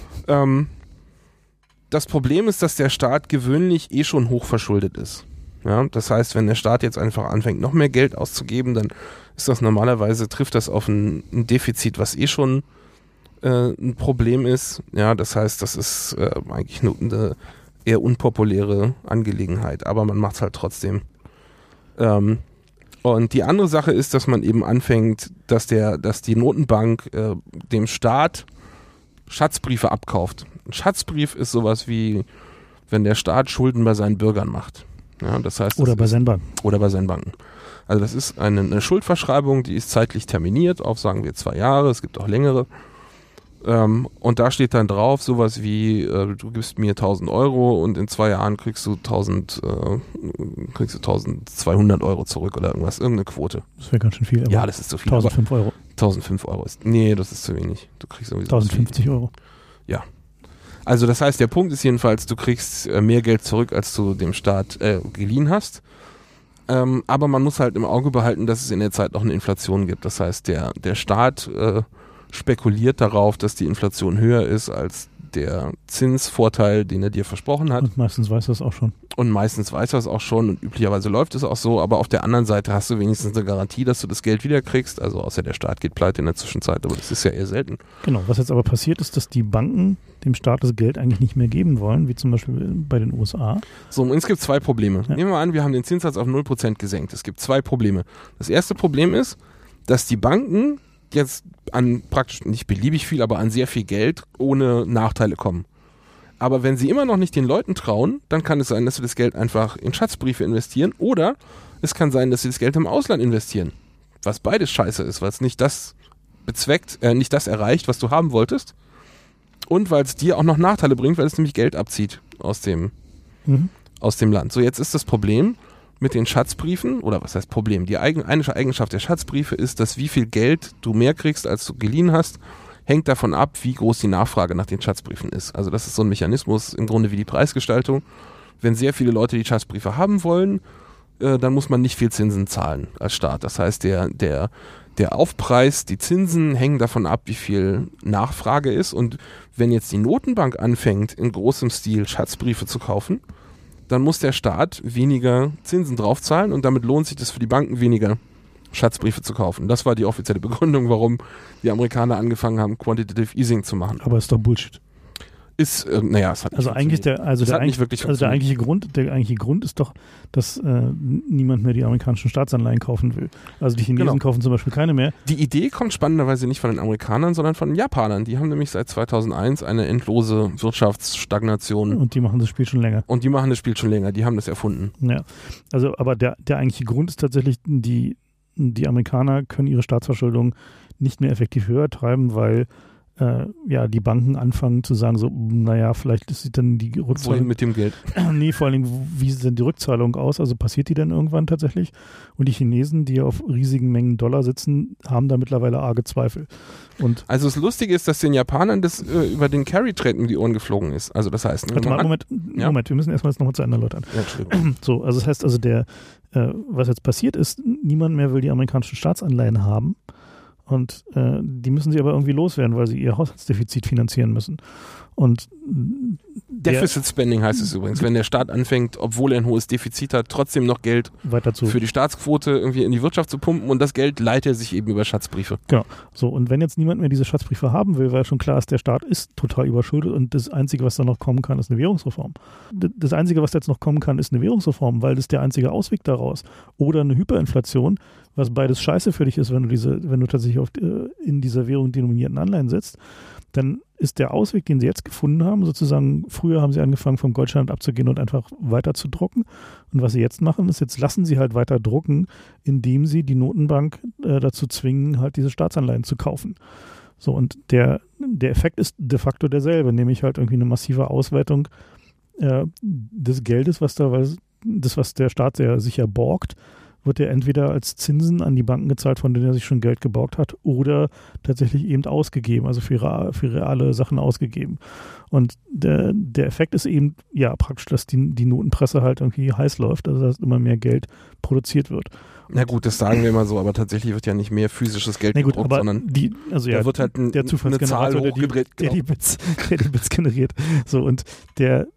Das Problem ist, dass der Staat gewöhnlich schon hochverschuldet ist. Ja, das heißt, wenn der Staat jetzt einfach anfängt, noch mehr Geld auszugeben, dann ist das normalerweise, trifft das auf ein Defizit, was schon ein Problem ist. Ja, das heißt, das ist eigentlich eine eher unpopuläre Angelegenheit, aber man macht es halt trotzdem. Und die andere Sache ist, dass man eben anfängt, dass die Notenbank dem Staat Schatzbriefe abkauft. Ein Schatzbrief ist sowas wie, wenn der Staat Schulden bei seinen Bürgern macht. Ja, das heißt, oder bei seinen Banken. Oder bei seinen Banken. Also das ist eine Schuldverschreibung, die ist zeitlich terminiert auf, sagen wir, 2 Jahre, es gibt auch längere. Und da steht dann drauf sowas wie, du gibst mir 1.000 Euro und in 2 Jahren kriegst du 1.200 Euro zurück oder irgendeine Quote. Das wäre ganz schön viel. Ja, das ist zu viel. 1.005 Euro. 1.005 Euro ist, nee, das ist zu wenig. Du kriegst sowieso 1.050 Euro. Ja. Also das heißt, der Punkt ist jedenfalls, du kriegst mehr Geld zurück, als du dem Staat geliehen hast. Aber man muss halt im Auge behalten, dass es in der Zeit noch eine Inflation gibt. Das heißt, der Staat spekuliert darauf, dass die Inflation höher ist als der Zinsvorteil, den er dir versprochen hat. Und meistens weiß er es auch schon. Und üblicherweise läuft es auch so, aber auf der anderen Seite hast du wenigstens eine Garantie, dass du das Geld wiederkriegst, also außer der Staat geht pleite in der Zwischenzeit, aber das ist ja eher selten. Genau, was jetzt aber passiert ist, dass die Banken dem Staat das Geld eigentlich nicht mehr geben wollen, wie zum Beispiel bei den USA. So, und es gibt 2 Probleme. Ja. Nehmen wir an, wir haben den Zinssatz auf 0% gesenkt. Es gibt 2 Probleme. Das erste Problem ist, dass die Banken jetzt an praktisch nicht beliebig viel, aber an sehr viel Geld ohne Nachteile kommen. Aber wenn sie immer noch nicht den Leuten trauen, dann kann es sein, dass sie das Geld einfach in Schatzbriefe investieren oder es kann sein, dass sie das Geld im Ausland investieren. Was beides scheiße ist, weil es nicht das nicht das erreicht, was du haben wolltest und weil es dir auch noch Nachteile bringt, weil es nämlich Geld abzieht aus dem Land. So, jetzt ist das Problem mit den Schatzbriefen, oder was heißt Problem? Die eine Eigenschaft der Schatzbriefe ist, dass wie viel Geld du mehr kriegst, als du geliehen hast, hängt davon ab, wie groß die Nachfrage nach den Schatzbriefen ist. Also das ist so ein Mechanismus im Grunde wie die Preisgestaltung. Wenn sehr viele Leute die Schatzbriefe haben wollen, dann muss man nicht viel Zinsen zahlen als Staat. Das heißt, der Aufpreis, die Zinsen hängen davon ab, wie viel Nachfrage ist. Und wenn jetzt die Notenbank anfängt, in großem Stil Schatzbriefe zu kaufen, dann muss der Staat weniger Zinsen draufzahlen und damit lohnt sich das für die Banken weniger, Schatzbriefe zu kaufen. Das war die offizielle Begründung, warum die Amerikaner angefangen haben, Quantitative Easing zu machen. Aber ist doch Bullshit. Es hat nicht wirklich funktioniert. Der eigentliche Grund ist doch, dass niemand mehr die amerikanischen Staatsanleihen kaufen will. Also die Chinesen kaufen zum Beispiel keine mehr. Die Idee kommt spannenderweise nicht von den Amerikanern, sondern von den Japanern. Die haben nämlich seit 2001 eine endlose Wirtschaftsstagnation. Und die machen das Spiel schon länger. Die haben das erfunden. Ja, also aber der eigentliche Grund ist tatsächlich, die Amerikaner können ihre Staatsverschuldung nicht mehr effektiv höher treiben, weil die Banken anfangen zu sagen, so, naja, vielleicht ist dann die Rückzahlung. Wohin mit dem Geld? Nee, vor allen Dingen, wie sieht denn die Rückzahlung aus? Also passiert die denn irgendwann tatsächlich? Und die Chinesen, die auf riesigen Mengen Dollar sitzen, haben da mittlerweile arge Zweifel. Also das Lustige ist, dass den Japanern das über den Carry-Trade um die Ohren geflogen ist. Also das heißt... Moment, wir müssen erstmal das nochmal zu Ende erläutern. Ja, Entschuldigung. So, also das heißt, was jetzt passiert ist, niemand mehr will die amerikanischen Staatsanleihen haben. Und die müssen sie aber irgendwie loswerden, weil sie ihr Haushaltsdefizit finanzieren müssen. Und Deficit Spending heißt es übrigens, wenn der Staat anfängt, obwohl er ein hohes Defizit hat, trotzdem noch Geld für die Staatsquote irgendwie in die Wirtschaft zu pumpen und das Geld leiht er sich eben über Schatzbriefe. Genau. So, und wenn jetzt niemand mehr diese Schatzbriefe haben will, weil schon klar ist, der Staat ist total überschuldet und das Einzige, was da noch kommen kann, ist eine Währungsreform. Das Einzige, was jetzt noch kommen kann, ist eine Währungsreform, weil das ist der einzige Ausweg daraus. Oder eine Hyperinflation, was beides scheiße für dich ist, wenn du tatsächlich in dieser Währung denominierten Anleihen sitzt, dann ist der Ausweg, den sie jetzt gefunden haben, sozusagen, früher haben sie angefangen, vom Goldstandard abzugehen und einfach weiter zu drucken. Und was sie jetzt machen, ist, jetzt lassen sie halt weiter drucken, indem sie die Notenbank dazu zwingen, halt diese Staatsanleihen zu kaufen. So, und der Effekt ist de facto derselbe, nämlich halt irgendwie eine massive Ausweitung des Geldes, was der Staat sehr sicher borgt, wird er entweder als Zinsen an die Banken gezahlt, von denen er sich schon Geld geborgt hat, oder tatsächlich eben ausgegeben, also für reale Sachen ausgegeben. Und der Effekt ist eben, ja, praktisch, dass die Notenpresse halt irgendwie heiß läuft, also dass immer mehr Geld produziert wird. Na gut, das sagen wir immer so, aber tatsächlich wird ja nicht mehr physisches Geld gedruckt, sondern da wird halt eine Zahl hochgedreht. Der die Bits generiert. So, und der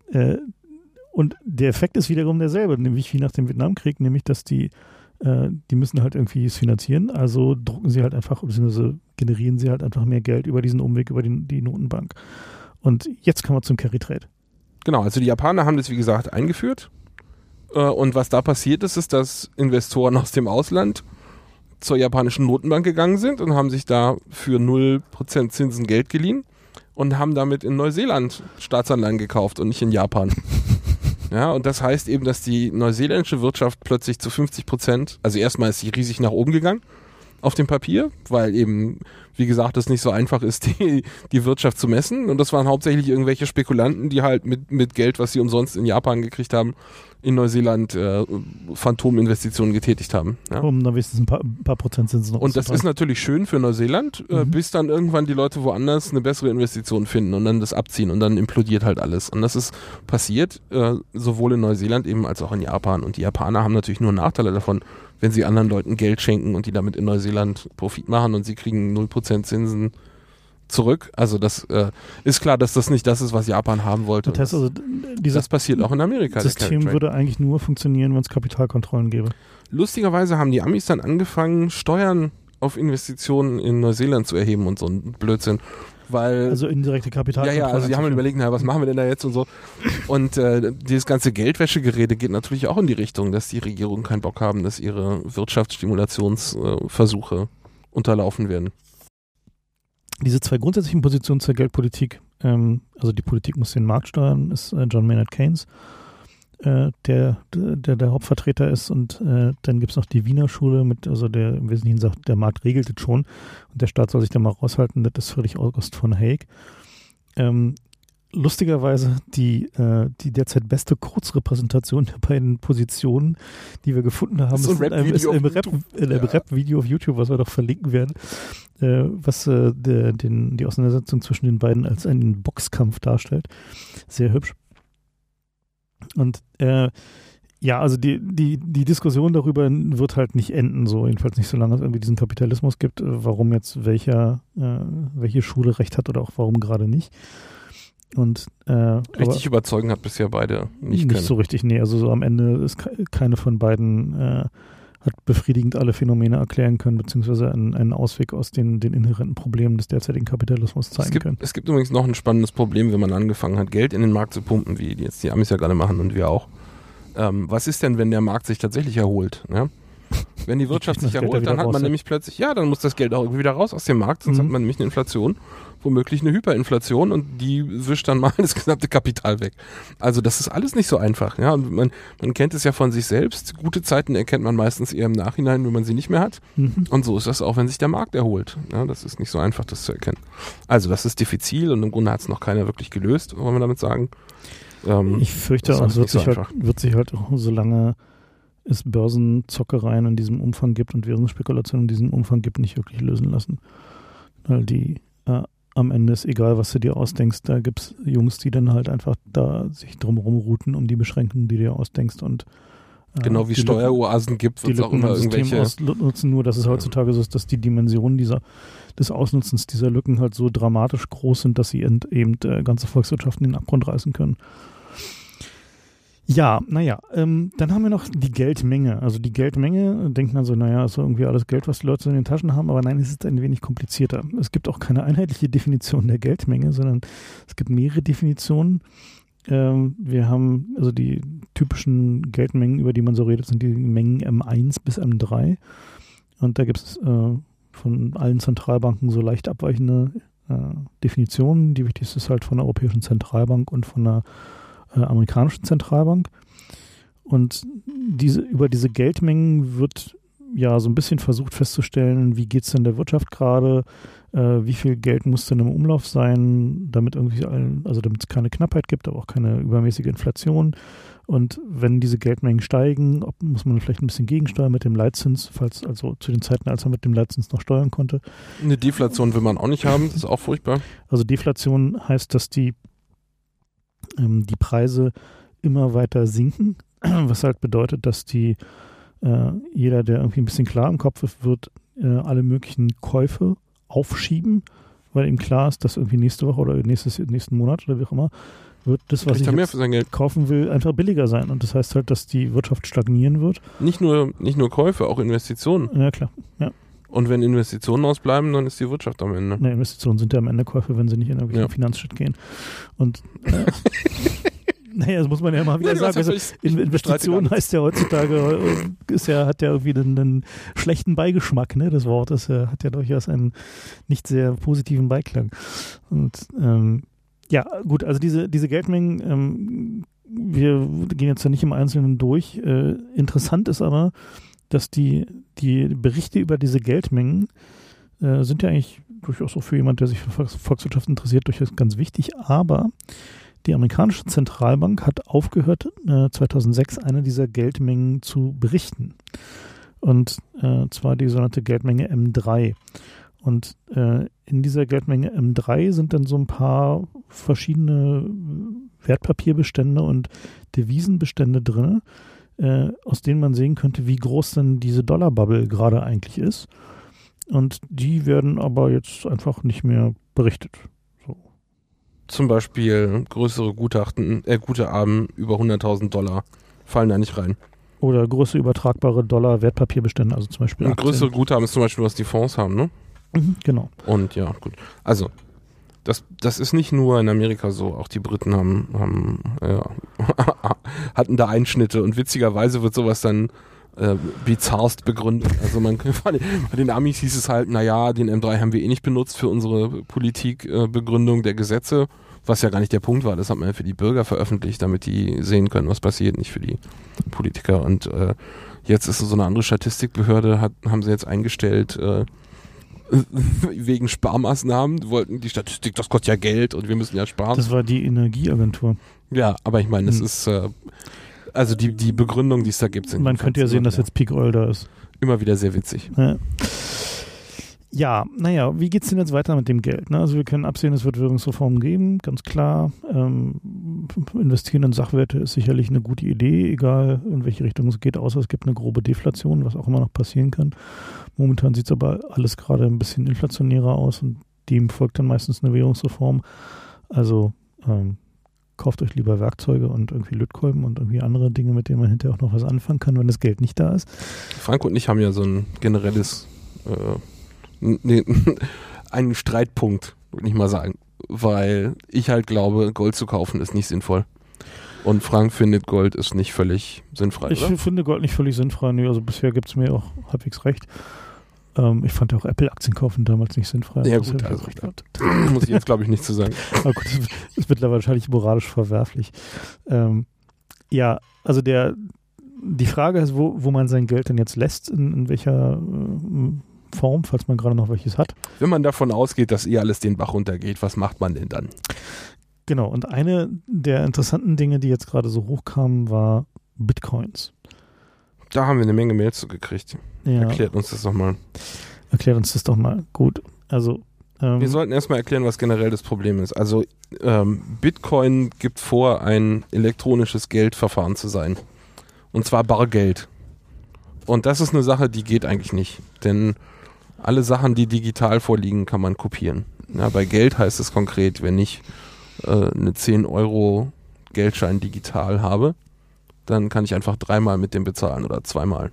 Effekt ist wiederum derselbe, nämlich wie nach dem Vietnamkrieg, nämlich, dass die müssen halt irgendwie es finanzieren, also drucken sie halt einfach, beziehungsweise generieren sie halt einfach mehr Geld über diesen Umweg, über die Notenbank. Und jetzt kommen wir zum Carry Trade. Genau, also die Japaner haben das, wie gesagt, eingeführt. Und was da passiert ist, ist, dass Investoren aus dem Ausland zur japanischen Notenbank gegangen sind und haben sich da für 0% Zinsen Geld geliehen und haben damit in Neuseeland Staatsanleihen gekauft und nicht in Japan. Ja, und das heißt eben, dass die neuseeländische Wirtschaft plötzlich zu 50%, also erstmal ist sie riesig nach oben gegangen auf dem Papier, weil eben, wie gesagt, es nicht so einfach ist, die Wirtschaft zu messen. Und das waren hauptsächlich irgendwelche Spekulanten, die halt mit Geld, was sie umsonst in Japan gekriegt haben, in Neuseeland Phantominvestitionen getätigt haben. Ja. Um da wenigstens ein paar Prozentzinsen noch. Und das ist natürlich schön für Neuseeland, bis dann irgendwann die Leute woanders eine bessere Investition finden und dann das abziehen und dann implodiert halt alles. Und das ist passiert, sowohl in Neuseeland eben als auch in Japan. Und die Japaner haben natürlich nur Nachteile davon, wenn sie anderen Leuten Geld schenken und die damit in Neuseeland Profit machen und sie kriegen 0% Zinsen zurück. Also das ist klar, dass das nicht das ist, was Japan haben wollte. Das heißt also, das passiert auch in Amerika. Das System würde eigentlich nur funktionieren, wenn es Kapitalkontrollen gäbe. Lustigerweise haben die Amis dann angefangen, Steuern auf Investitionen in Neuseeland zu erheben und so ein Blödsinn. Also indirekte Kapitalkontrollen. Ja, also die haben dann überlegt, was machen wir denn da jetzt und so. Und dieses ganze Geldwäschegerede geht natürlich auch in die Richtung, dass die Regierungen keinen Bock haben, dass ihre Wirtschaftsstimulationsversuche unterlaufen werden. Diese zwei grundsätzlichen Positionen zur Geldpolitik also die Politik muss den Markt steuern, ist John Maynard Keynes, der Hauptvertreter ist, und dann gibt es noch die Wiener Schule, also der im Wesentlichen sagt, der Markt regelt es schon und der Staat soll sich da mal raushalten, das ist Friedrich August von Hayek. Lustigerweise die derzeit beste Kurzrepräsentation der beiden Positionen, die wir gefunden haben, ist im Rap-Video auf YouTube, was wir doch verlinken werden, was die Auseinandersetzung zwischen den beiden als einen Boxkampf darstellt. Sehr hübsch. Und also die Diskussion darüber wird halt nicht enden, so jedenfalls nicht, solange es irgendwie diesen Kapitalismus gibt, warum jetzt welche Schule recht hat oder auch warum gerade nicht. Und richtig überzeugen hat bisher beide nicht so richtig, nee, also so am Ende ist keine von beiden hat befriedigend alle Phänomene erklären können, beziehungsweise einen Ausweg aus den inhärenten Problemen des derzeitigen Kapitalismus zeigen können. Es gibt übrigens noch ein spannendes Problem, wenn man angefangen hat, Geld in den Markt zu pumpen, wie jetzt die Amis ja gerade machen und wir auch. Was ist denn, wenn der Markt sich tatsächlich erholt? Ja? Wenn die Wirtschaft sich erholt, dann hat man nämlich plötzlich, dann muss das Geld auch irgendwie wieder raus aus dem Markt, sonst hat man nämlich eine Inflation, womöglich eine Hyperinflation, und die wischt dann mal das gesamte Kapital weg. Also das ist alles nicht so einfach. Ja? Und man kennt es ja von sich selbst. Gute Zeiten erkennt man meistens eher im Nachhinein, wenn man sie nicht mehr hat. Und so ist das auch, wenn sich der Markt erholt. Ja, das ist nicht so einfach, das zu erkennen. Also das ist diffizil und im Grunde hat es noch keiner wirklich gelöst, wollen wir damit sagen. Ich fürchte auch, es wird sich halt auch, solange es Börsenzockereien in diesem Umfang gibt und Währungsspekulationen in diesem Umfang gibt, nicht wirklich lösen lassen. Weil am Ende ist egal, was du dir ausdenkst, da gibt es Jungs, die dann halt einfach da sich drumherum routen um die Beschränkungen, die du dir ausdenkst, und genau wie Steueroasen gibt, wird es auch immer irgendwelche ausnutzen, nur dass es heutzutage so ist, dass die Dimensionen des Ausnutzens dieser Lücken halt so dramatisch groß sind, dass sie eben ganze Volkswirtschaften in den Abgrund reißen können. Ja, dann haben wir noch die Geldmenge. Also die Geldmenge, denkt man so, ist so irgendwie alles Geld, was die Leute so in den Taschen haben, aber nein, es ist ein wenig komplizierter. Es gibt auch keine einheitliche Definition der Geldmenge, sondern es gibt mehrere Definitionen. Wir haben, also die typischen Geldmengen, über die man so redet, sind die Mengen M1 bis M3. Und da gibt es von allen Zentralbanken so leicht abweichende Definitionen. Die wichtigste ist halt von der Europäischen Zentralbank und von der amerikanischen Zentralbank. Und über diese Geldmengen wird ja so ein bisschen versucht festzustellen, wie geht es denn der Wirtschaft gerade, wie viel Geld muss denn im Umlauf sein, damit es keine Knappheit gibt, aber auch keine übermäßige Inflation. Und wenn diese Geldmengen steigen, muss man vielleicht ein bisschen gegensteuern mit dem Leitzins, also zu den Zeiten, als man mit dem Leitzins noch steuern konnte. Eine Deflation will man auch nicht haben, das ist auch furchtbar. Also Deflation heißt, dass die Preise immer weiter sinken, was halt bedeutet, dass jeder, der irgendwie ein bisschen klar im Kopf ist, wird alle möglichen Käufe aufschieben, weil ihm klar ist, dass irgendwie nächste Woche oder nächsten Monat oder wie auch immer, wird das, was ich jetzt kaufen will, einfach billiger sein. Und das heißt halt, dass die Wirtschaft stagnieren wird. Nicht nur Käufe, auch Investitionen. Ja, klar. Ja. Und wenn Investitionen ausbleiben, dann ist die Wirtschaft am Ende. Ne, Investitionen sind ja am Ende Käufe, wenn sie nicht in irgendwelchen Finanzshit gehen. Und das muss man ja mal wieder sagen. Also, Investition heißt ja heutzutage, hat ja irgendwie einen schlechten Beigeschmack, ne? Das Wort hat ja durchaus einen nicht sehr positiven Beiklang. Und gut, also diese Geldmengen, wir gehen jetzt ja nicht im Einzelnen durch. Interessant ist aber, dass die Berichte über diese Geldmengen sind ja eigentlich durchaus so für jemanden, der sich für Volkswirtschaft interessiert, durchaus ganz wichtig. Aber die amerikanische Zentralbank hat aufgehört, 2006 eine dieser Geldmengen zu berichten. Und zwar die sogenannte Geldmenge M3. Und in dieser Geldmenge M3 sind dann so ein paar verschiedene Wertpapierbestände und Devisenbestände drin, aus denen man sehen könnte, wie groß denn diese Dollar-Bubble gerade eigentlich ist. Und die werden aber jetzt einfach nicht mehr berichtet. So. Zum Beispiel größere Guthaben über $100.000 fallen da nicht rein. Oder größere übertragbare Dollar-Wertpapierbestände, also zum Beispiel Aktien. Größere Guthaben ist zum Beispiel, was die Fonds haben, ne? Genau. Und ja, gut. Also, das ist nicht nur in Amerika so, auch die Briten hatten da Einschnitte, und witzigerweise wird sowas dann bizarrst begründet. Also bei den Amis hieß es halt, den M3 haben wir eh nicht benutzt für unsere Politikbegründung der Gesetze. Was ja gar nicht der Punkt war, das hat man ja für die Bürger veröffentlicht, damit die sehen können, was passiert, nicht für die Politiker. Und jetzt ist so eine andere Statistikbehörde, haben sie jetzt eingestellt, wegen Sparmaßnahmen, wollten die Statistik, das kostet ja Geld und wir müssen ja sparen. Das war die Energieagentur. Ja, aber ich meine, das ist, also die Begründung, die es da gibt, sind. Man könnte ja sehen, dass jetzt Peak Oil da ist. Immer wieder sehr witzig. Ja, naja, wie geht es denn jetzt weiter mit dem Geld? Ne? Also wir können absehen, es wird Währungsreformen geben, ganz klar. Investieren in Sachwerte ist sicherlich eine gute Idee, egal in welche Richtung es geht, außer es gibt eine grobe Deflation, was auch immer noch passieren kann. Momentan sieht es aber alles gerade ein bisschen inflationärer aus und dem folgt dann meistens eine Währungsreform. Also kauft euch lieber Werkzeuge und irgendwie Lötkolben und irgendwie andere Dinge, mit denen man hinterher auch noch was anfangen kann, wenn das Geld nicht da ist. Frank und ich haben ja so ein generelles einen Streitpunkt, würde ich mal sagen, weil ich halt glaube, Gold zu kaufen ist nicht sinnvoll. Und Frank findet, Gold ist nicht völlig sinnfrei, Ich finde Gold nicht völlig sinnfrei. Nee, also bisher gibt es mir auch halbwegs recht. Ich fand auch Apple-Aktien kaufen damals nicht sinnfrei. Ja gut, also muss ich jetzt glaube ich nicht zu sagen. Aber gut, das ist mittlerweile wahrscheinlich moralisch verwerflich. Ja, also die Frage ist, wo man sein Geld denn jetzt lässt, in welcher Form, falls man gerade noch welches hat. Wenn man davon ausgeht, dass alles den Bach runtergeht, was macht man denn dann? Genau, und eine der interessanten Dinge, die jetzt gerade so hochkamen, war Bitcoins. Da haben wir eine Menge Mails zu gekriegt. Ja. Erklärt uns das doch mal. Erklärt uns das doch mal. Gut, also wir sollten erstmal erklären, was generell das Problem ist. Also Bitcoin gibt vor, ein elektronisches Geldverfahren zu sein. Und zwar Bargeld. Und das ist eine Sache, die geht eigentlich nicht. Denn alle Sachen, die digital vorliegen, kann man kopieren. Ja, bei Geld heißt es konkret, wenn ich eine 10 Euro Geldschein digital habe, dann kann ich einfach 3-mal mit dem bezahlen oder 2-mal.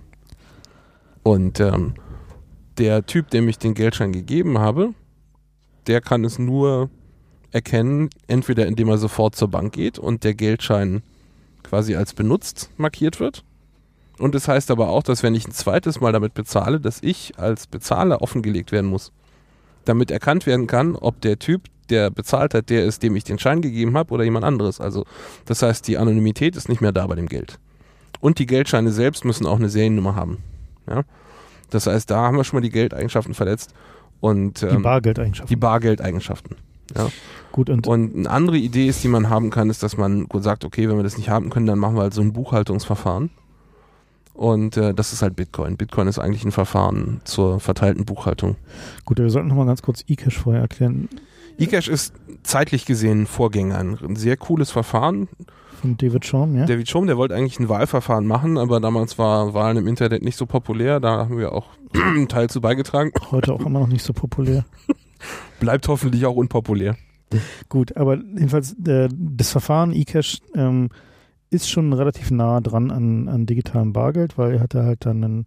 Und der Typ, dem ich den Geldschein gegeben habe, der kann es nur erkennen, entweder indem er sofort zur Bank geht und der Geldschein quasi als benutzt markiert wird. Und das heißt aber auch, dass wenn ich ein zweites Mal damit bezahle, dass ich als Bezahler offengelegt werden muss. Damit erkannt werden kann, ob der Typ, der bezahlt hat, der ist, dem ich den Schein gegeben habe oder jemand anderes. Also das heißt, die Anonymität ist nicht mehr da bei dem Geld. Und die Geldscheine selbst müssen auch eine Seriennummer haben. Ja? Das heißt, da haben wir schon mal die Geldeigenschaften verletzt. Und, die Bargeldeigenschaften. Die Bargeldeigenschaften. Ja. Gut, und eine andere Idee ist, die man haben kann, ist, dass man sagt, okay, wenn wir das nicht haben können, dann machen wir halt so ein Buchhaltungsverfahren. Und das ist halt Bitcoin. Bitcoin ist eigentlich ein Verfahren zur verteilten Buchhaltung. Gut, wir sollten noch mal ganz kurz eCash vorher erklären. eCash ist zeitlich gesehen Vorgänger. Ein sehr cooles Verfahren. Von David Chaum, ja? David Chaum, der wollte eigentlich ein Wahlverfahren machen, aber damals war Wahlen im Internet nicht so populär. Da haben wir auch einen Teil zu beigetragen. Heute auch immer noch nicht so populär. Bleibt hoffentlich auch unpopulär. Gut, aber jedenfalls das Verfahren eCash ist schon relativ nah dran an digitalem Bargeld, weil er hatte halt dann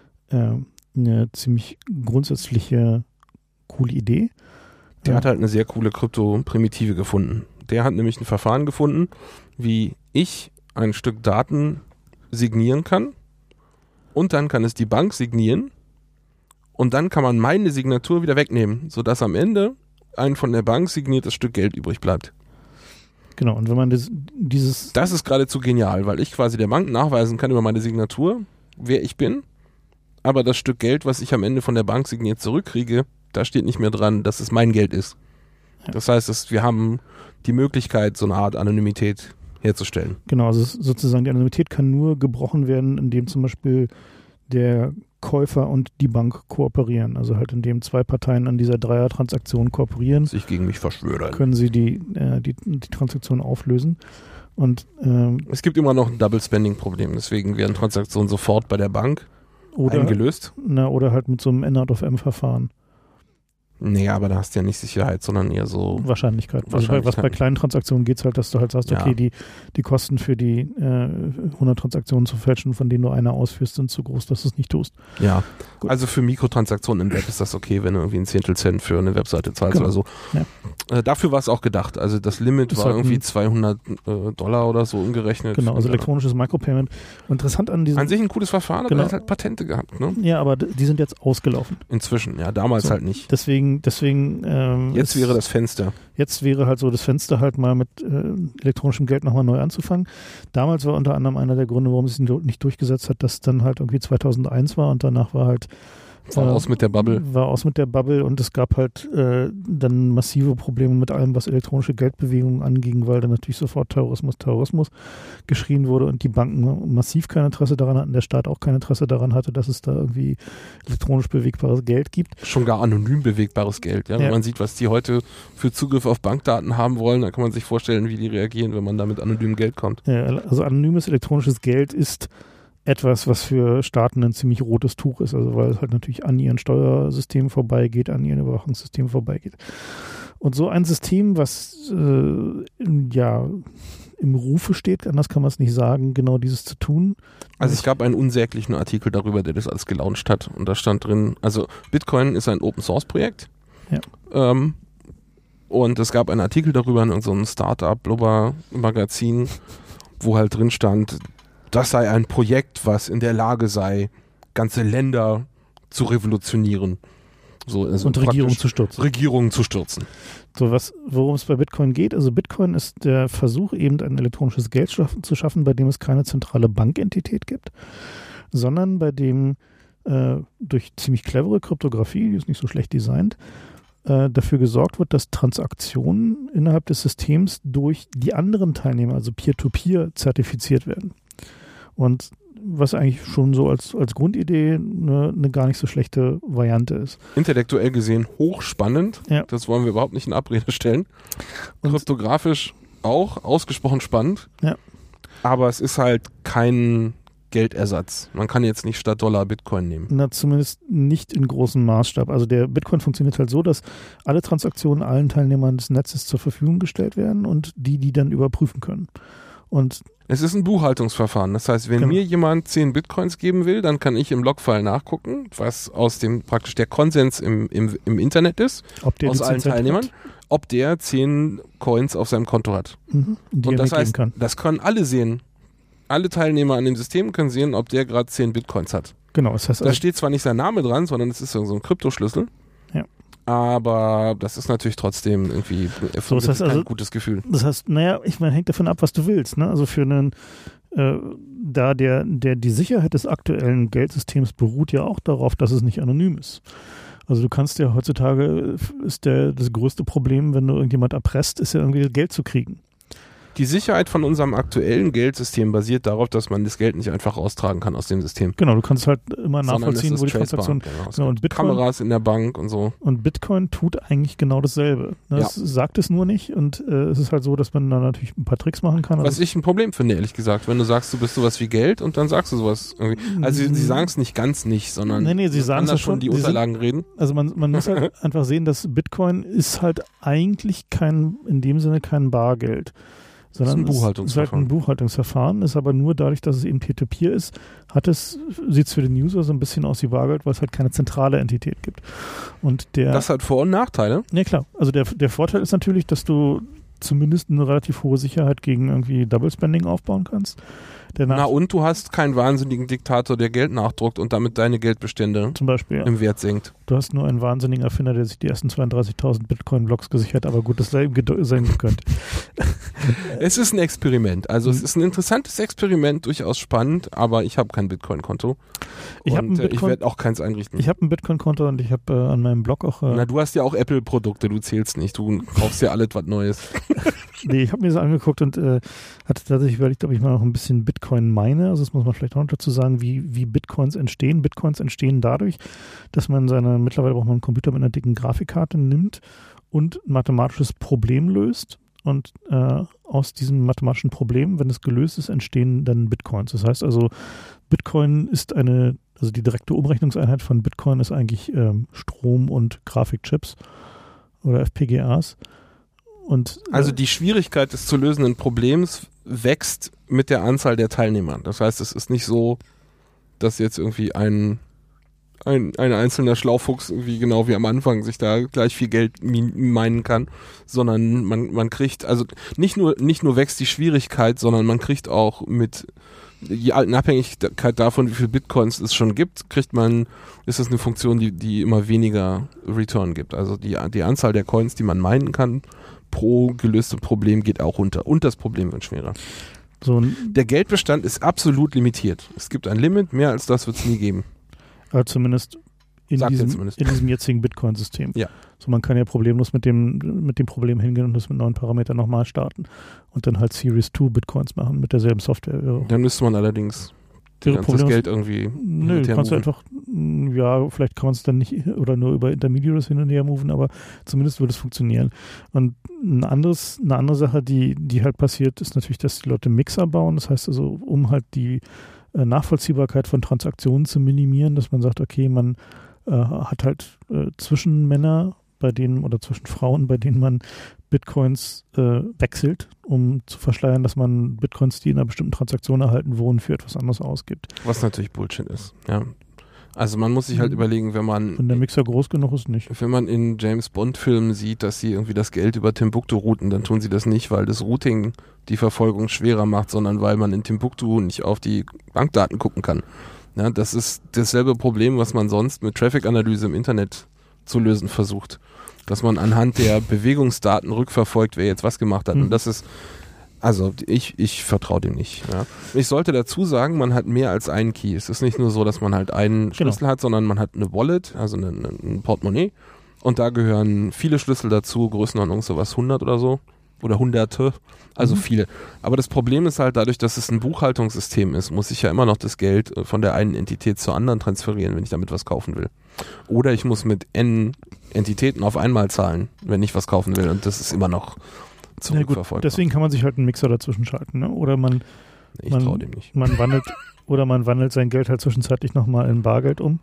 eine ziemlich grundsätzliche coole Idee. Der hat halt eine sehr coole Krypto-Primitive gefunden. Der hat nämlich ein Verfahren gefunden, wie ich ein Stück Daten signieren kann und dann kann es die Bank signieren und dann kann man meine Signatur wieder wegnehmen, sodass am Ende ein von der Bank signiertes Stück Geld übrig bleibt. Genau, und wenn man dieses... Das ist geradezu genial, weil ich quasi der Bank nachweisen kann über meine Signatur, wer ich bin, aber das Stück Geld, was ich am Ende von der Bank signiert zurückkriege, da steht nicht mehr dran, dass es mein Geld ist. Ja. Das heißt, wir haben die Möglichkeit, so eine Art Anonymität herzustellen. Genau, also sozusagen die Anonymität kann nur gebrochen werden, indem zum Beispiel der Käufer und die Bank kooperieren. Also halt indem zwei Parteien an dieser Dreier-Transaktion kooperieren. Sich gegen mich verschwören. Können sie die Transaktion auflösen. Und es gibt immer noch ein Double-Spending-Problem. Deswegen werden Transaktionen sofort bei der Bank eingelöst. Oder halt mit so einem N-out-of-M-Verfahren. Nee, aber da hast du ja nicht Sicherheit, sondern eher so Wahrscheinlichkeit. Also was bei kleinen Transaktionen geht es halt, dass du halt sagst, okay, die Kosten für die 100 Transaktionen zu fälschen, von denen du eine ausführst, sind zu groß, dass du es nicht tust. Ja, gut. Also für Mikrotransaktionen im Web ist das okay, wenn du irgendwie einen Zehntelcent für eine Webseite zahlst oder so. Ja. Dafür war es auch gedacht. Also das Limit war halt irgendwie $200 oder so umgerechnet. Genau, also elektronisches Micropayment. Interessant an diesem... An sich ein cooles Verfahren, aber er hat halt Patente gehabt. Ne? Ja, aber die sind jetzt ausgelaufen. Inzwischen, ja, damals halt nicht. Deswegen deswegen jetzt wäre das Fenster. Jetzt wäre halt so das Fenster halt mal mit elektronischem Geld nochmal neu anzufangen. Damals war unter anderem einer der Gründe, warum es nicht durchgesetzt hat, dass dann halt irgendwie 2001 war und danach war halt aus mit der Bubble. War aus mit der Bubble und es gab halt dann massive Probleme mit allem, was elektronische Geldbewegungen anging, weil dann natürlich sofort Terrorismus geschrien wurde und die Banken massiv kein Interesse daran hatten, der Staat auch kein Interesse daran hatte, dass es da irgendwie elektronisch bewegbares Geld gibt. Schon gar anonym bewegbares Geld. Ja? Wenn man sieht, was die heute für Zugriff auf Bankdaten haben wollen, dann kann man sich vorstellen, wie die reagieren, wenn man da mit anonymem Geld kommt. Ja, also anonymes elektronisches Geld ist etwas, was für Staaten ein ziemlich rotes Tuch ist, also weil es halt natürlich an ihren Steuersystemen vorbeigeht, an ihren Überwachungssystemen vorbeigeht. Und so ein System, was im Rufe steht, anders kann man es nicht sagen, genau dieses zu tun. Also es gab einen unsäglichen Artikel darüber, der das alles gelauncht hat und da stand drin, also Bitcoin ist ein Open-Source-Projekt und es gab einen Artikel darüber in so einem Startup-Blubber-Magazin, wo halt drin stand, das sei ein Projekt, was in der Lage sei, ganze Länder zu revolutionieren. So, also und Regierungen zu stürzen. Regierungen zu stürzen. So, worum es bei Bitcoin geht, also Bitcoin ist der Versuch, eben ein elektronisches Geld zu schaffen, bei dem es keine zentrale Bankentität gibt, sondern bei dem durch ziemlich clevere Kryptographie, die ist nicht so schlecht designt, dafür gesorgt wird, dass Transaktionen innerhalb des Systems durch die anderen Teilnehmer, also Peer-to-Peer, zertifiziert werden. Und was eigentlich schon so als Grundidee eine gar nicht so schlechte Variante ist. Intellektuell gesehen hochspannend. Ja. Das wollen wir überhaupt nicht in Abrede stellen. Und kryptografisch auch ausgesprochen spannend. Ja. Aber es ist halt kein Geldersatz. Man kann jetzt nicht statt Dollar Bitcoin nehmen. Na, zumindest nicht in großem Maßstab. Also der Bitcoin funktioniert halt so, dass alle Transaktionen allen Teilnehmern des Netzes zur Verfügung gestellt werden und die dann überprüfen können. Und es ist ein Buchhaltungsverfahren. Das heißt, wenn mir jemand 10 Bitcoins geben will, dann kann ich im Logfile nachgucken, was aus dem praktisch der Konsens im Internet ist, aus allen Teilnehmern, ob der 10 Coins auf seinem Konto hat. Und das heißt, das können alle sehen. Alle Teilnehmer an dem System können sehen, ob der gerade 10 Bitcoins hat. Genau. Das heißt da steht zwar nicht sein Name dran, sondern es ist so ein Kryptoschlüssel. Ja. Aber das ist natürlich trotzdem irgendwie ein gutes Gefühl. Das heißt, ich meine, hängt davon ab, was du willst. Ne? Also für einen, die Sicherheit des aktuellen Geldsystems beruht ja auch darauf, dass es nicht anonym ist. Also du kannst ja heutzutage, das größte Problem, wenn du irgendjemand erpresst, ist ja irgendwie Geld zu kriegen. Die Sicherheit von unserem aktuellen Geldsystem basiert darauf, dass man das Geld nicht einfach raustragen kann aus dem System. Genau, du kannst halt immer nachvollziehen, wo die Transaktion... Genau, und Bitcoin, Kameras in der Bank und so. Und Bitcoin tut eigentlich genau dasselbe. Das sagt es nur nicht und es ist halt so, dass man da natürlich ein paar Tricks machen kann. Was ich ein Problem finde, ehrlich gesagt, wenn du sagst, du bist sowas wie Geld und dann sagst du sowas irgendwie. Also sie sagen es nicht ganz nicht, sondern sie sagen es schon, die Unterlagen reden. Also man muss halt einfach sehen, dass Bitcoin ist halt eigentlich in dem Sinne kein Bargeld. Sondern es ist ein Buchhaltungsverfahren, ist aber nur dadurch, dass es eben Peer-to-Peer ist, sieht es für den User so ein bisschen aus wie Bargeld, weil es halt keine zentrale Entität gibt. Und das hat Vor- und Nachteile? Ja klar, also der Vorteil ist natürlich, dass du zumindest eine relativ hohe Sicherheit gegen irgendwie Double Spending aufbauen kannst. Und du hast keinen wahnsinnigen Diktator, der Geld nachdruckt und damit deine Geldbestände zum Beispiel, im Wert senkt. Du hast nur einen wahnsinnigen Erfinder, der sich die ersten 32.000 Bitcoin-Blocks gesichert hat, aber gut, das sein könnte. Es ist ein Experiment. Also es ist ein interessantes Experiment, durchaus spannend, aber ich habe kein Bitcoin-Konto. Ich werde auch keins einrichten. Ich habe ein Bitcoin-Konto und ich habe an meinem Blog auch... du hast ja auch Apple-Produkte, du zählst nicht. Du kaufst ja alles was Neues. Nee, ich habe mir das angeguckt und hatte tatsächlich überlegt, ob ich mal noch ein bisschen Bitcoin meine. Also das muss man vielleicht auch noch dazu sagen, wie Bitcoins entstehen. Bitcoins entstehen dadurch, dass man mittlerweile braucht man einen Computer mit einer dicken Grafikkarte nimmt und ein mathematisches Problem löst. Und aus diesem mathematischen Problem, wenn es gelöst ist, entstehen dann Bitcoins. Das heißt also, Bitcoin ist die direkte Umrechnungseinheit von Bitcoin ist eigentlich Strom und Grafikchips oder FPGAs. Also die Schwierigkeit des zu lösenden Problems wächst mit der Anzahl der Teilnehmer. Das heißt, es ist nicht so, dass jetzt irgendwie ein einzelner Schlaufuchs irgendwie genau wie am Anfang sich da gleich viel Geld meinen kann, sondern man kriegt, also nicht nur wächst die Schwierigkeit, sondern man kriegt auch mit in Abhängigkeit davon, wie viele Bitcoins es schon gibt, ist das eine Funktion, die immer weniger Return gibt. Also die Anzahl der Coins, die man meinen kann, pro gelöste Problem geht auch runter. Und das Problem wird schwerer. Der Geldbestand ist absolut limitiert. Es gibt ein Limit, mehr als das wird es nie geben. Zumindest in diesem jetzigen Bitcoin-System. Ja. So, man kann ja problemlos mit dem Problem hingehen und das mit neuen Parametern nochmal starten und dann halt Series 2 Bitcoins machen mit derselben Software. Dann müsste man allerdings das Geld irgendwie kannst du einfach, vielleicht kann man es dann nicht oder nur über Intermediaries hin und her moven, aber zumindest würde es funktionieren. Und eine andere Sache, die halt passiert, ist natürlich, dass die Leute Mixer bauen. Das heißt also, um halt die Nachvollziehbarkeit von Transaktionen zu minimieren, dass man sagt, okay, man hat halt Zwischenmänner, zwischen Frauen, bei denen man Bitcoins wechselt, um zu verschleiern, dass man Bitcoins, die in einer bestimmten Transaktion erhalten wurden, für etwas anderes ausgibt. Was natürlich Bullshit ist, ja. Also man muss sich halt überlegen, wenn der Mixer groß genug ist, nicht. Wenn man in James-Bond-Filmen sieht, dass sie irgendwie das Geld über Timbuktu routen, dann tun sie das nicht, weil das Routing die Verfolgung schwerer macht, sondern weil man in Timbuktu nicht auf die Bankdaten gucken kann. Ja, das ist dasselbe Problem, was man sonst mit Traffic-Analyse im Internet zu lösen versucht. Dass man anhand der Bewegungsdaten rückverfolgt, wer jetzt was gemacht hat. Und das ist, also ich vertraue dem nicht. Ja. Ich sollte dazu sagen, man hat mehr als einen Key. Es ist nicht nur so, dass man halt einen Schlüssel hat, sondern man hat eine Wallet, also ein Portemonnaie. Und da gehören viele Schlüssel dazu, Größenordnung sowas 100 oder so. Oder Hunderte, also viele. Aber das Problem ist halt dadurch, dass es ein Buchhaltungssystem ist, muss ich ja immer noch das Geld von der einen Entität zur anderen transferieren, wenn ich damit was kaufen will. Oder ich muss mit N Entitäten auf einmal zahlen, wenn ich was kaufen will. Und das ist immer noch zurückverfolgbar. Deswegen kann man sich halt einen Mixer dazwischen schalten. Ne? Oder ich traue dem nicht. Man wandelt sein Geld halt zwischenzeitlich nochmal in Bargeld um.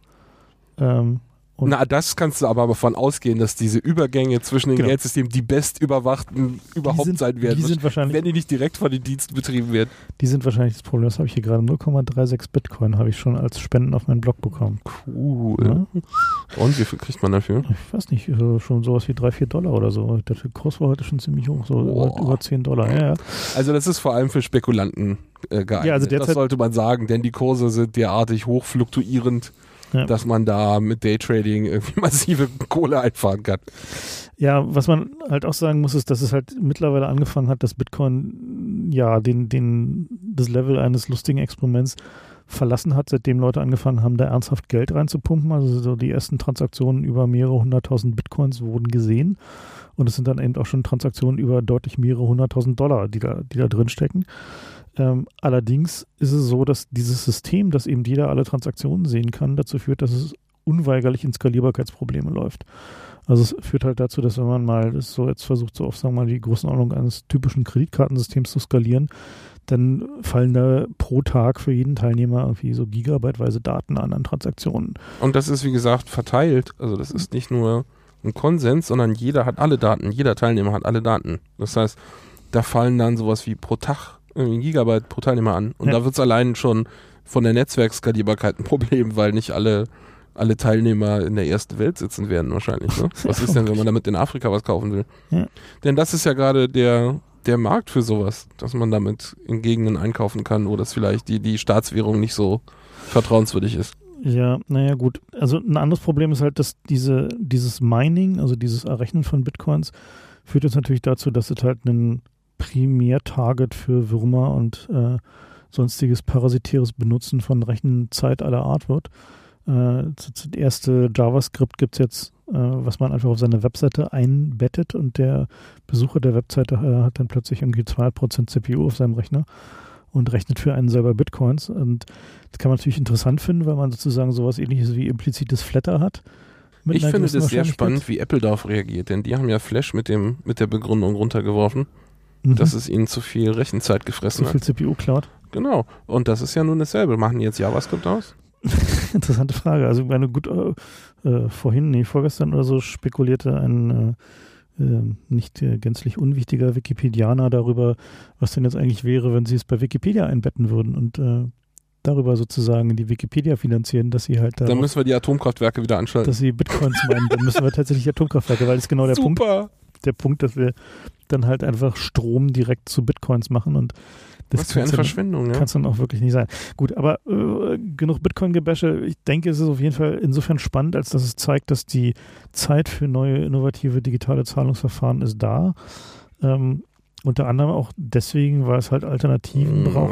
Das kannst du aber davon ausgehen, dass diese Übergänge zwischen den Geldsystemen die bestüberwachten überhaupt sein werden. Wenn die nicht direkt von den Diensten betrieben werden. Die sind wahrscheinlich das Problem. Das habe ich hier gerade 0,36 Bitcoin habe ich schon als Spenden auf meinen Blog bekommen. Cool. Ja? Und wie viel kriegt man dafür? Ich weiß nicht, schon sowas wie $3-4 oder so. Der Kurs war heute schon ziemlich hoch, so über $10. Ja. Also das ist vor allem für Spekulanten geeignet. Ja, also das sollte man sagen, denn die Kurse sind derartig hoch fluktuierend, dass man da mit Daytrading irgendwie massive Kohle einfahren kann. Ja, was man halt auch sagen muss, ist, dass es halt mittlerweile angefangen hat, dass Bitcoin das Level eines lustigen Experiments verlassen hat, seitdem Leute angefangen haben, da ernsthaft Geld reinzupumpen. Also so die ersten Transaktionen über mehrere 100.000 Bitcoins wurden gesehen. Und es sind dann eben auch schon Transaktionen über deutlich mehrere 100.000 Dollar, die da drin stecken. Allerdings ist es so, dass dieses System, dass eben jeder alle Transaktionen sehen kann, dazu führt, dass es unweigerlich in Skalierbarkeitsprobleme läuft. Also es führt halt dazu, dass wenn man mal das so jetzt versucht, so auf, sagen wir mal, die Größenordnung eines typischen Kreditkartensystems zu skalieren, dann fallen da pro Tag für jeden Teilnehmer irgendwie so gigabyteweise Daten an Transaktionen. Und das ist, wie gesagt, verteilt. Also das ist nicht nur ein Konsens, sondern jeder hat alle Daten, jeder Teilnehmer hat alle Daten. Das heißt, da fallen dann sowas wie pro Tag ein Gigabyte pro Teilnehmer an. Und da wird es allein schon von der Netzwerkskalierbarkeit ein Problem, weil nicht alle Teilnehmer in der ersten Welt sitzen werden wahrscheinlich. Ne? Was ist denn, wenn man damit in Afrika was kaufen will? Ja. Denn das ist ja gerade der Markt für sowas, dass man damit in Gegenden einkaufen kann, wo das vielleicht die Staatswährung nicht so vertrauenswürdig ist. Ja, naja gut. Also ein anderes Problem ist halt, dass dieses Mining, also dieses Errechnen von Bitcoins, führt jetzt natürlich dazu, dass es halt ein Primärtarget für Würmer und sonstiges parasitäres Benutzen von Rechenzeit aller Art wird. Das erste JavaScript gibt es jetzt, was man einfach auf seine Webseite einbettet und der Besucher der Webseite hat dann plötzlich irgendwie 200% CPU auf seinem Rechner und rechnet für einen selber Bitcoins. Und das kann man natürlich interessant finden, weil man sozusagen sowas Ähnliches wie implizites Flatter hat. Ich finde das sehr spannend, wie Apple darauf reagiert, denn die haben ja Flash mit der Begründung runtergeworfen, dass es ihnen zu viel Rechenzeit gefressen hat. Zu viel CPU klaut. Genau. Und das ist ja nun dasselbe. Machen die jetzt JavaScript aus? Interessante Frage. Also vorgestern oder so spekulierte ein nicht gänzlich unwichtiger Wikipedianer darüber, was denn jetzt eigentlich wäre, wenn sie es bei Wikipedia einbetten würden und darüber sozusagen die Wikipedia finanzieren, dass sie halt da. Dann müssen wir die Atomkraftwerke wieder anschalten. Dass sie Bitcoins meinen, dann müssen wir tatsächlich Atomkraftwerke, weil das ist genau der Punkt, dass wir dann halt einfach Strom direkt zu Bitcoins machen und Was für eine Verschwendung, ja. Kann es dann auch wirklich nicht sein. Gut, aber genug Bitcoin-Gebäsche. Ich denke, es ist auf jeden Fall insofern spannend, als dass es zeigt, dass die Zeit für neue, innovative digitale Zahlungsverfahren ist da. Unter anderem auch deswegen, weil es halt Alternativen braucht.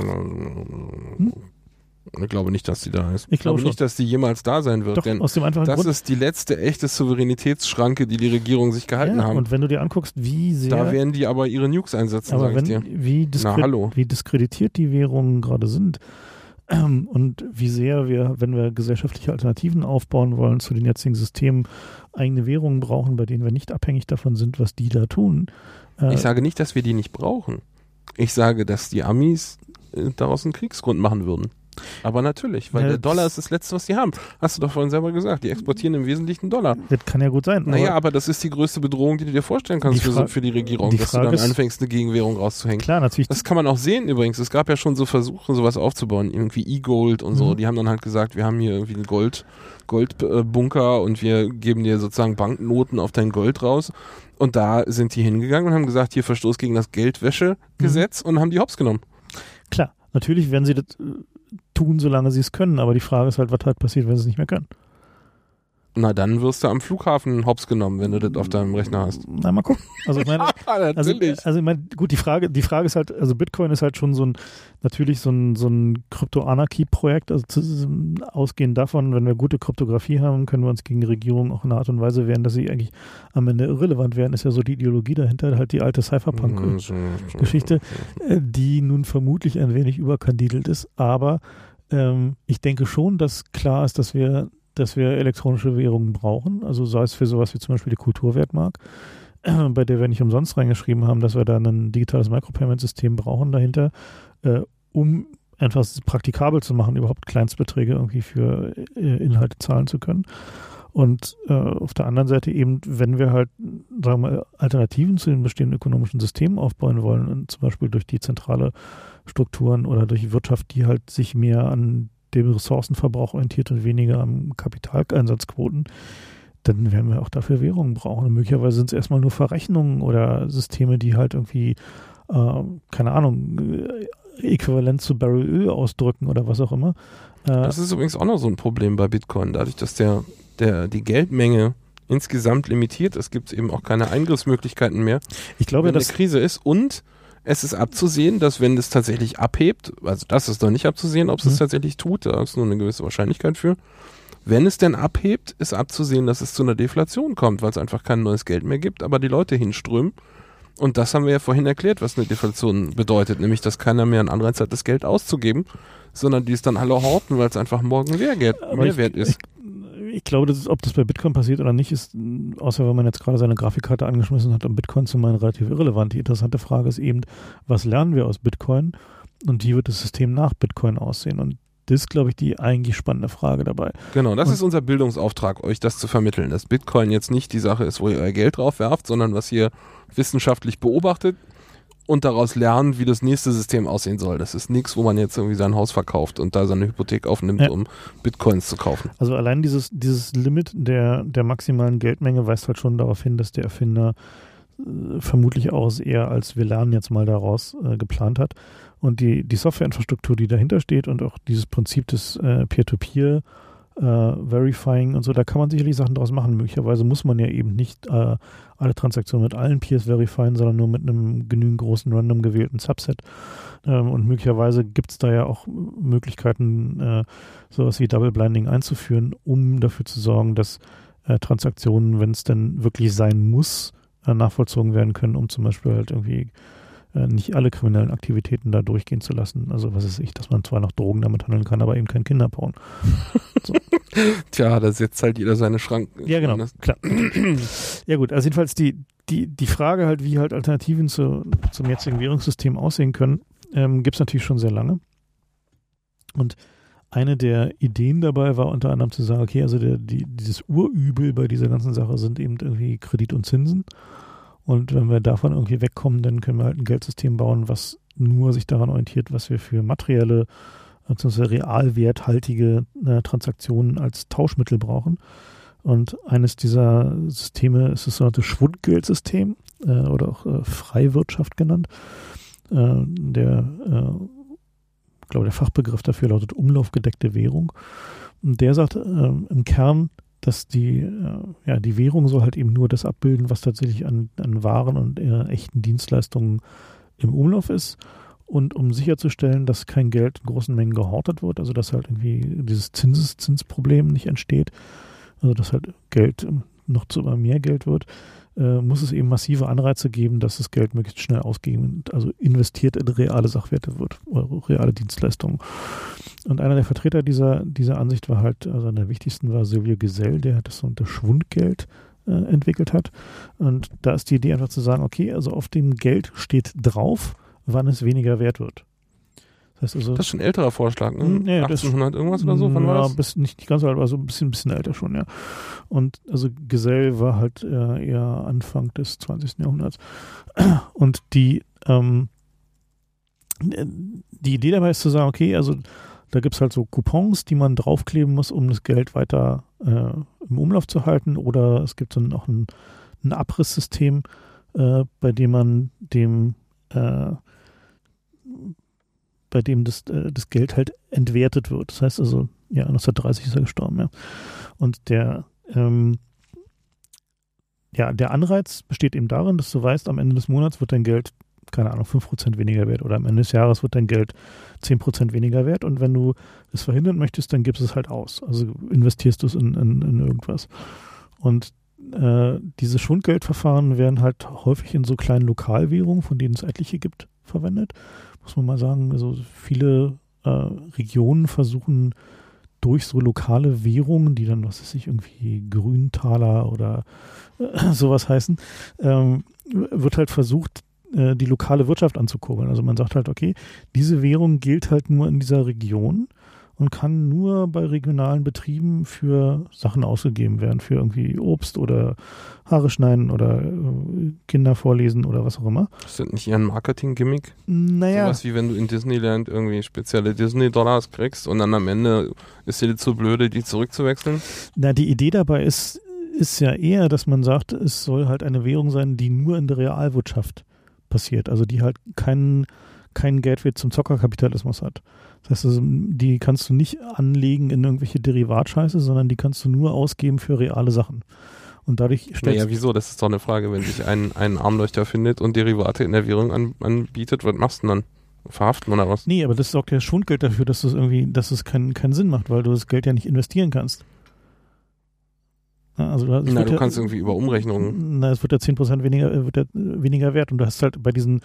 Ich glaube nicht, dass die da ist. Ich glaube nicht, dass die jemals da sein wird. Doch, denn aus dem einfachen das Grund. ist die letzte echte Souveränitätsschranke, die die Regierung sich gehalten haben. Und wenn du dir anguckst, wie sehr... Da werden die aber ihre Nukes einsetzen, aber sag ich dir. wie diskreditiert die Währungen gerade sind und wie sehr wir, wenn wir gesellschaftliche Alternativen aufbauen wollen zu den jetzigen Systemen, eigene Währungen brauchen, bei denen wir nicht abhängig davon sind, was die da tun. Ich sage nicht, dass wir die nicht brauchen. Ich sage, dass die Amis daraus einen Kriegsgrund machen würden. Aber natürlich, weil der Dollar ist das Letzte, was die haben. Hast du doch vorhin selber gesagt. Die exportieren im Wesentlichen Dollar. Das kann ja gut sein. Naja, aber das ist die größte Bedrohung, die du dir vorstellen kannst für die Regierung, dass du dann anfängst, eine Gegenwährung rauszuhängen. Klar, natürlich. Das kann man auch sehen übrigens. Es gab ja schon so Versuche, sowas aufzubauen. Irgendwie E-Gold und so. Die haben dann halt gesagt, wir haben hier irgendwie einen Goldbunker und wir geben dir sozusagen Banknoten auf dein Gold raus. Und da sind die hingegangen und haben gesagt, hier Verstoß gegen das Geldwäschegesetz und haben die hops genommen. Klar, natürlich werden sie das tun, solange sie es können, aber die Frage ist halt, was halt passiert, wenn sie es nicht mehr können. Na, dann wirst du am Flughafen hops genommen, wenn du das auf deinem Rechner hast. Na, mal gucken. Also ich meine, natürlich. Also ich meine, gut, die Frage ist halt, also Bitcoin ist halt schon so ein Krypto-Anarchie-Projekt, also ausgehend davon, wenn wir gute Kryptographie haben, können wir uns gegen Regierungen auch in einer Art und Weise wehren, dass sie eigentlich am Ende irrelevant werden, ist ja so die Ideologie dahinter, halt die alte Cypherpunk-Geschichte, die nun vermutlich ein wenig überkandidelt ist, aber ich denke schon, dass klar ist, dass wir elektronische Währungen brauchen, also sei es für sowas wie zum Beispiel die Kulturwertmark, bei der wir nicht umsonst reingeschrieben haben, dass wir da ein digitales Micropayment-System brauchen dahinter, um einfach praktikabel zu machen, überhaupt Kleinstbeträge irgendwie für Inhalte zahlen zu können. Und auf der anderen Seite eben, wenn wir halt, sagen wir, Alternativen zu den bestehenden ökonomischen Systemen aufbauen wollen, und zum Beispiel durch die zentrale Strukturen oder durch die Wirtschaft, die halt sich mehr an dem Ressourcenverbrauch orientiert und weniger am Kapitaleinsatzquoten, dann werden wir auch dafür Währungen brauchen. Und möglicherweise sind es erstmal nur Verrechnungen oder Systeme, die halt irgendwie, keine Ahnung, äquivalent zu Barrel Öl ausdrücken oder was auch immer. Das ist übrigens auch noch so ein Problem bei Bitcoin. Dadurch, dass die Geldmenge insgesamt limitiert ist, gibt es eben auch keine Eingriffsmöglichkeiten mehr, ich glaube, wenn eine Krise ist. Und es ist abzusehen, dass wenn es tatsächlich abhebt, also das ist noch nicht abzusehen, ob es es tatsächlich tut, da ist nur eine gewisse Wahrscheinlichkeit für. Wenn es denn abhebt, ist abzusehen, dass es zu einer Deflation kommt, weil es einfach kein neues Geld mehr gibt, aber die Leute hinströmen. Und das haben wir ja vorhin erklärt, was eine Deflation bedeutet, nämlich, dass keiner mehr einen Anreiz hat, das Geld auszugeben, sondern die es dann alle horten, weil es einfach morgen mehr wert ist. Ich glaube, ob das bei Bitcoin passiert oder nicht, ist, außer wenn man jetzt gerade seine Grafikkarte angeschmissen hat, um Bitcoin zu meinen, relativ irrelevant. Die interessante Frage ist eben, was lernen wir aus Bitcoin und wie wird das System nach Bitcoin aussehen? Und das ist, glaube ich, die eigentlich spannende Frage dabei. Genau, das ist unser Bildungsauftrag, euch das zu vermitteln, dass Bitcoin jetzt nicht die Sache ist, wo ihr euer Geld drauf werft, sondern was ihr wissenschaftlich beobachtet und daraus lernen, wie das nächste System aussehen soll. Das ist nichts, wo man jetzt irgendwie sein Haus verkauft und da seine Hypothek aufnimmt, um Bitcoins zu kaufen. Also allein dieses Limit der maximalen Geldmenge weist halt schon darauf hin, dass der Erfinder vermutlich auch eher als wir lernen jetzt mal daraus geplant hat. Und die Softwareinfrastruktur, die dahinter steht und auch dieses Prinzip des Peer-to-Peer Verifying und so, da kann man sicherlich Sachen draus machen. Möglicherweise muss man ja eben nicht alle Transaktionen mit allen Peers verifizieren, sondern nur mit einem genügend großen random gewählten Subset. Und möglicherweise gibt es da ja auch Möglichkeiten, sowas wie Double Blinding einzuführen, um dafür zu sorgen, dass Transaktionen, wenn es denn wirklich sein muss, nachvollzogen werden können, um zum Beispiel halt irgendwie nicht alle kriminellen Aktivitäten da durchgehen zu lassen. Also was weiß ich, dass man zwar noch Drogen damit handeln kann, aber eben kein Kinderporn. So. Tja, da setzt halt jeder seine Schranken. Ja, genau, klar. Ja gut, also jedenfalls die Frage halt, wie halt Alternativen zum jetzigen Währungssystem aussehen können, gibt es natürlich schon sehr lange. Und eine der Ideen dabei war unter anderem zu sagen, okay, also dieses Urübel bei dieser ganzen Sache sind eben irgendwie Kredit und Zinsen. Und wenn wir davon irgendwie wegkommen, dann können wir halt ein Geldsystem bauen, was nur sich daran orientiert, was wir für materielle, beziehungsweise realwerthaltige Transaktionen als Tauschmittel brauchen. Und eines dieser Systeme ist das sogenannte Schwundgeldsystem oder auch Freiwirtschaft genannt. Ich glaube, der Fachbegriff dafür lautet umlaufgedeckte Währung. Und der sagt im Kern, dass die Währung soll halt eben nur das abbilden, was tatsächlich an Waren und echten Dienstleistungen im Umlauf ist. Und um sicherzustellen, dass kein Geld in großen Mengen gehortet wird, also dass halt irgendwie dieses Zinsproblem nicht entsteht, also dass halt Geld noch zu immer mehr Geld wird, muss es eben massive Anreize geben, dass das Geld möglichst schnell ausgegeben, also investiert in reale Sachwerte wird, reale Dienstleistungen. Und einer der Vertreter dieser Ansicht war halt, also einer der wichtigsten war Silvio Gesell, der das Schwundgeld entwickelt hat. Und da ist die Idee einfach zu sagen, okay, also auf dem Geld steht drauf, wann es weniger wert wird. Das ist schon ein älterer Vorschlag, ne? Ja, 1800 irgendwas oder so? Wann war das? Nicht ganz alt, aber so ein bisschen älter schon, ja. Und also Gesell war halt eher Anfang des 20. Jahrhunderts. Und die Idee dabei ist zu sagen, okay, also da gibt es halt so Coupons, die man draufkleben muss, um das Geld weiter im Umlauf zu halten. Oder es gibt dann auch ein Abrisssystem, bei dem man das Geld halt entwertet wird. Das heißt also, 1930 ist er gestorben, ja. Und der Anreiz besteht eben darin, dass du weißt, am Ende des Monats wird dein Geld, keine Ahnung, 5% weniger wert oder am Ende des Jahres wird dein Geld 10% weniger wert und wenn du es verhindern möchtest, dann gibst du es halt aus. Also investierst du es in irgendwas. Und diese Schwundgeldverfahren werden halt häufig in so kleinen Lokalwährungen, von denen es etliche gibt, verwendet. Muss man mal sagen, also viele Regionen versuchen durch so lokale Währungen, die dann, was weiß ich, irgendwie Grüntaler oder sowas heißen, wird halt versucht, die lokale Wirtschaft anzukurbeln. Also man sagt halt, okay, diese Währung gilt halt nur in dieser Region und kann nur bei regionalen Betrieben für Sachen ausgegeben werden, für irgendwie Obst oder Haare schneiden oder Kinder vorlesen oder was auch immer. Ist das nicht eher ein Marketing-Gimmick? Naja. Sowas wie wenn du in Disneyland irgendwie spezielle Disney-Dollars kriegst und dann am Ende ist dir zu blöde, die zurückzuwechseln? Na, die Idee dabei ist ja eher, dass man sagt, es soll halt eine Währung sein, die nur in der Realwirtschaft passiert. Also die halt keinen Geldwert zum Zockerkapitalismus hat. Das heißt, also, die kannst du nicht anlegen in irgendwelche Derivatscheiße, sondern die kannst du nur ausgeben für reale Sachen. Und dadurch Naja, wieso? Das ist doch eine Frage. Wenn sich ein Armleuchter findet und Derivate in der Währung anbietet, was machst du dann? Verhaften oder was? Nee, aber das sorgt ja Schwundgeld dafür, dass es keinen Sinn macht, weil du das Geld ja nicht investieren kannst. Also du kannst irgendwie über Umrechnungen. Es wird ja 10% weniger wert. Und du hast halt bei diesen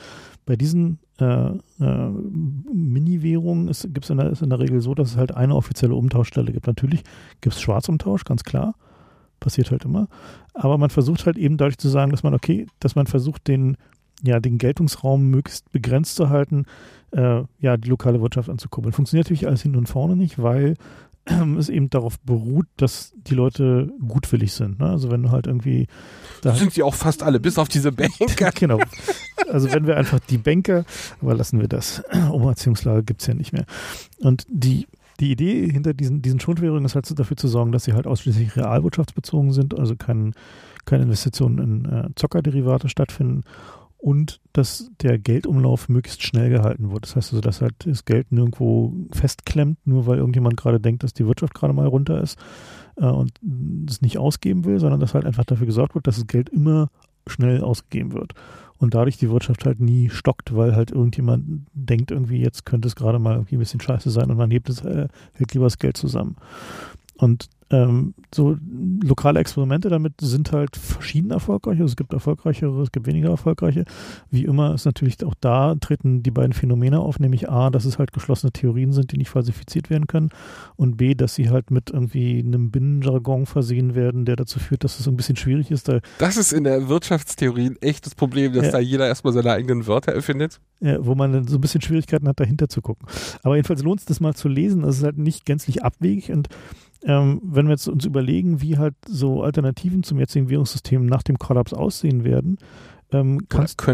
Mini-Währungen ist in der Regel so, dass es halt eine offizielle Umtauschstelle gibt. Natürlich gibt es Schwarzumtausch, ganz klar. Passiert halt immer. Aber man versucht halt eben dadurch zu sagen, dass man versucht, den Geltungsraum möglichst begrenzt zu halten, die lokale Wirtschaft anzukurbeln. Funktioniert natürlich alles hinten und vorne nicht, weil es eben darauf beruht, dass die Leute gutwillig sind. Ne? Also wenn du halt irgendwie... sind sie auch fast alle, bis auf diese Banker. Genau. Also wenn wir einfach die Banker, aber lassen wir das. Umerziehungslage gibt es ja nicht mehr. Und die Idee hinter diesen Schwundwährungen ist halt dafür zu sorgen, dass sie halt ausschließlich realwirtschaftsbezogen sind, also keine Investitionen in Zockerderivate stattfinden und dass der Geldumlauf möglichst schnell gehalten wird. Das heißt also, dass halt das Geld nirgendwo festklemmt, nur weil irgendjemand gerade denkt, dass die Wirtschaft gerade mal runter ist und es nicht ausgeben will, sondern dass halt einfach dafür gesorgt wird, dass das Geld immer schnell ausgegeben wird. Und dadurch die Wirtschaft halt nie stockt, weil halt irgendjemand denkt irgendwie, jetzt könnte es gerade mal irgendwie ein bisschen scheiße sein und man hält lieber das Geld zusammen. Und so lokale Experimente damit sind halt verschieden erfolgreich. Also es gibt erfolgreichere, es gibt weniger erfolgreiche. Wie immer ist natürlich auch da treten die beiden Phänomene auf, nämlich A, dass es halt geschlossene Theorien sind, die nicht falsifiziert werden können und B, dass sie halt mit irgendwie einem Binnenjargon versehen werden, der dazu führt, dass es so ein bisschen schwierig ist. Das ist in der Wirtschaftstheorie ein echtes Problem, dass da jeder erstmal seine eigenen Wörter erfindet. Ja, wo man dann so ein bisschen Schwierigkeiten hat, dahinter zu gucken. Aber jedenfalls lohnt es das mal zu lesen. Das ist halt nicht gänzlich abwegig und wenn wir jetzt uns überlegen, wie halt so Alternativen zum jetzigen Währungssystem nach dem Kollaps aussehen werden, dann kann es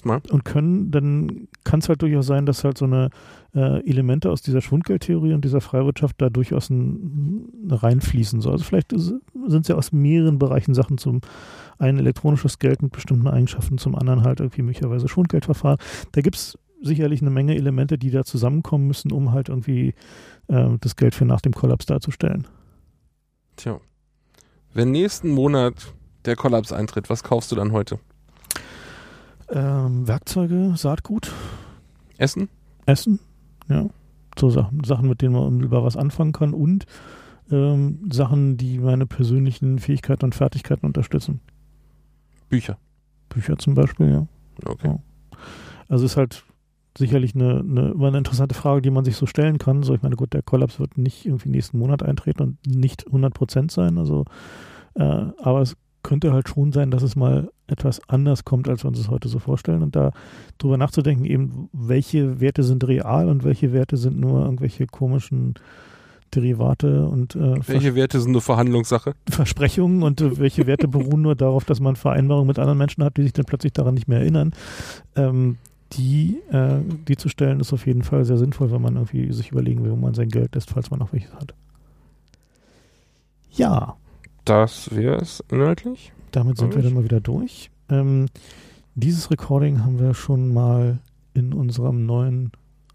halt durchaus sein, dass halt so eine Elemente aus dieser Schwundgeldtheorie und dieser Freiwirtschaft da durchaus reinfließen soll. Also vielleicht sind es ja aus mehreren Bereichen Sachen, zum einen elektronisches Geld mit bestimmten Eigenschaften, zum anderen halt irgendwie möglicherweise Schwundgeldverfahren. Da gibt es sicherlich eine Menge Elemente, die da zusammenkommen müssen, um halt irgendwie das Geld für nach dem Kollaps darzustellen. Tja. Wenn nächsten Monat der Kollaps eintritt, was kaufst du dann heute? Werkzeuge, Saatgut. Essen, ja. So Sachen, mit denen man unmittelbar was anfangen kann und Sachen, die meine persönlichen Fähigkeiten und Fertigkeiten unterstützen. Bücher. Bücher zum Beispiel, ja. Okay. Ja. Also ist halt sicherlich immer eine interessante Frage, die man sich so stellen kann. So, ich meine, gut, der Kollaps wird nicht irgendwie nächsten Monat eintreten und nicht 100% sein. Also, aber es könnte halt schon sein, dass es mal etwas anders kommt, als wir uns es heute so vorstellen. Und da drüber nachzudenken, eben, welche Werte sind real und welche Werte sind nur irgendwelche komischen Derivate und welche Werte sind nur Verhandlungssache? Versprechungen und welche Werte beruhen nur darauf, dass man Vereinbarungen mit anderen Menschen hat, die sich dann plötzlich daran nicht mehr erinnern. Die zu stellen, ist auf jeden Fall sehr sinnvoll, wenn man irgendwie sich überlegen will, wo man sein Geld lässt, falls man noch welches hat. Ja. Das wäre es inhaltlich. Damit sind wir dann mal wieder durch. Dieses Recording haben wir schon mal in unserem neuen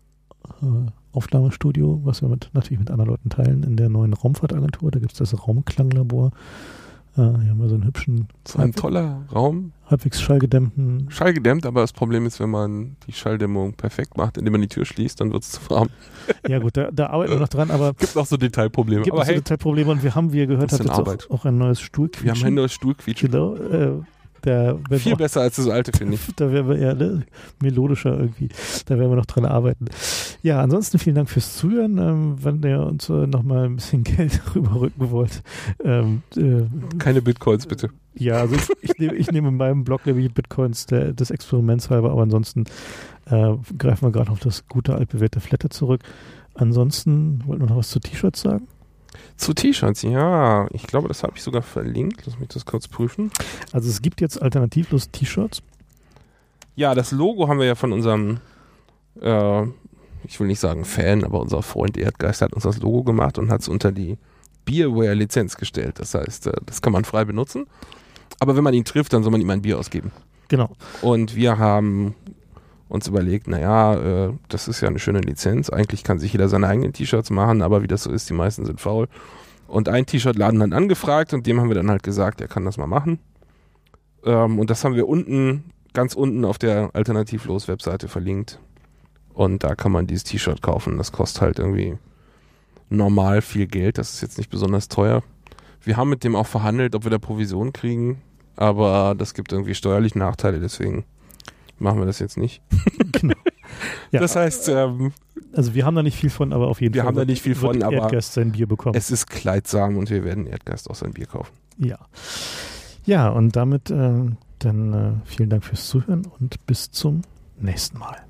Aufnahmestudio, was wir natürlich mit anderen Leuten teilen, in der neuen Raumfahrtagentur. Da gibt es das Raumklangglabor. Hier haben wir so einen hübschen... Das ist ein toller Raum. Halbwegs schallgedämmten. Schallgedämmt, aber das Problem ist, wenn man die Schalldämmung perfekt macht, indem man die Tür schließt, dann wird es zu warm. Ja gut, da arbeiten wir noch dran, aber... Gibt auch so Detailprobleme. Gibt auch so Detailprobleme und wir haben, wie ihr gehört habt, jetzt auch ein neues Stuhlquietschen. Wir haben ein neues Stuhlquietschen. Genau. Viel besser als das alte, finde ich. Da werden wir eher melodischer irgendwie. Da werden wir noch dran arbeiten. Ja, ansonsten vielen Dank fürs Zuhören. Wenn ihr uns nochmal ein bisschen Geld rüberrücken wollt. Keine Bitcoins, bitte. Ja, also ich nehme in meinem Blog nämlich Bitcoins des Experiments halber, aber ansonsten greifen wir gerade auf das gute altbewährte Flatter zurück. Ansonsten wollten wir noch was zu T-Shirts sagen? Zu T-Shirts, ja. Ich glaube, das habe ich sogar verlinkt. Lass mich das kurz prüfen. Also es gibt jetzt alternativlos T-Shirts. Ja, das Logo haben wir ja von unserem, ich will nicht sagen Fan, aber unser Freund Erdgeist hat uns das Logo gemacht und hat es unter die Beerware-Lizenz gestellt. Das heißt, das kann man frei benutzen. Aber wenn man ihn trifft, dann soll man ihm ein Bier ausgeben. Genau. Und wir haben uns überlegt, naja, das ist ja eine schöne Lizenz. Eigentlich kann sich jeder seine eigenen T-Shirts machen, aber wie das so ist, die meisten sind faul. Und ein T-Shirt-Laden hat angefragt und dem haben wir dann halt gesagt, er kann das mal machen. Und das haben wir ganz unten auf der Alternativlos-Webseite verlinkt. Und da kann man dieses T-Shirt kaufen. Das kostet halt irgendwie normal viel Geld. Das ist jetzt nicht besonders teuer. Wir haben mit dem auch verhandelt, ob wir da Provision kriegen. Aber das gibt irgendwie steuerliche Nachteile, deswegen machen wir das jetzt nicht. Genau. Ja. Das heißt, also wir haben da nicht viel von, aber auf jeden Fall. Wir haben da nicht viel von, aber Erdgeist sein Bier bekommen. Es ist kleidsam und wir werden Erdgeist auch sein Bier kaufen. Ja. Ja, und damit dann vielen Dank fürs Zuhören und bis zum nächsten Mal.